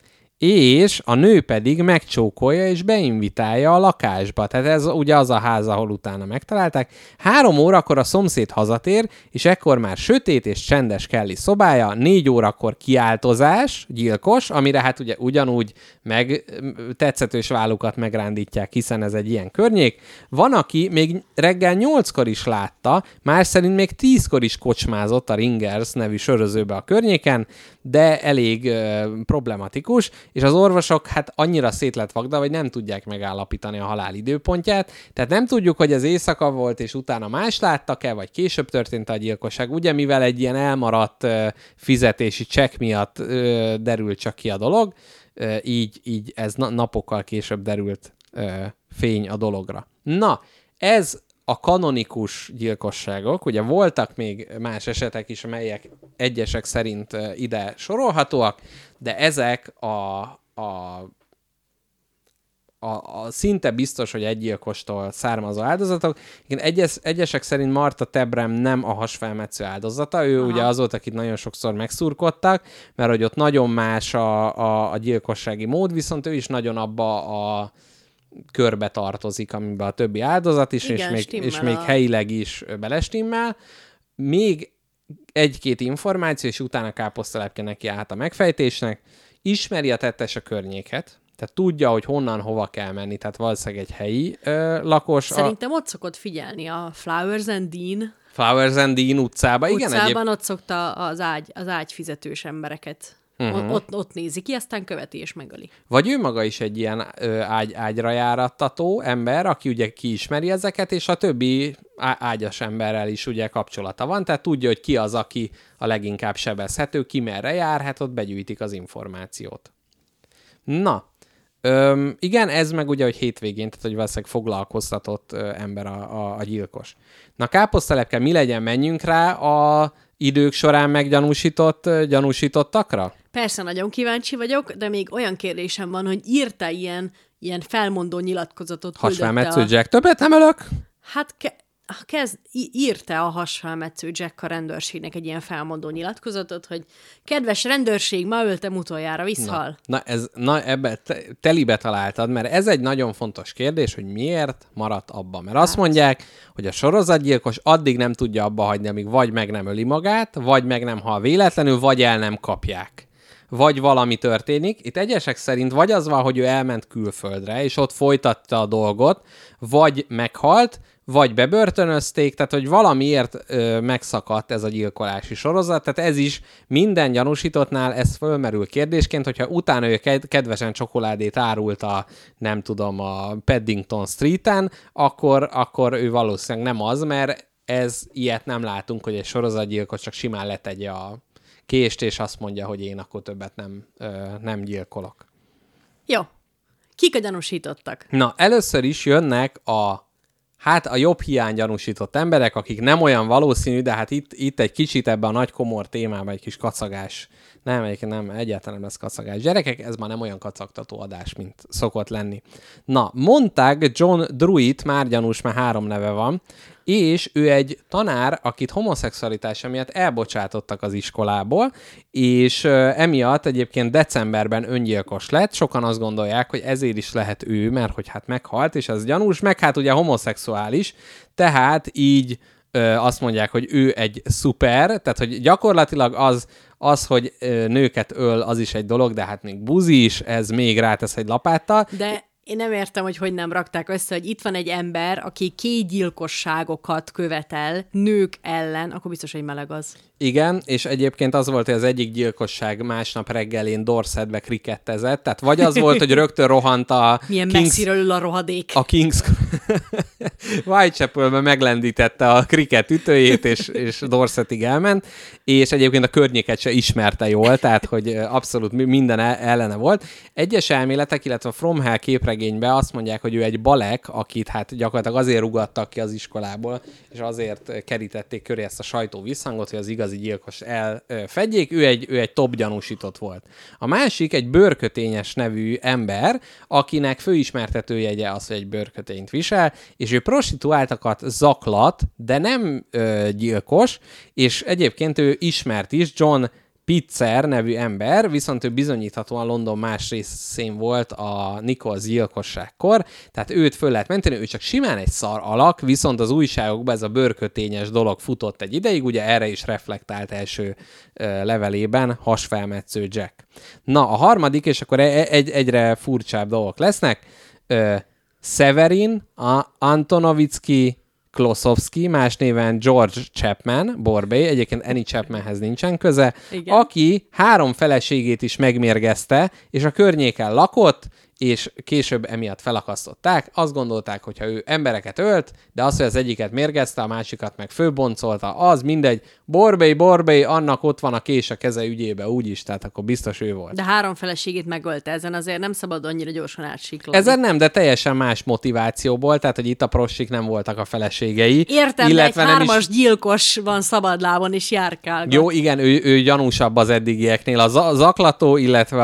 és a nő pedig megcsókolja és beinvitálja a lakásba. Tehát ez ugye az a ház, ahol utána megtalálták. 3 órakor a szomszéd hazatér, és ekkor már sötét és csendes Kelly szobája, 4 órakor kiáltozás, gyilkos, amire hát ugye ugyanúgy tetszetős vállukat megrándítják, hiszen ez egy ilyen környék. Van, aki még reggel 8-kor is látta, más szerint még 10-kor is kocsmázott a Ringers nevű sörözőbe a környéken, de elég problematikus, és az orvosok hát annyira szét lett vagda, hogy nem tudják megállapítani a halál időpontját, tehát nem tudjuk, hogy az éjszaka volt, és utána más láttak-e, vagy később történt a gyilkosság, ugye mivel egy ilyen elmaradt fizetési csekk miatt derült csak ki a dolog, így ez napokkal később derült fény a dologra. Na, ez a kanonikus gyilkosságok, ugye voltak még más esetek is, amelyek egyesek szerint ide sorolhatóak, de ezek a szinte biztos, hogy egy gyilkostól származó áldozatok. Egyesek szerint Martha Tebrem nem a hasfelmetsző áldozata, ő ugye az volt, akit nagyon sokszor megszurkodtak, mert hogy ott nagyon más a gyilkossági mód, viszont ő is nagyon abba a körbe tartozik, amiben a többi áldozat is, igen, és még helyileg is belestimmel. Még egy-két információ, és utána káposztalepke neki állt a megfejtésnek. Ismeri a tettes a környéket, tehát tudja, hogy honnan, hova kell menni, tehát valószínűleg egy helyi lakos. Szerintem ott szokott figyelni a Flowers and Dean utcába. Igen, utcában ott szokta az ágyfizetős embereket. Ott nézi ki, aztán követi és megöli. Vagy ő maga is egy ilyen ágyra járattató ember, aki ugye kiismeri ezeket, és a többi ágyas emberrel is ugye kapcsolata van, tehát tudja, hogy ki az, aki a leginkább sebezhető, ki merre jár, hát ott begyűjtik az információt. Na, igen, ez meg ugye, hogy hétvégén, tehát hogy valószínűleg foglalkoztatott ember a gyilkos. Na, káposztalepke, mi legyen, menjünk rá a idők során meggyanúsítottakra? Persze, nagyon kíváncsi vagyok, de még olyan kérdésem van, hogy írta ilyen felmondó nyilatkozatot. Hasfelmetsző Jack, többet nem ölök? Hát írta a hasfelmetsző Jack a rendőrségnek egy ilyen felmondó nyilatkozatot, hogy kedves rendőrség, ma öltem utoljára, visszhal. Na ebbe telibe találtad, mert ez egy nagyon fontos kérdés, hogy miért maradt abba. Mert azt mondják, hogy a sorozatgyilkos addig nem tudja abba hagyni, amíg vagy meg nem öli magát, vagy meg nem hal véletlenül, vagy el nem kapják. Vagy valami történik. Itt egyesek szerint vagy az van, hogy ő elment külföldre, és ott folytatta a dolgot, vagy meghalt, vagy bebörtönözték, tehát hogy valamiért megszakadt ez a gyilkolási sorozat, tehát ez is minden gyanúsítottnál ez fölmerül kérdésként, hogyha utána ő kedvesen csokoládét árult a Paddington Streeten, akkor ő valószínűleg nem az, mert ilyet nem látunk, hogy egy sorozatgyilkos csak simán letegye a kést, és azt mondja, hogy én akkor többet nem gyilkolok. Jó. Kik a gyanúsítottak? Na, először is jönnek a jobb hiány gyanúsított emberek, akik nem olyan valószínű, de hát itt egy kicsit ebben a nagy komor témában egy kis kacagás Nem, egyébként nem, egyáltalán nem lesz kacagás. Gyerekek, ez már nem olyan kacagtató adás, mint szokott lenni. Na, mondták John Druitt, már gyanús, már 3 neve van, és ő egy tanár, akit homoszexualitása miatt elbocsátottak az iskolából, és emiatt egyébként decemberben öngyilkos lett. Sokan azt gondolják, hogy ezért is lehet ő, mert hogy hát meghalt, és ez gyanús, meg hát ugye homoszexuális, tehát így azt mondják, hogy ő egy szuper, tehát hogy gyakorlatilag az, hogy nőket öl, az is egy dolog, de hát még buzi is, ez még rátesz egy lapáttal. De én nem értem, hogy nem rakták össze, hogy itt van egy ember, aki 2 gyilkosságokat követel nők ellen, akkor biztos, hogy meleg az. Igen, és egyébként az volt, hogy az egyik gyilkosság másnap reggelén Dorsetbe krikettezett, tehát vagy az volt, hogy rögtön rohant a milyen messziről ül a rohadék. A Kings Whitechapelbe meglendítette a kriket ütőjét, és Dorsetig elment, és egyébként a környéket se ismerte jól, tehát hogy abszolút minden ellene volt. Egyes elméletek, illetve a From Hell képregényben azt mondják, hogy ő egy balek, akit hát gyakorlatilag azért rúgattak ki az iskolából, és azért kerítették köré ezt a sajtó visszhangot, hogy az igazi gyilkos elfedjék, ő egy top gyanúsított volt. A másik egy bőrkötényes nevű ember, akinek főismertetőjegye az, hogy egy bőrkötényt visel, és ő prostituáltakat zaklat, de nem gyilkos, és egyébként ő ismert is, John Pitzer nevű ember, viszont ő bizonyíthatóan London más részén volt a Nichols gyilkosságkor, tehát őt föl lehet menteni, ő csak simán egy szar alak, viszont az újságokban ez a bőrkötényes dolog futott egy ideig, ugye erre is reflektált első levelében hasfelmetsző Jack. Na, a harmadik, és akkor egyre furcsább dolgok lesznek, Severin Antonovicki Klosowski, más néven George Chapman, Borbély, egyébként Annie Chapmanhez nincsen köze, igen. Aki 3 feleségét is megmérgezte, és a környéken lakott, és később emiatt felakasztották. Azt gondolták, hogyha ő embereket ölt, de az, hogy az egyiket mérgezte, a másikat meg főboncolta, az mindegy. Borbély, annak ott van a kés a keze ügyébe úgyis, tehát akkor biztos ő volt. De 3 feleségét megölte, ezen azért nem szabad annyira gyorsan átsiklani. Ezen nem, de teljesen más motivációból, tehát hogy itt a prossik nem voltak a feleségei. Értem, illetve egy 3-as gyilkos van szabadlábon és járkálgat. Jó, igen, ő gyanúsabb az eddigieknél. A zaklató, illetve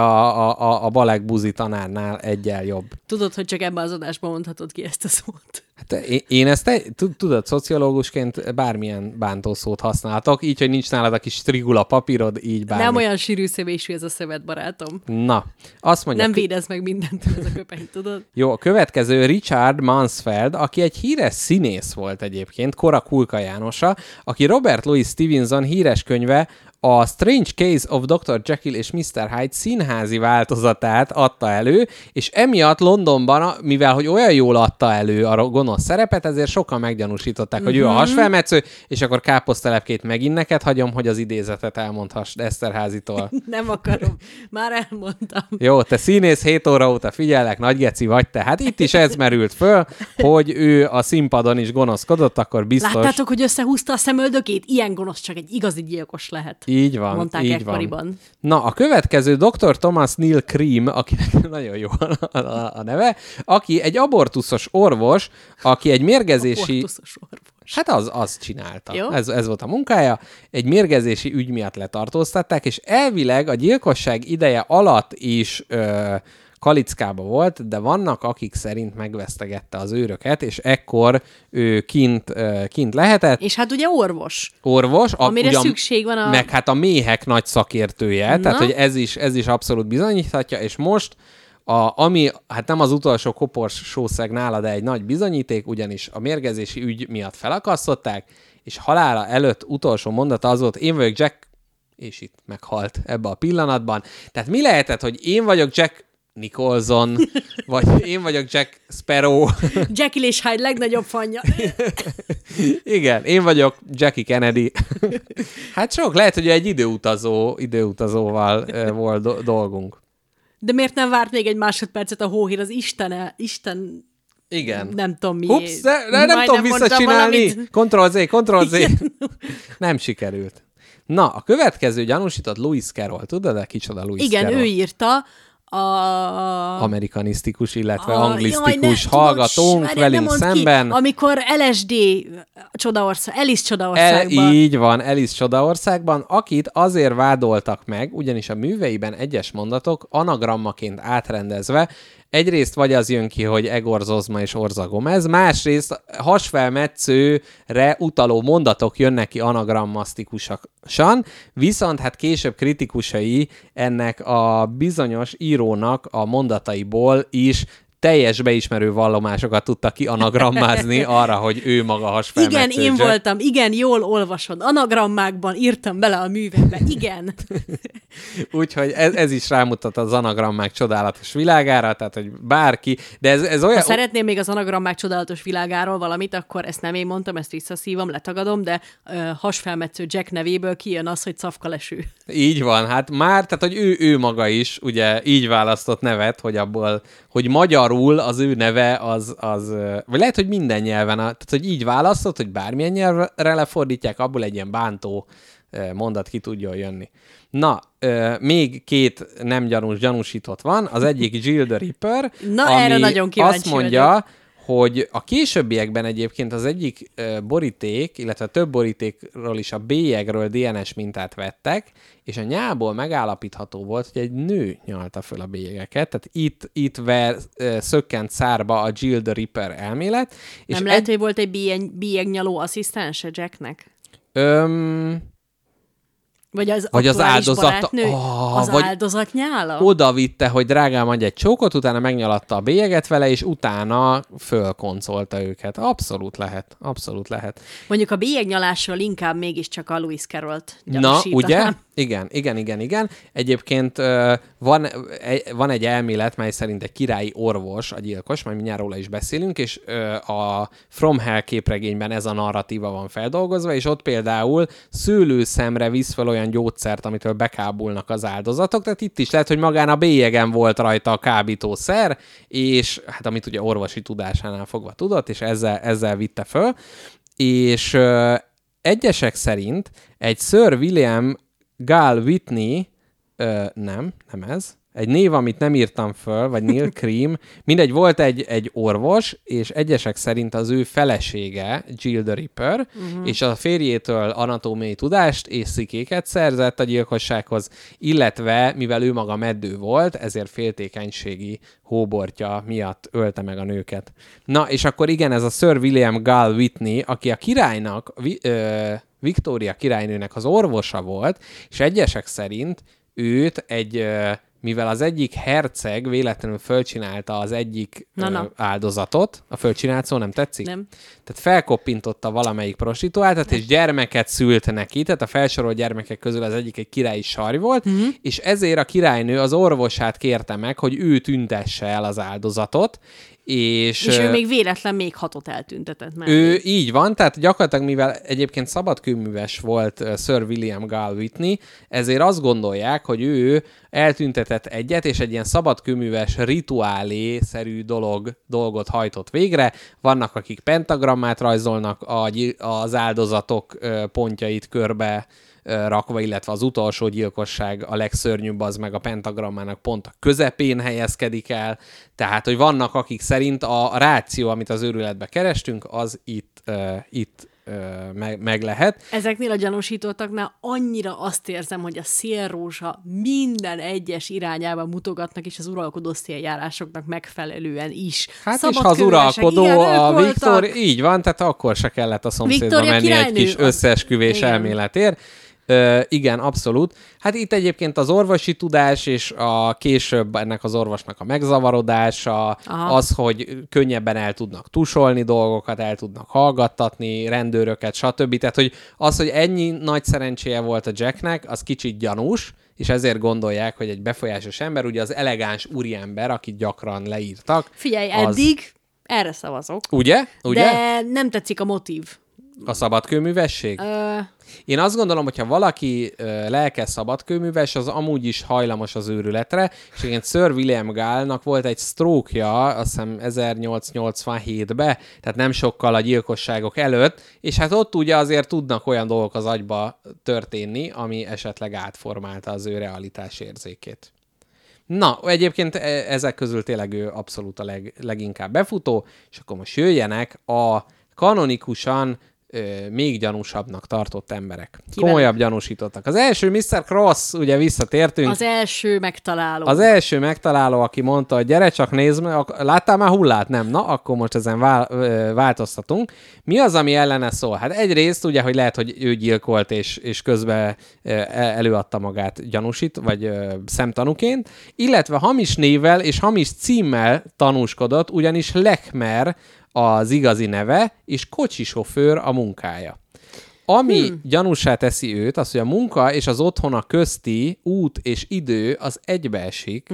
a balek buzi tanárnál egyel jobb. Tudod, hogy csak ebben az adásban mondhatod ki ezt a szót. Hát én ezt tudod, szociológusként bármilyen bántó szót használhatok, így, hogy nincs nálad a kis strigula papírod, így bármi. Nem olyan sűrű szövésű ez a szövet, barátom. Na, azt mondja... Nem védez meg mindent ez a köpeny, tudod? Jó, a következő Richard Mansfeld, aki egy híres színész volt egyébként, kora Kulka Jánosa, aki Robert Louis Stevenson híres könyve a Strange Case of Dr. Jekyll és Mr. Hyde színházi változatát adta elő, és emiatt Londonban, mivel hogy olyan jól adta elő a gonosz szerepet, ezért sokan meggyanúsították, hogy ő a hasfelmetsző, és akkor káposztelepkét megint neked hagyom, hogy az idézetet elmondhass Eszterházitól. Nem akarom, már elmondtam. Jó, te színész, 7 óra óta figyellek, nagy geci vagy te. Hát itt is ez merült föl, hogy ő a színpadon is gonoszkodott, akkor biztos... Láttátok, hogy összehúzta a szemöldökét? Ilyen gonosz csak egy igazi gyilkos lehet. Így van, mondták így ekkoriban. Van. Na, a következő Dr. Thomas Neil Cream, akinek nagyon jó a neve, aki egy abortuszos orvos, aki egy mérgezési... Abortuszos orvos. Hát az csinálta. Ez volt a munkája. Egy mérgezési ügy miatt letartóztatták, és elvileg a gyilkosság ideje alatt is... Kalickába volt, de vannak, akik szerint megvesztegette az őröket, és ekkor ő kint lehetett. És hát ugye orvos. Amire ugyan, szükség van a... Meg hát a méhek nagy szakértője, na. Tehát hogy ez is abszolút bizonyíthatja, és most ami hát nem az utolsó kopors sószeg nála, de egy nagy bizonyíték, ugyanis a mérgezési ügy miatt felakasztották, és halála előtt utolsó mondata az volt, én vagyok Jack, és itt meghalt ebbe a pillanatban. Tehát mi lehetett, hogy én vagyok Jack Nicholson, vagy én vagyok Jack Sparrow. Jekyll és Hyde legnagyobb fanja. Igen, én vagyok Jackie Kennedy. Hát sok, lehet, hogy egy időutazóval volt dolgunk. De miért nem várt még egy másodpercet a hóhér az Isten... Igen. Nem tudom miért. Ups, nem tudom visszacsinálni. Ctrl-Z. Nem sikerült. Na, a következő gyanúsított Lewis Carroll. Tudod, de kicsoda Lewis Carroll? Igen, ő írta amerikanisztikus, illetve anglisztikus hallgatónk velünk szemben. Amikor LSD Alice Csodaországban. Így van, Alice Csodaországban, akit azért vádoltak meg, ugyanis a műveiben egyes mondatok anagrammaként átrendezve, egyrészt vagy az jön ki, hogy Egor Zozma és Orza Gomez, másrészt hasfelmetszőre utaló mondatok jönnek ki anagrammasztikusan, viszont hát később kritikusai ennek a bizonyos írónak a mondataiból is teljes beismerő vallomásokat tudta kianagrammázni arra, hogy ő maga hasfelmetsző. Igen, én voltam, igen, jól olvasod. Anagrammákban írtam bele a művekbe, igen. Úgyhogy ez is rámutat az anagrammák csodálatos világára, tehát, hogy bárki, de ez olyan... Ha szeretném még az anagrammák csodálatos világáról valamit, akkor ezt nem én mondtam, ezt visszaszívom, letagadom, de hasfelmetsző Jack nevéből kijön az, hogy Cafkaleső. Így van, hát már, tehát, hogy ő maga is ugye így választott nevet, hogy abból, hogy magyarul az ő neve az vagy lehet, hogy minden nyelven, tehát, hogy így választott, hogy bármilyen nyelvre lefordítják, abból egy ilyen bántó mondat ki tudjon jönni. Na, még két nem gyanúsított van, az egyik Jill the Ripper, erre nagyon kíváncsi azt mondja, hogy a későbbiekben egyébként az egyik boríték, illetve több borítékról is a bélyegről DNS mintát vettek, és a nyából megállapítható volt, hogy egy nő nyalta föl a bélyegeket, tehát itt szökkent szárba a Jill the Ripper elmélet. Nem lehet, hogy volt egy bélyegnyaló asszisztense Jacknek? Vagy az áldozat, az áldozat nyála? Oda vitte, hogy drágám, adj egy csókot, utána megnyalatta a bélyeget vele, és utána fölkoncolta őket. Abszolút lehet. Mondjuk a bélyegnyalásról inkább mégiscsak a Lewis Carrollt gyanúsítanám. Na, ugye? Igen. Egyébként van egy elmélet, mely szerint egy királyi orvos, a gyilkos, majd mindjárt róla is beszélünk, és a From Hell képregényben ez a narratíva van feldolgozva, és ott például szőlőszemre visz fel olyan gyógyszert, amitől bekábulnak az áldozatok, tehát itt is lehet, hogy magán a bélyegen volt rajta a kábítószer, és hát amit ugye orvosi tudásánál fogva tudott, és ezzel vitte föl, és egyesek szerint egy Sir William Gall Whitney, nem ez, egy név, amit nem írtam föl, vagy Neil Cream, mindegy, volt egy orvos, és egyesek szerint az ő felesége, Jill the Ripper, és a férjétől anatómiai tudást és szikéket szerzett a gyilkossághoz, illetve, mivel ő maga meddő volt, ezért féltékenységi hóbortja miatt ölte meg a nőket. Na, és akkor igen, ez a Sir William Gall Whitney, aki a királynak, Victoria királynőnek az orvosa volt, és egyesek szerint őt mivel az egyik herceg véletlenül fölcsinálta az egyik áldozatot, a fölcsinált szó nem tetszik? Nem. Tehát felkoppintotta valamelyik prostituáltat, és gyermeket szült neki, tehát a felsorolt gyermekek közül az egyik egy királyi sarj volt, és ezért a királynő az orvosát kérte meg, hogy ő tüntesse el az áldozatot, és ő még véletlen még 6 eltüntetett mellé. Ő így van, tehát gyakorlatilag, mivel egyébként szabadkőműves volt Sir William Gall Whitney, ezért azt gondolják, hogy ő eltüntetett egyet, és egy ilyen szabadkőműves rituálé-szerű dolgot hajtott végre. Vannak, akik pentagrammát rajzolnak, az áldozatok pontjait körbe rakva, illetve az utolsó gyilkosság, a legszörnyűbb, az meg a pentagrammának pont a közepén helyezkedik el. Tehát, hogy vannak, akik szerint a ráció, amit az őrületbe kerestünk, az itt meg lehet. Ezeknél a gyanúsítottaknál annyira azt érzem, hogy a szélrózsa minden egyes irányába mutogatnak, és az uralkodó széljárásoknak megfelelően is. Hát és ha az uralkodó a Viktor, így van, tehát akkor se kellett a szomszédba menni egy kis összeesküvés elméletért. Igen, abszolút. Hát itt egyébként az orvosi tudás, és később ennek az orvosnak a megzavarodása, az, hogy könnyebben el tudnak tusolni dolgokat, el tudnak hallgattatni rendőröket, stb. Tehát, hogy hogy ennyi nagy szerencséje volt a Jacknek, az kicsit gyanús, és ezért gondolják, hogy egy befolyásos ember, ugye az elegáns úriember, akit gyakran leírtak. Figyelj, eddig erre szavazok. Ugye? De nem tetszik a motív. A szabadkőművesség? Én azt gondolom, hogyha valaki lelkes szabadkőműves, az amúgy is hajlamos az őrületre, és igen, Sir William Gallnak volt egy stroke-ja, azt hiszem 1887-ben, tehát nem sokkal a gyilkosságok előtt, és hát ott ugye azért tudnak olyan dolgok az agyba történni, ami esetleg átformálta az ő realitás érzékét. Na, egyébként ezek közül tényleg ő abszolút a leginkább befutó, és akkor most jöjjenek a kanonikusan még gyanúsabbnak tartott emberek. Komolyabb gyanúsítottak. Az első Mr. Cross, ugye visszatértünk. Az első megtaláló. Az első megtaláló, aki mondta, hogy gyere csak nézd meg, láttál már hullát? Nem. Na, akkor most ezen változtatunk. Mi az, ami ellene szól? Hát egyrészt ugye, hogy lehet, hogy ő gyilkolt, és közben előadta magát gyanúsít, vagy szemtanúként, illetve hamis névvel és hamis címmel tanúskodott, ugyanis Lechmer az igazi neve, és kocsisofőr a munkája. Ami gyanúsá teszi őt, az, hogy a munka és az otthona közti út és idő az egybeesik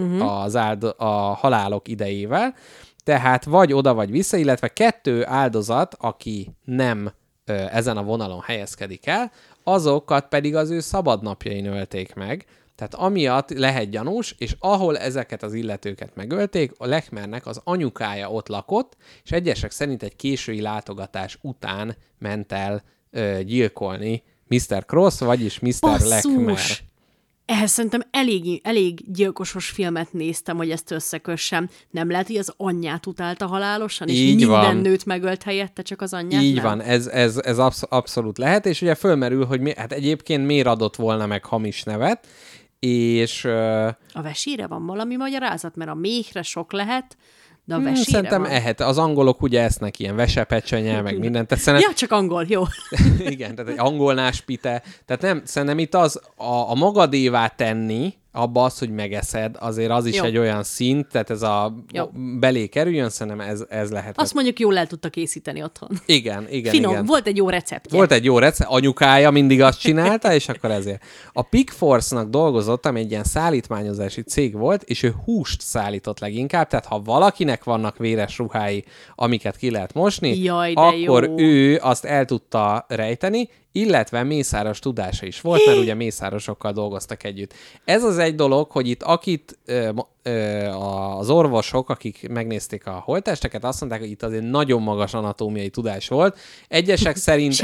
a halálok idejével, tehát vagy oda, vagy vissza, illetve 2 áldozat, aki nem ezen a vonalon helyezkedik el, azokat pedig az ő szabadnapjain ölték meg, tehát amiatt lehet gyanús, és ahol ezeket az illetőket megölték, a Lechmernek az anyukája ott lakott, és egyesek szerint egy késői látogatás után ment el gyilkolni Mr. Cross, vagyis Mr. Lechmer. Ehhez szerintem elég gyilkosos filmet néztem, hogy ezt összekössem. Nem lehet, hogy az anyját utálta halálosan, és így minden van. Nőt megölt helyette, csak az anyját így nem? van, ez abszolút lehet, és ugye fölmerül, hogy hát egyébként miért adott volna meg hamis nevet, és... A vesére van valami magyarázat, mert a méhre sok lehet, de a vesére szerintem van. az angolok ugye esznek ilyen vesepecsenye, meg mindent. Szerintem... Ja, csak angol, jó. Igen, tehát egy angol náspite. Tehát nem, szerintem itt az a magadévá tenni, abba az, hogy megeszed, azért az is egy olyan szint, tehát ez belé kerüljön, szerintem ez lehet. Azt mondjuk jól el tudta készíteni otthon. Igen. Finom, volt egy jó receptje. Volt egy jó recept, anyukája mindig azt csinálta, és akkor ezért. A Pigforce-nak dolgozott, ami egy ilyen szállítmányozási cég volt, és ő húst szállított leginkább, tehát ha valakinek vannak véres ruhái, amiket ki lehet mosni, akkor jó. Ő azt el tudta rejteni, illetve mészáros tudása is volt, mert ugye mészárosokkal dolgoztak együtt. Ez az egy dolog, hogy itt az orvosok, akik megnézték a holttesteket, azt mondták, hogy itt azért nagyon magas anatómiai tudás volt. Egyesek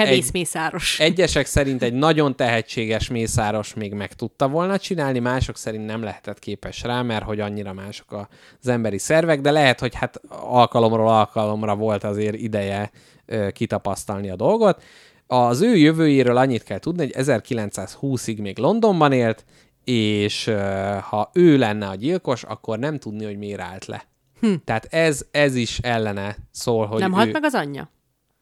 szerint egy nagyon tehetséges mészáros még meg tudta volna csinálni, mások szerint nem lehetett képes rá, mert hogy annyira mások az emberi szervek, de lehet, hogy hát alkalomról alkalomra volt azért ideje kitapasztalni a dolgot. Az ő jövőjéről annyit kell tudni, hogy 1920-ig még Londonban élt, és ha ő lenne a gyilkos, akkor nem tudni, hogy miért állt le. Tehát ez is ellene szól, hogy nem halt meg az anyja?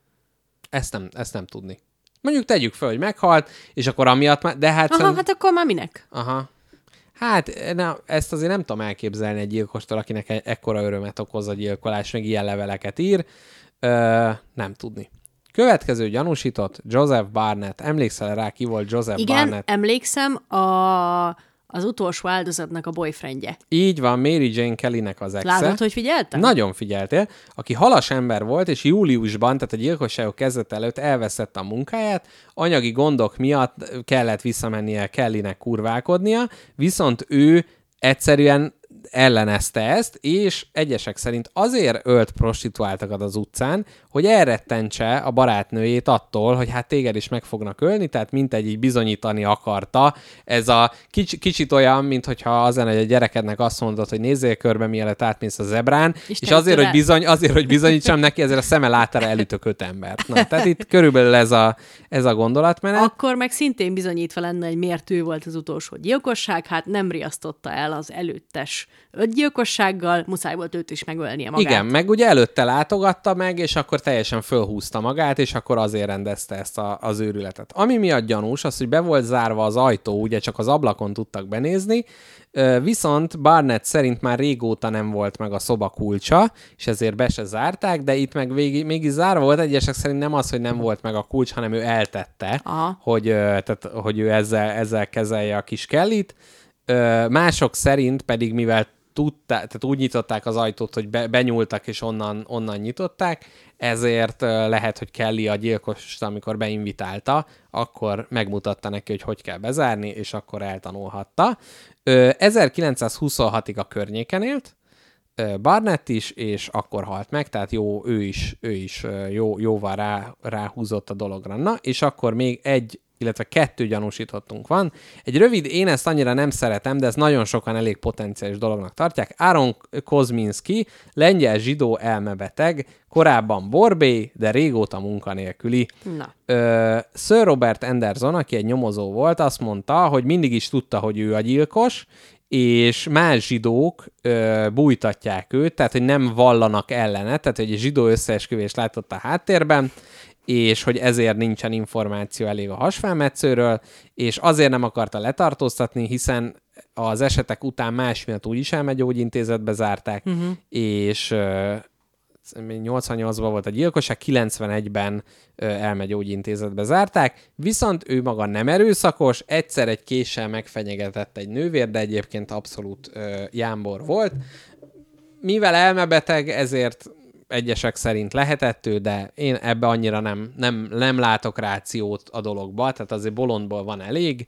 Ezt nem tudni. Mondjuk tegyük fel, hogy meghalt, és akkor amiatt már... De hát hát akkor már minek? Aha. Hát ezt azért nem tudom elképzelni egy gyilkostól, akinek ekkora örömet okoz a gyilkolás, meg ilyen leveleket ír. Nem tudni. Következő gyanúsított Joseph Barnett. Emlékszel rá, ki volt Joseph Barnett? Igen, emlékszem, az utolsó áldozatnak a boyfriendje. Így van, Mary Jane Kellynek az exe. Látod, hogy figyeltem? Nagyon figyeltél. Aki halas ember volt, és júliusban, tehát a gyilkosságok kezdete előtt elveszette a munkáját, anyagi gondok miatt kellett visszamennie Kellynek kurválkodnia, viszont ő egyszerűen ellenezte ezt, és egyesek szerint azért ölt prostituáltakat az utcán, hogy elrettentse a barátnőjét attól, hogy hát téged is meg fognak ölni, tehát mintegy így bizonyítani akarta. Ez a kicsit olyan, mint hogyha az lenne, hogy a gyerekednek azt mondod, hogy nézzél körbe, mielőtt átmész a zebrán, és azért, hogy bizonyítsam neki, ezért a szeme látára elütök 5 embert. Na, tehát itt körülbelül ez a gondolatmenet. Akkor meg szintén bizonyítva lenne, hogy miért ő volt az utolsó gyilkosság, hát nem riasztotta el az előttes 5 gyilkossággal, muszáj volt őt is megölnie magát. Igen, meg ugye előtte látogatta meg, és akkor teljesen fölhúzta magát, és akkor azért rendezte ezt az őrületet. Ami miatt gyanús, az, hogy be volt zárva az ajtó, ugye csak az ablakon tudtak benézni, viszont Barnett szerint már régóta nem volt meg a szoba kulcsa, és ezért be se zárták, de itt meg mégis zárva volt, egyesek szerint nem az, hogy nem volt meg a kulcs, hanem ő eltette, hogy ő ezzel kezelje a kis Kellyt. Mások szerint pedig, mivel tehát úgy nyitották az ajtót, hogy benyúltak és onnan nyitották, ezért lehet, hogy Kelly a gyilkost, amikor beinvitálta, akkor megmutatta neki, hogy kell bezárni, és akkor eltanulhatta. 1926-ig a környéken élt, Barnett is, és akkor halt meg, tehát ő is jóval ráhúzott a dologra. Na, és akkor még egy illetve 2 gyanúsítottunk van. Egy rövid, én ezt annyira nem szeretem, de ezt nagyon sokan elég potenciális dolognak tartják. Aaron Kozminski, lengyel zsidó elmebeteg, korábban borbély, de régóta munkanélküli. Sir Robert Anderson, aki egy nyomozó volt, azt mondta, hogy mindig is tudta, hogy ő a gyilkos, és más zsidók bújtatják őt, tehát hogy nem vallanak ellene, tehát hogy egy zsidó összeesküvést látott a háttérben, és hogy ezért nincsen információ elég a hasfelmetszőről, és azért nem akarta letartóztatni, hiszen az esetek után más miatt úgyis elmegyógyintézetbe zárták, és 88-ban volt a gyilkosság, 91-ben elmegyógyintézetbe zárták, viszont ő maga nem erőszakos, egyszer egy késsel megfenyegetett egy nővért, de egyébként abszolút jámbor volt. Mivel elmebeteg, ezért egyesek szerint lehetett ő, de én ebbe annyira nem látok rációt a dologba, tehát azért bolondból van elég.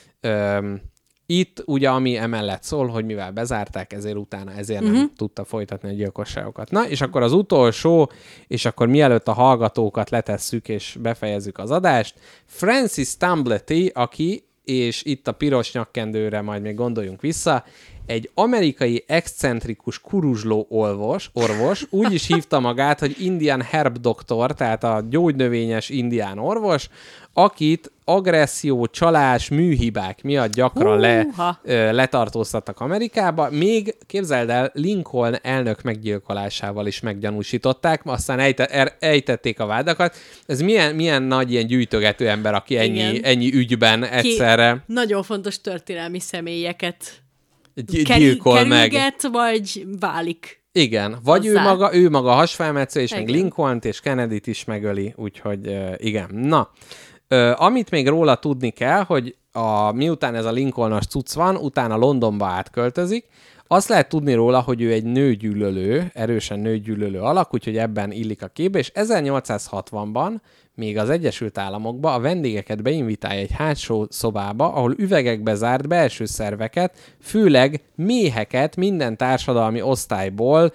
Itt ugye, ami emellett szól, hogy mivel bezárták, ezért nem tudta folytatni a gyilkosságokat. Na, és akkor az utolsó, és akkor mielőtt a hallgatókat letesszük és befejezzük az adást, Francis Tamblety, aki, és itt a piros nyakkendőre majd még gondoljunk vissza, egy amerikai excentrikus kuruzsló orvos, úgy is hívta magát, hogy Indian Herb Doctor, tehát a gyógynövényes indián orvos, akit agresszió, csalás, műhibák miatt gyakran letartóztattak Amerikába, még képzeld el, Lincoln elnök meggyilkolásával is meggyanúsították, aztán ejtették a vádakat. Ez milyen nagy ilyen gyűjtögető ember, aki ennyi ügyben egyszerre... Nagyon fontos történelmi személyeket gyilkol meg. Vagy válik. Igen, vagy ő maga hasfelmetsző, és még Lincolnt és Kennedyt is megöli, úgyhogy igen. Na, amit még róla tudni kell, hogy miután ez a Lincolnos cucc van, utána Londonba átköltözik, azt lehet tudni róla, hogy ő egy nőgyűlölő, erősen nőgyűlölő alak, úgyhogy ebben illik a képbe, és 1860-ban még az Egyesült Államokba a vendégeket beinvitálja egy hátsó szobába, ahol üvegekbe zárt belső szerveket, főleg méheket minden társadalmi osztályból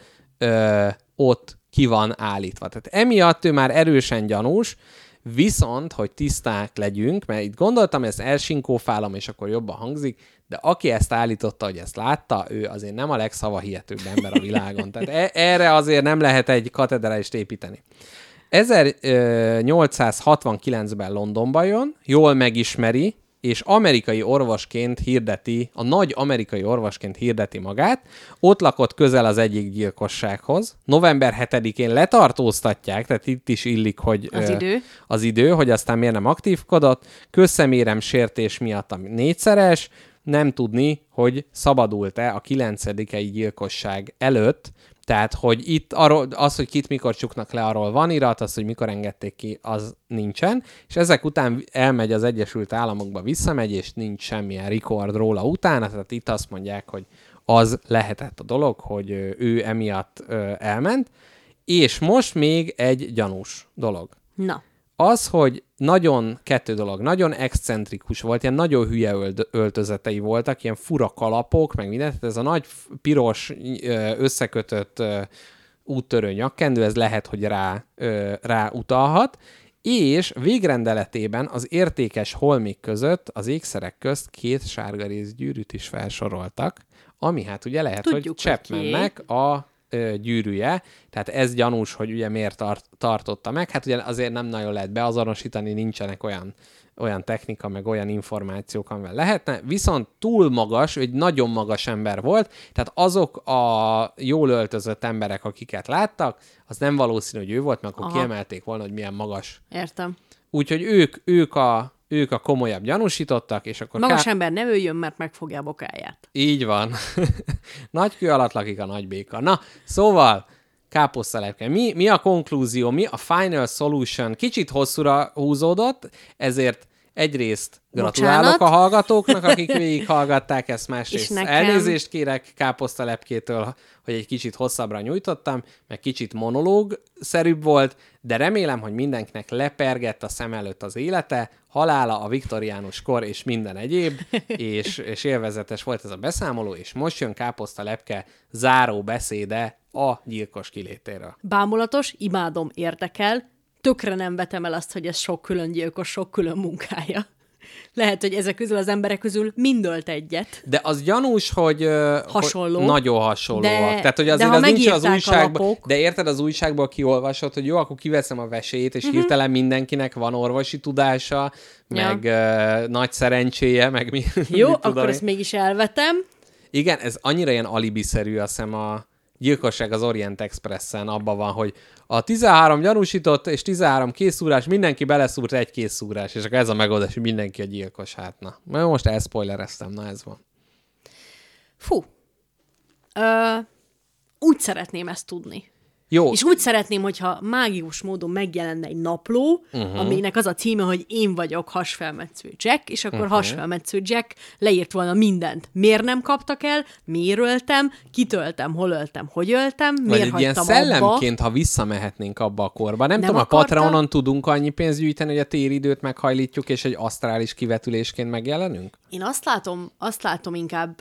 ott ki van állítva. Tehát emiatt ő már erősen gyanús, viszont, hogy tiszták legyünk, mert itt gondoltam, hogy ezt elsinkófálom, és akkor jobban hangzik, de aki ezt állította, hogy ezt látta, ő azért nem a legszavahihetőbb ember a világon. Tehát erre azért nem lehet egy katedráist építeni. 1869-ben Londonba jön, jól megismeri, és amerikai orvosként hirdeti magát. Ott lakott közel az egyik gyilkossághoz. November 7-én letartóztatják, tehát itt is illik, hogy az idő, hogy aztán miért nem aktívkodott. Közszemérem sértés miatt a 4-szeres, nem tudni, hogy szabadult-e a 9. gyilkosság előtt. Tehát, hogy itt az, hogy kit mikor csuknak le, arról van irat, az, hogy mikor engedték ki, az nincsen, és ezek után elmegy az Egyesült Államokba, visszamegy, és nincs semmilyen record róla utána, tehát itt azt mondják, hogy az lehetett a dolog, hogy ő emiatt elment, és most még egy gyanús dolog. Na. Az, hogy kettő dolog, nagyon excentrikus volt, ilyen nagyon hülye öltözetei voltak, ilyen fura kalapok, meg mindent, ez a nagy piros összekötött úttörő nyakkendő, ez lehet, hogy rá utalhat, és végrendeletében az értékes holmik között, az ékszerek közt 2 sárgarézgyűrűt is felsoroltak, ami hát ugye lehet, hogy Chapmannek a gyűrűje, tehát ez gyanús, hogy ugye miért tartotta meg. Hát ugye azért nem nagyon lehet beazonosítani, nincsenek olyan technika, meg olyan információk, amivel lehetne, viszont túl magas, egy nagyon magas ember volt, tehát azok a jól öltözött emberek, akiket láttak, az nem valószínű, hogy ő volt, mert akkor kiemelték volna, hogy milyen magas. Értem. Úgyhogy ők a komolyabb gyanúsítottak, és akkor... Magas ember ne öljön, mert megfogja a bokáját. Így van. Nagy kő alatt lakik a nagy béka. Na, szóval, káposztalepke. Mi a konklúzió? Mi a final solution? Kicsit hosszúra húzódott, ezért egyrészt gratulálok a hallgatóknak, akik végighallgatták ezt, másrészt elnézést kérek káposztalepkétől, hogy egy kicsit hosszabbra nyújtottam, meg kicsit monológszerűbb volt, de remélem, hogy mindenkinek lepergett a szem előtt az élete, halála, a viktoriánus kor és minden egyéb, és élvezetes volt ez a beszámoló, és most jön káposztalepke záró beszéde a gyilkos kilétéről. Bámulatos, imádom, érdekel, tökre nem vetem el azt, hogy ez sok külön gyilkos, sok külön munkája. Lehet, hogy ezek közül az emberek közül mind ölt egyet. De az gyanús, hogy... Hasonló. Hogy nagyon hasonlóak. Tehát, hogy azért de az nincs az újságban. Lapok... De érted, az újságból kiolvasod, hogy jó, akkor kiveszem a vesélyét, és hirtelen mindenkinek van orvosi tudása, meg nagy szerencséje, meg mi. Jó, akkor ezt mégis elvetem. Igen, ez annyira ilyen alibiszerű, azt hiszem a Gyilkosság az Orient Expressen abban van, hogy a 13 gyanúsított és 13 készszúrás, mindenki beleszúrt egy készszúrás, és akkor ez a megoldás, hogy mindenki a gyilkos, hát na. Most elspoilereztem, na ez van. Fú. Úgy szeretném ezt tudni. Jó. És úgy szeretném, hogyha mágikus módon megjelenne egy napló, aminek az a címe, hogy én vagyok hasfelmetsző Jack, és akkor hasfelmetsző Jack leírt volna mindent. Miért nem kaptak el, miért öltem, kit öltem, hol öltem, hogy öltem, miért vagy egy hagytam ilyen szellemként, abba. Ha visszamehetnénk abba a korba. Nem tudom, akarta? A Patreonon tudunk annyi pénzt gyűjteni, hogy a téridőt meghajlítjuk, és egy asztrális kivetülésként megjelenünk? Én azt látom inkább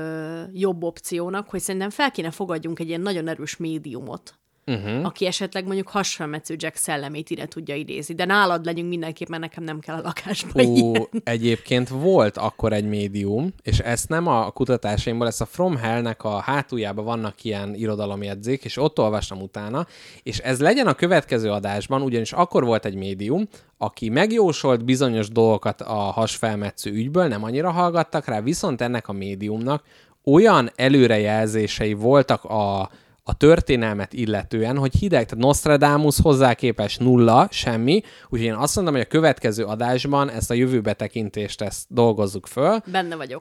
jobb opciónak, hogy szerintem fel kéne fogadjunk egy ilyen nagyon erős médiumot. Aki esetleg mondjuk hasfelmetsző Jack szellemét ide tudja idézni. De nálad legyünk mindenképp, mert nekem nem kell a lakásba ilyen. Egyébként volt akkor egy médium, és ezt nem a kutatásaimból, ezt a From Hell-nek a hátuljában vannak ilyen irodalomjegyzék, és ott olvastam utána, és ez legyen a következő adásban, ugyanis akkor volt egy médium, aki megjósolt bizonyos dolgokat a hasfelmetsző ügyből, nem annyira hallgattak rá, viszont ennek a médiumnak olyan előrejelzései voltak a történelmet illetően, hogy hideg, tehát Nostradamus hozzá képest nulla, semmi, úgyhogy én azt mondom, hogy a következő adásban ezt a jövőbetekintést ezt dolgozzuk föl. Benne vagyok.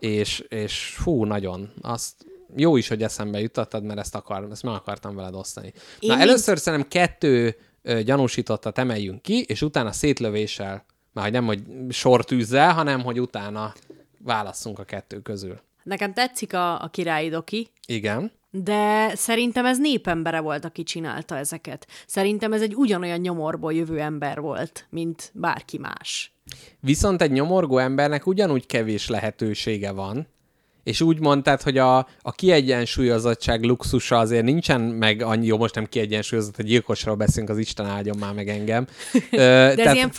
És hú, nagyon. Azt jó is, hogy eszembe jutottad, mert ezt meg akartam veled osztani. Először szerintem 2 gyanúsítottat emeljünk ki, és utána szétlövéssel, már nem, hogy sortűzzel, hanem, hogy utána válasszunk a 2 közül. Nekem tetszik a királyi doki. Igen. De szerintem ez népembere volt, aki csinálta ezeket. Szerintem ez egy ugyanolyan nyomorból jövő ember volt, mint bárki más. Viszont egy nyomorgó embernek ugyanúgy kevés lehetősége van, és úgy mondtad, hogy a kiegyensúlyozottság luxusa azért nincsen meg annyi, jó, most nem kiegyensúlyozott, hogy gyilkosról beszélünk, az Isten áldjon már meg engem. De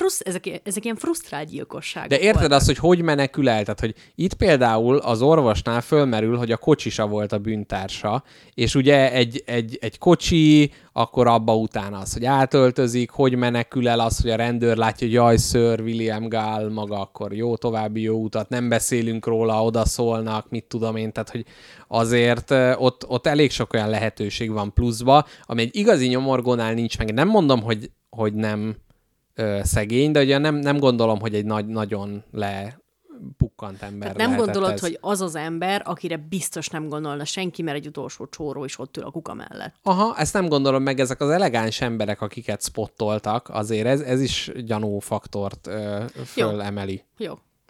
ezek ilyen frusztrált gyilkosságok. De érted azt, hogy menekül el? Tehát, hogy itt például az orvosnál fölmerül, hogy a kocsisa volt a bűntársa, és ugye egy kocsi, akkor abba utána az, hogy átöltözik, hogy menekül el az, hogy a rendőr látja, hogy jaj, Sir William Gall maga, akkor jó, további jó utat, nem beszélünk róla, odaszólnak, mit tudom én, tehát hogy azért ott elég sok olyan lehetőség van pluszba, ami egy igazi nyomorgónál nincs meg. Nem mondom, hogy nem szegény, de ugye nem gondolom, hogy egy nagyon pukkant ember. Tehát nem gondolod, hogy az ember, akire biztos nem gondolna senki, mert egy utolsó csóró is ott ül a kuka mellett. Aha, ezt nem gondolom meg, ezek az elegáns emberek, akiket spottoltak, azért ez is gyanúfaktort fölemeli. Jó.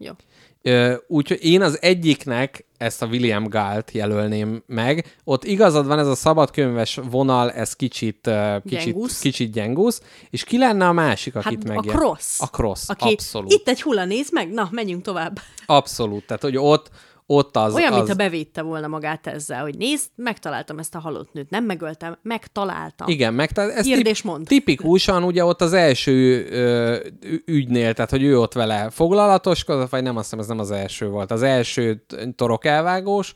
Úgyhogy én az egyiknek ezt a William Gallt jelölném meg. Ott igazad van, ez a szabadkönyves vonal, ez kicsit gyengusz. És ki lenne a másik, akit a Cross. A Cross, aki abszolút. Itt egy hulla, nézd meg, na, menjünk tovább. Abszolút, tehát hogy ott az... Olyan, mintha bevédte volna magát ezzel, hogy nézd, megtaláltam ezt a halott nőt. Nem megöltem, megtaláltam. Igen, ez tipikusan ugye ott az első ügynél, tehát hogy ő ott vele foglalatoskodott, vagy nem, azt hiszem, ez nem az első volt. Az első torokelvágós,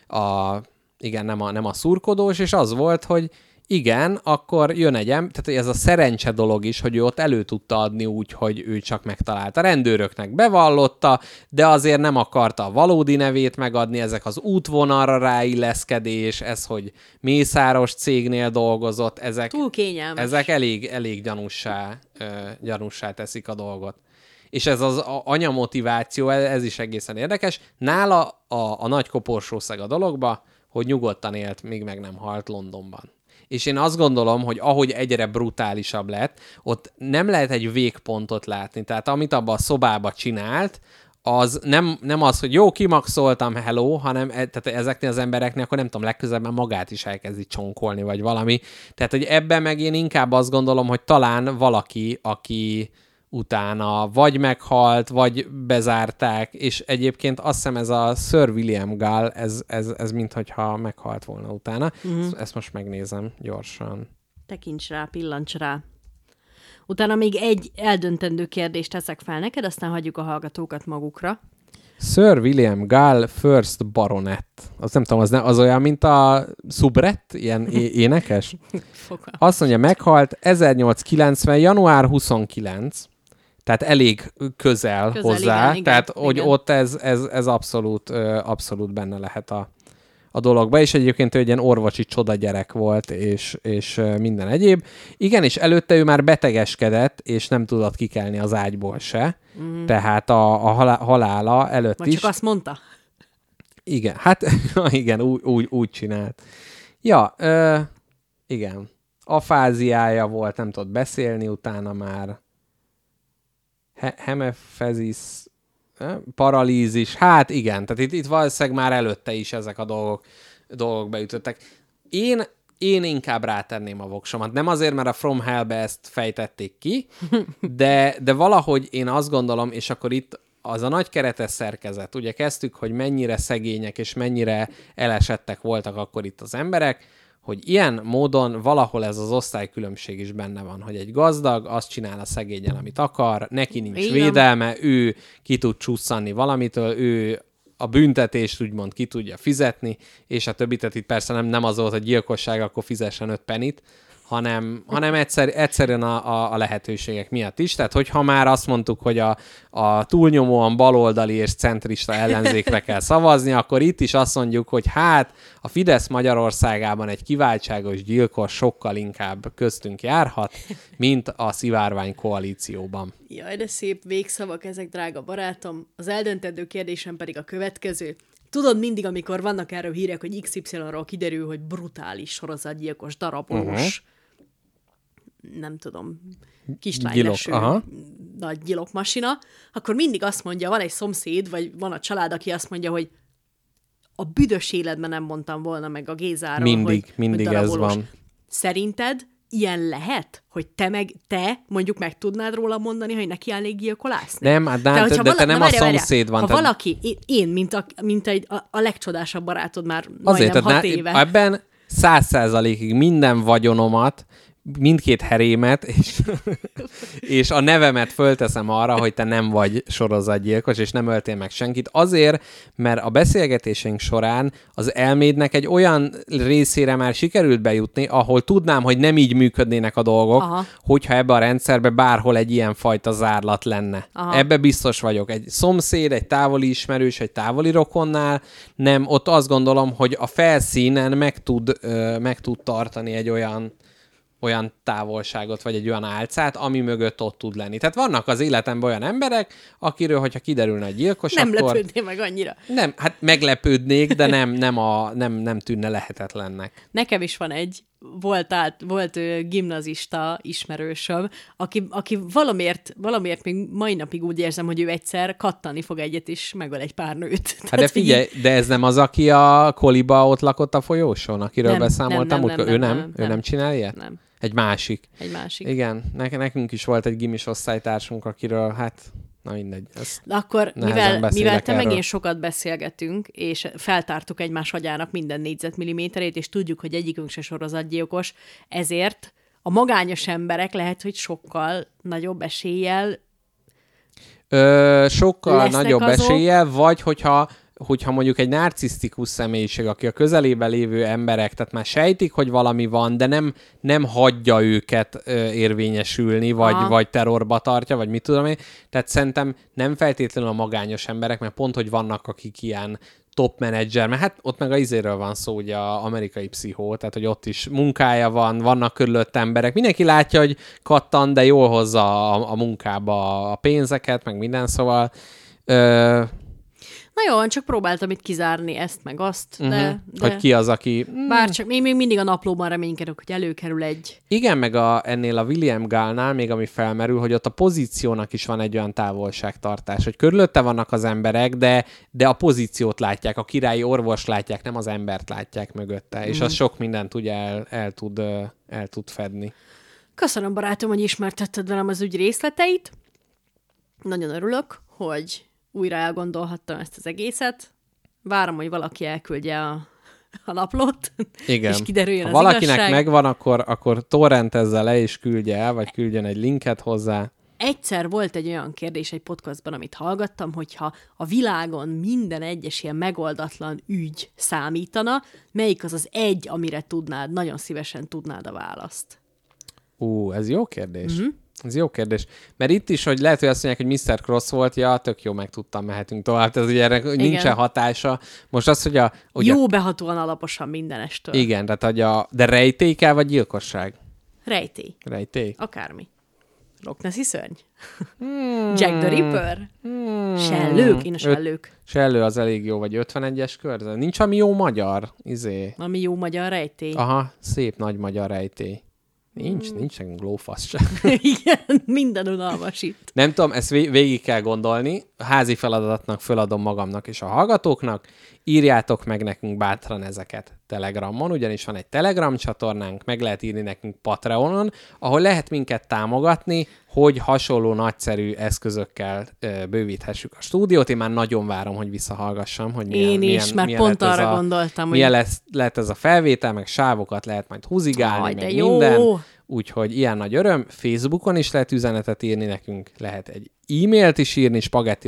nem a szurkodós, és az volt, hogy igen, akkor jön tehát ez a szerencse dolog is, hogy ő ott elő tudta adni úgy, hogy ő csak megtalálta. A rendőröknek bevallotta, de azért nem akarta a valódi nevét megadni, ezek az útvonalra ráilleszkedés, ez, hogy mészáros cégnél dolgozott, túl kényelmes. Ezek elég gyanússá teszik a dolgot. És ez az anya motiváció, ez is egészen érdekes. Nála a nagy koporsószeg a dologba, hogy nyugodtan élt, még meg nem halt Londonban. És én azt gondolom, hogy ahogy egyre brutálisabb lett, ott nem lehet egy végpontot látni. Tehát amit abban a szobában csinált, az nem az, hogy jó, kimaxoltam, hello, hanem tehát ezeknél az embereknél akkor nem tudom, legközelebb már magát is elkezdi csonkolni, vagy valami. Tehát, hogy ebben meg én inkább azt gondolom, hogy talán valaki, aki utána vagy meghalt, vagy bezárták, és egyébként azt hiszem ez a Sir William Gall, ez minthogyha meghalt volna utána. Ezt most megnézem gyorsan. Tekints rá, pillancs rá. Utána még egy eldöntendő kérdést teszek fel neked, aztán hagyjuk a hallgatókat magukra. Sir William Gall First Baronet. Az nem tudom, az olyan, mint a Subret, ilyen énekes? Azt mondja, meghalt 1890. január 29. Tehát elég közel hozzá. Igen, tehát, hogy ott ez abszolút benne lehet a dologba, és egyébként ő egy ilyen orvosi csodagyerek volt, és minden egyéb. Igen, és előtte ő már betegeskedett, és nem tudott kikelni az ágyból se. Tehát a halála előtt vagy is. Csak azt mondta? Igen, hát igen, úgy csinált. Ja, igen. Afáziája volt, nem tudott beszélni utána már. Hemefezis, paralízis, hát igen, tehát itt valószínűleg már előtte is ezek a dolgok beütöttek. Én inkább rátenném a voksomat. Nem azért, mert a From Hell-be ezt fejtették ki, de valahogy én azt gondolom, és akkor itt az a nagy keretes szerkezet, ugye kezdtük, hogy mennyire szegények és mennyire elesettek voltak akkor itt az emberek, hogy ilyen módon valahol ez az osztálykülönbség is benne van, hogy egy gazdag azt csinál a szegényen, amit akar, neki nincs védelme, ő ki tud csusszanni valamitől, ő a büntetést úgymond ki tudja fizetni, és a többit, tehát itt persze nem az volt, hogy gyilkosság, akkor fizessen 5 penit, hanem egyszerűen a lehetőségek miatt is. Tehát, hogyha már azt mondtuk, hogy a túlnyomóan baloldali és centrista ellenzékre kell szavazni, akkor itt is azt mondjuk, hogy hát a Fidesz Magyarországában egy kiváltságos gyilkos sokkal inkább köztünk járhat, mint a szivárvány koalícióban. Jaj, de szép végszavak ezek, drága barátom. Az eldöntendő kérdésem pedig a következő. Tudod, mindig, amikor vannak erről hírek, hogy XY-ról kiderül, hogy brutális sorozatgyilkos, darabos, nem tudom, kislányleső nagy gyilokmasina, akkor mindig azt mondja, van egy szomszéd, vagy van a család, aki azt mondja, hogy a büdös életben nem mondtam volna meg a Gézáról, mindig hogy ez van. Szerinted ilyen lehet, hogy te mondjuk meg tudnád róla mondani, hogy neki elég gyilkolászni? Nem, de te nem a szomszéd van. Ha valaki, én, mint a legcsodásabb barátod már majdnem 6 éve. Ebben 100%-ig minden vagyonomat, mindkét herémet, és a nevemet fölteszem arra, hogy te nem vagy sorozatgyilkos, és nem öltél meg senkit. Azért, mert a beszélgetésünk során az elmédnek egy olyan részére már sikerült bejutni, ahol tudnám, hogy nem így működnének a dolgok, hogyha ebbe a rendszerbe bárhol egy ilyen fajta zárlat lenne. Aha. Ebbe biztos vagyok. Egy szomszéd, egy távoli ismerős, egy távoli rokonnál, nem, ott azt gondolom, hogy a felszínen meg tud tartani egy olyan távolságot, vagy egy olyan álcát, ami mögött ott tud lenni. Tehát vannak az életemben olyan emberek, akiről, hogyha kiderülne a gyilkos, nem akkor... lepődnél meg annyira. Nem, hát meglepődnék, de nem tűnne lehetetlennek. Nekem is van egy volt gimnazista ismerősöm, aki valamiért még mai napig úgy érzem, hogy ő egyszer kattani fog egyet, és megöl egy pár nőt. Hát de figyelj, de ez nem az, aki a koliba ott lakott a folyóson, akiről beszámoltam? Ő nem csinál ilyet? Nem. Egy másik. Igen, nekünk is volt egy gimis osztálytársunk, akiről hát... Na mindegy. Akkor, mivel te meg én sokat beszélgetünk, és feltártuk egymás agyának minden négyzetmilliméterét, és tudjuk, hogy egyikünk se sorozatgyilkos, ezért a magányos emberek lehet, hogy sokkal nagyobb eséllyel eséllyel, vagy hogyha mondjuk egy narcisztikus személyiség, aki a közelében lévő emberek, tehát már sejtik, hogy valami van, de nem hagyja őket érvényesülni, vagy terrorba tartja, vagy mit tudom én. Tehát szerintem nem feltétlenül a magányos emberek, mert pont, hogy vannak, akik ilyen top menedzser, mert hát ott meg a izéről van szó, ugye az Amerikai Pszichó, tehát hogy ott is munkája van, vannak körülött emberek. Mindenki látja, hogy kattan, de jól hozza a munkába a pénzeket, meg minden, szóval... Na jó, csak próbáltam itt kizárni ezt, meg azt, de... Hogy ki az, aki... Bárcsak, én még mindig a naplóban reménykedek, hogy előkerül egy... Igen, meg ennél a William Gallnál még ami felmerül, hogy ott a pozíciónak is van egy olyan távolságtartás, hogy körülötte vannak az emberek, de a pozíciót látják, a királyi orvos látják, nem az embert látják mögötte, és az sok mindent ugye el tud fedni. Köszönöm, barátom, hogy ismertetted velem az ügy részleteit. Nagyon örülök, hogy újra elgondolhattam ezt az egészet. Várom, hogy valaki elküldje a naplót, Igen. és kiderüljön ha az valakinek igazság. megvan, akkor torrentezze le, és küldje el, vagy küldjön egy linket hozzá. Egyszer volt egy olyan kérdés egy podcastban, amit hallgattam, hogyha a világon minden egyes ilyen megoldatlan ügy számítana, melyik az az egy, amire tudnád, nagyon szívesen tudnád a választ? Ez jó kérdés. Ez jó kérdés. Mert itt is, hogy lehet, hogy azt mondják, hogy Mr. Cross volt, ja, tök jó, megtudtam, mehetünk tovább. Tehát ugye erre nincsen hatása. Most az, hogy jó, behatóan alaposan mindenestől. Igen, tehát de rejtély kell, vagy gyilkosság? Rejtély. Rejtély? Akármi. Loch Nessi szörny? Jack the Ripper? Sellők? Én a sellők. Sellő az elég jó, vagy 51-es körzet. Nincs ami jó magyar, Ami jó magyar rejtély. Aha, szép nagy magyar rejtély. Nincs nekünk lófasz sem. Igen, minden unalmas itt. Nem tudom, ezt végig kell gondolni. Házi feladatnak föladom magamnak és a hallgatóknak. Írjátok meg nekünk bátran ezeket Telegramon, ugyanis van egy Telegram csatornánk, meg lehet írni nekünk Patreonon, ahol lehet minket támogatni, hogy hasonló nagyszerű eszközökkel bővíthessük a stúdiót. Én már nagyon várom, hogy visszahallgassam, hogy milyen pont arra gondoltam, milyen lehet ez a felvétel, meg sávokat lehet majd húzigálni, meg minden. Úgyhogy ilyen nagy öröm. Facebookon is lehet üzenetet írni nekünk, lehet egy e-mailt is írni,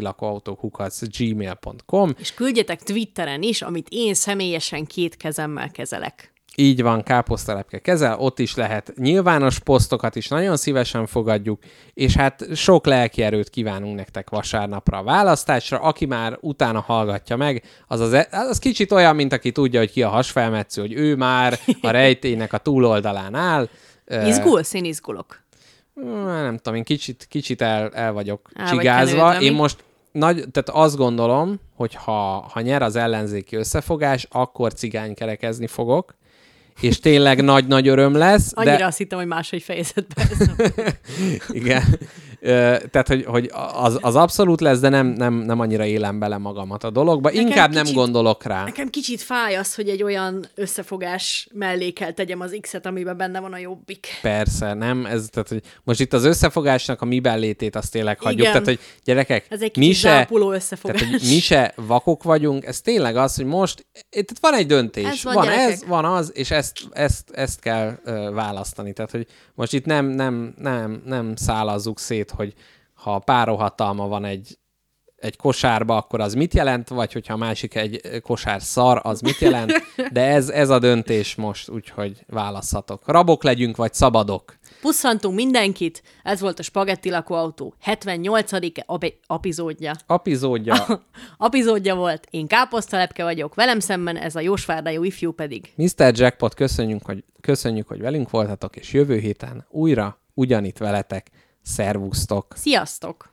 spagettilakóautók@gmail.com. És küldjetek Twitteren is, amit én személyesen 2 kezemmel kezelek. Így van, káposztelepke kezel, ott is lehet nyilvános posztokat is, nagyon szívesen fogadjuk, és hát sok lelki erőt kívánunk nektek vasárnapra a választásra. Aki már utána hallgatja meg, az kicsit olyan, mint aki tudja, hogy ki a hasfelmetsző, hogy ő már a rejtélynek a túloldalán áll. Izgulsz? Én izgulok. Nem tudom, én kicsit el vagyok csigázva. Én most tehát azt gondolom, hogy ha nyer az ellenzéki összefogás, akkor cigánykerekezni fogok, és tényleg nagy-nagy öröm lesz. Annyira azt hittem, hogy máshogy fejezed be. Igen. Tehát, hogy az abszolút lesz, de nem annyira élem bele magamat a dologba. Inkább nem gondolok rá. Nekem kicsit fáj az, hogy egy olyan összefogás mellé kell tegyem az X-et, amiben benne van a Jobbik. Persze, nem? Tehát, hogy most itt az összefogásnak a miben létét azt tényleg hagyjuk. Igen. Tehát, hogy gyerekek, ez egy kicsit zápuló összefogás. Tehát, hogy mi se vakok vagyunk, ez tényleg az, hogy most tehát van egy döntés. Van ez, van az, és ezt kell választani. Tehát, hogy most itt nem szálazzuk szét, hogy ha párohatalma van egy kosárba, akkor az mit jelent, vagy hogyha a másik egy kosár szar, az mit jelent, de ez a döntés most, úgyhogy választhatok. Rabok legyünk, vagy szabadok. Pusszantunk mindenkit, ez volt a Spagetti Lakóautó 78. Apizódja volt, én Káposztalepke vagyok, velem szemben ez a Jósvárdályú ifjú pedig. Mr. Jackpot, köszönjük, hogy velünk voltatok, és jövő héten újra ugyanitt veletek. Szervusztok! Sziasztok!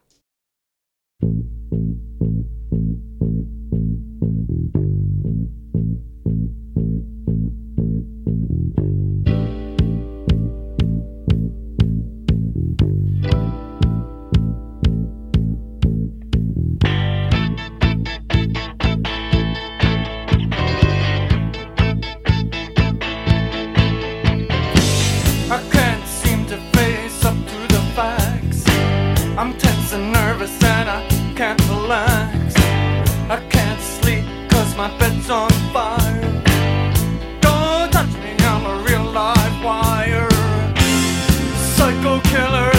I'm tense and nervous and I can't relax. I can't sleep 'cause my bed's on fire. Don't touch me, I'm a real live wire. Psycho killer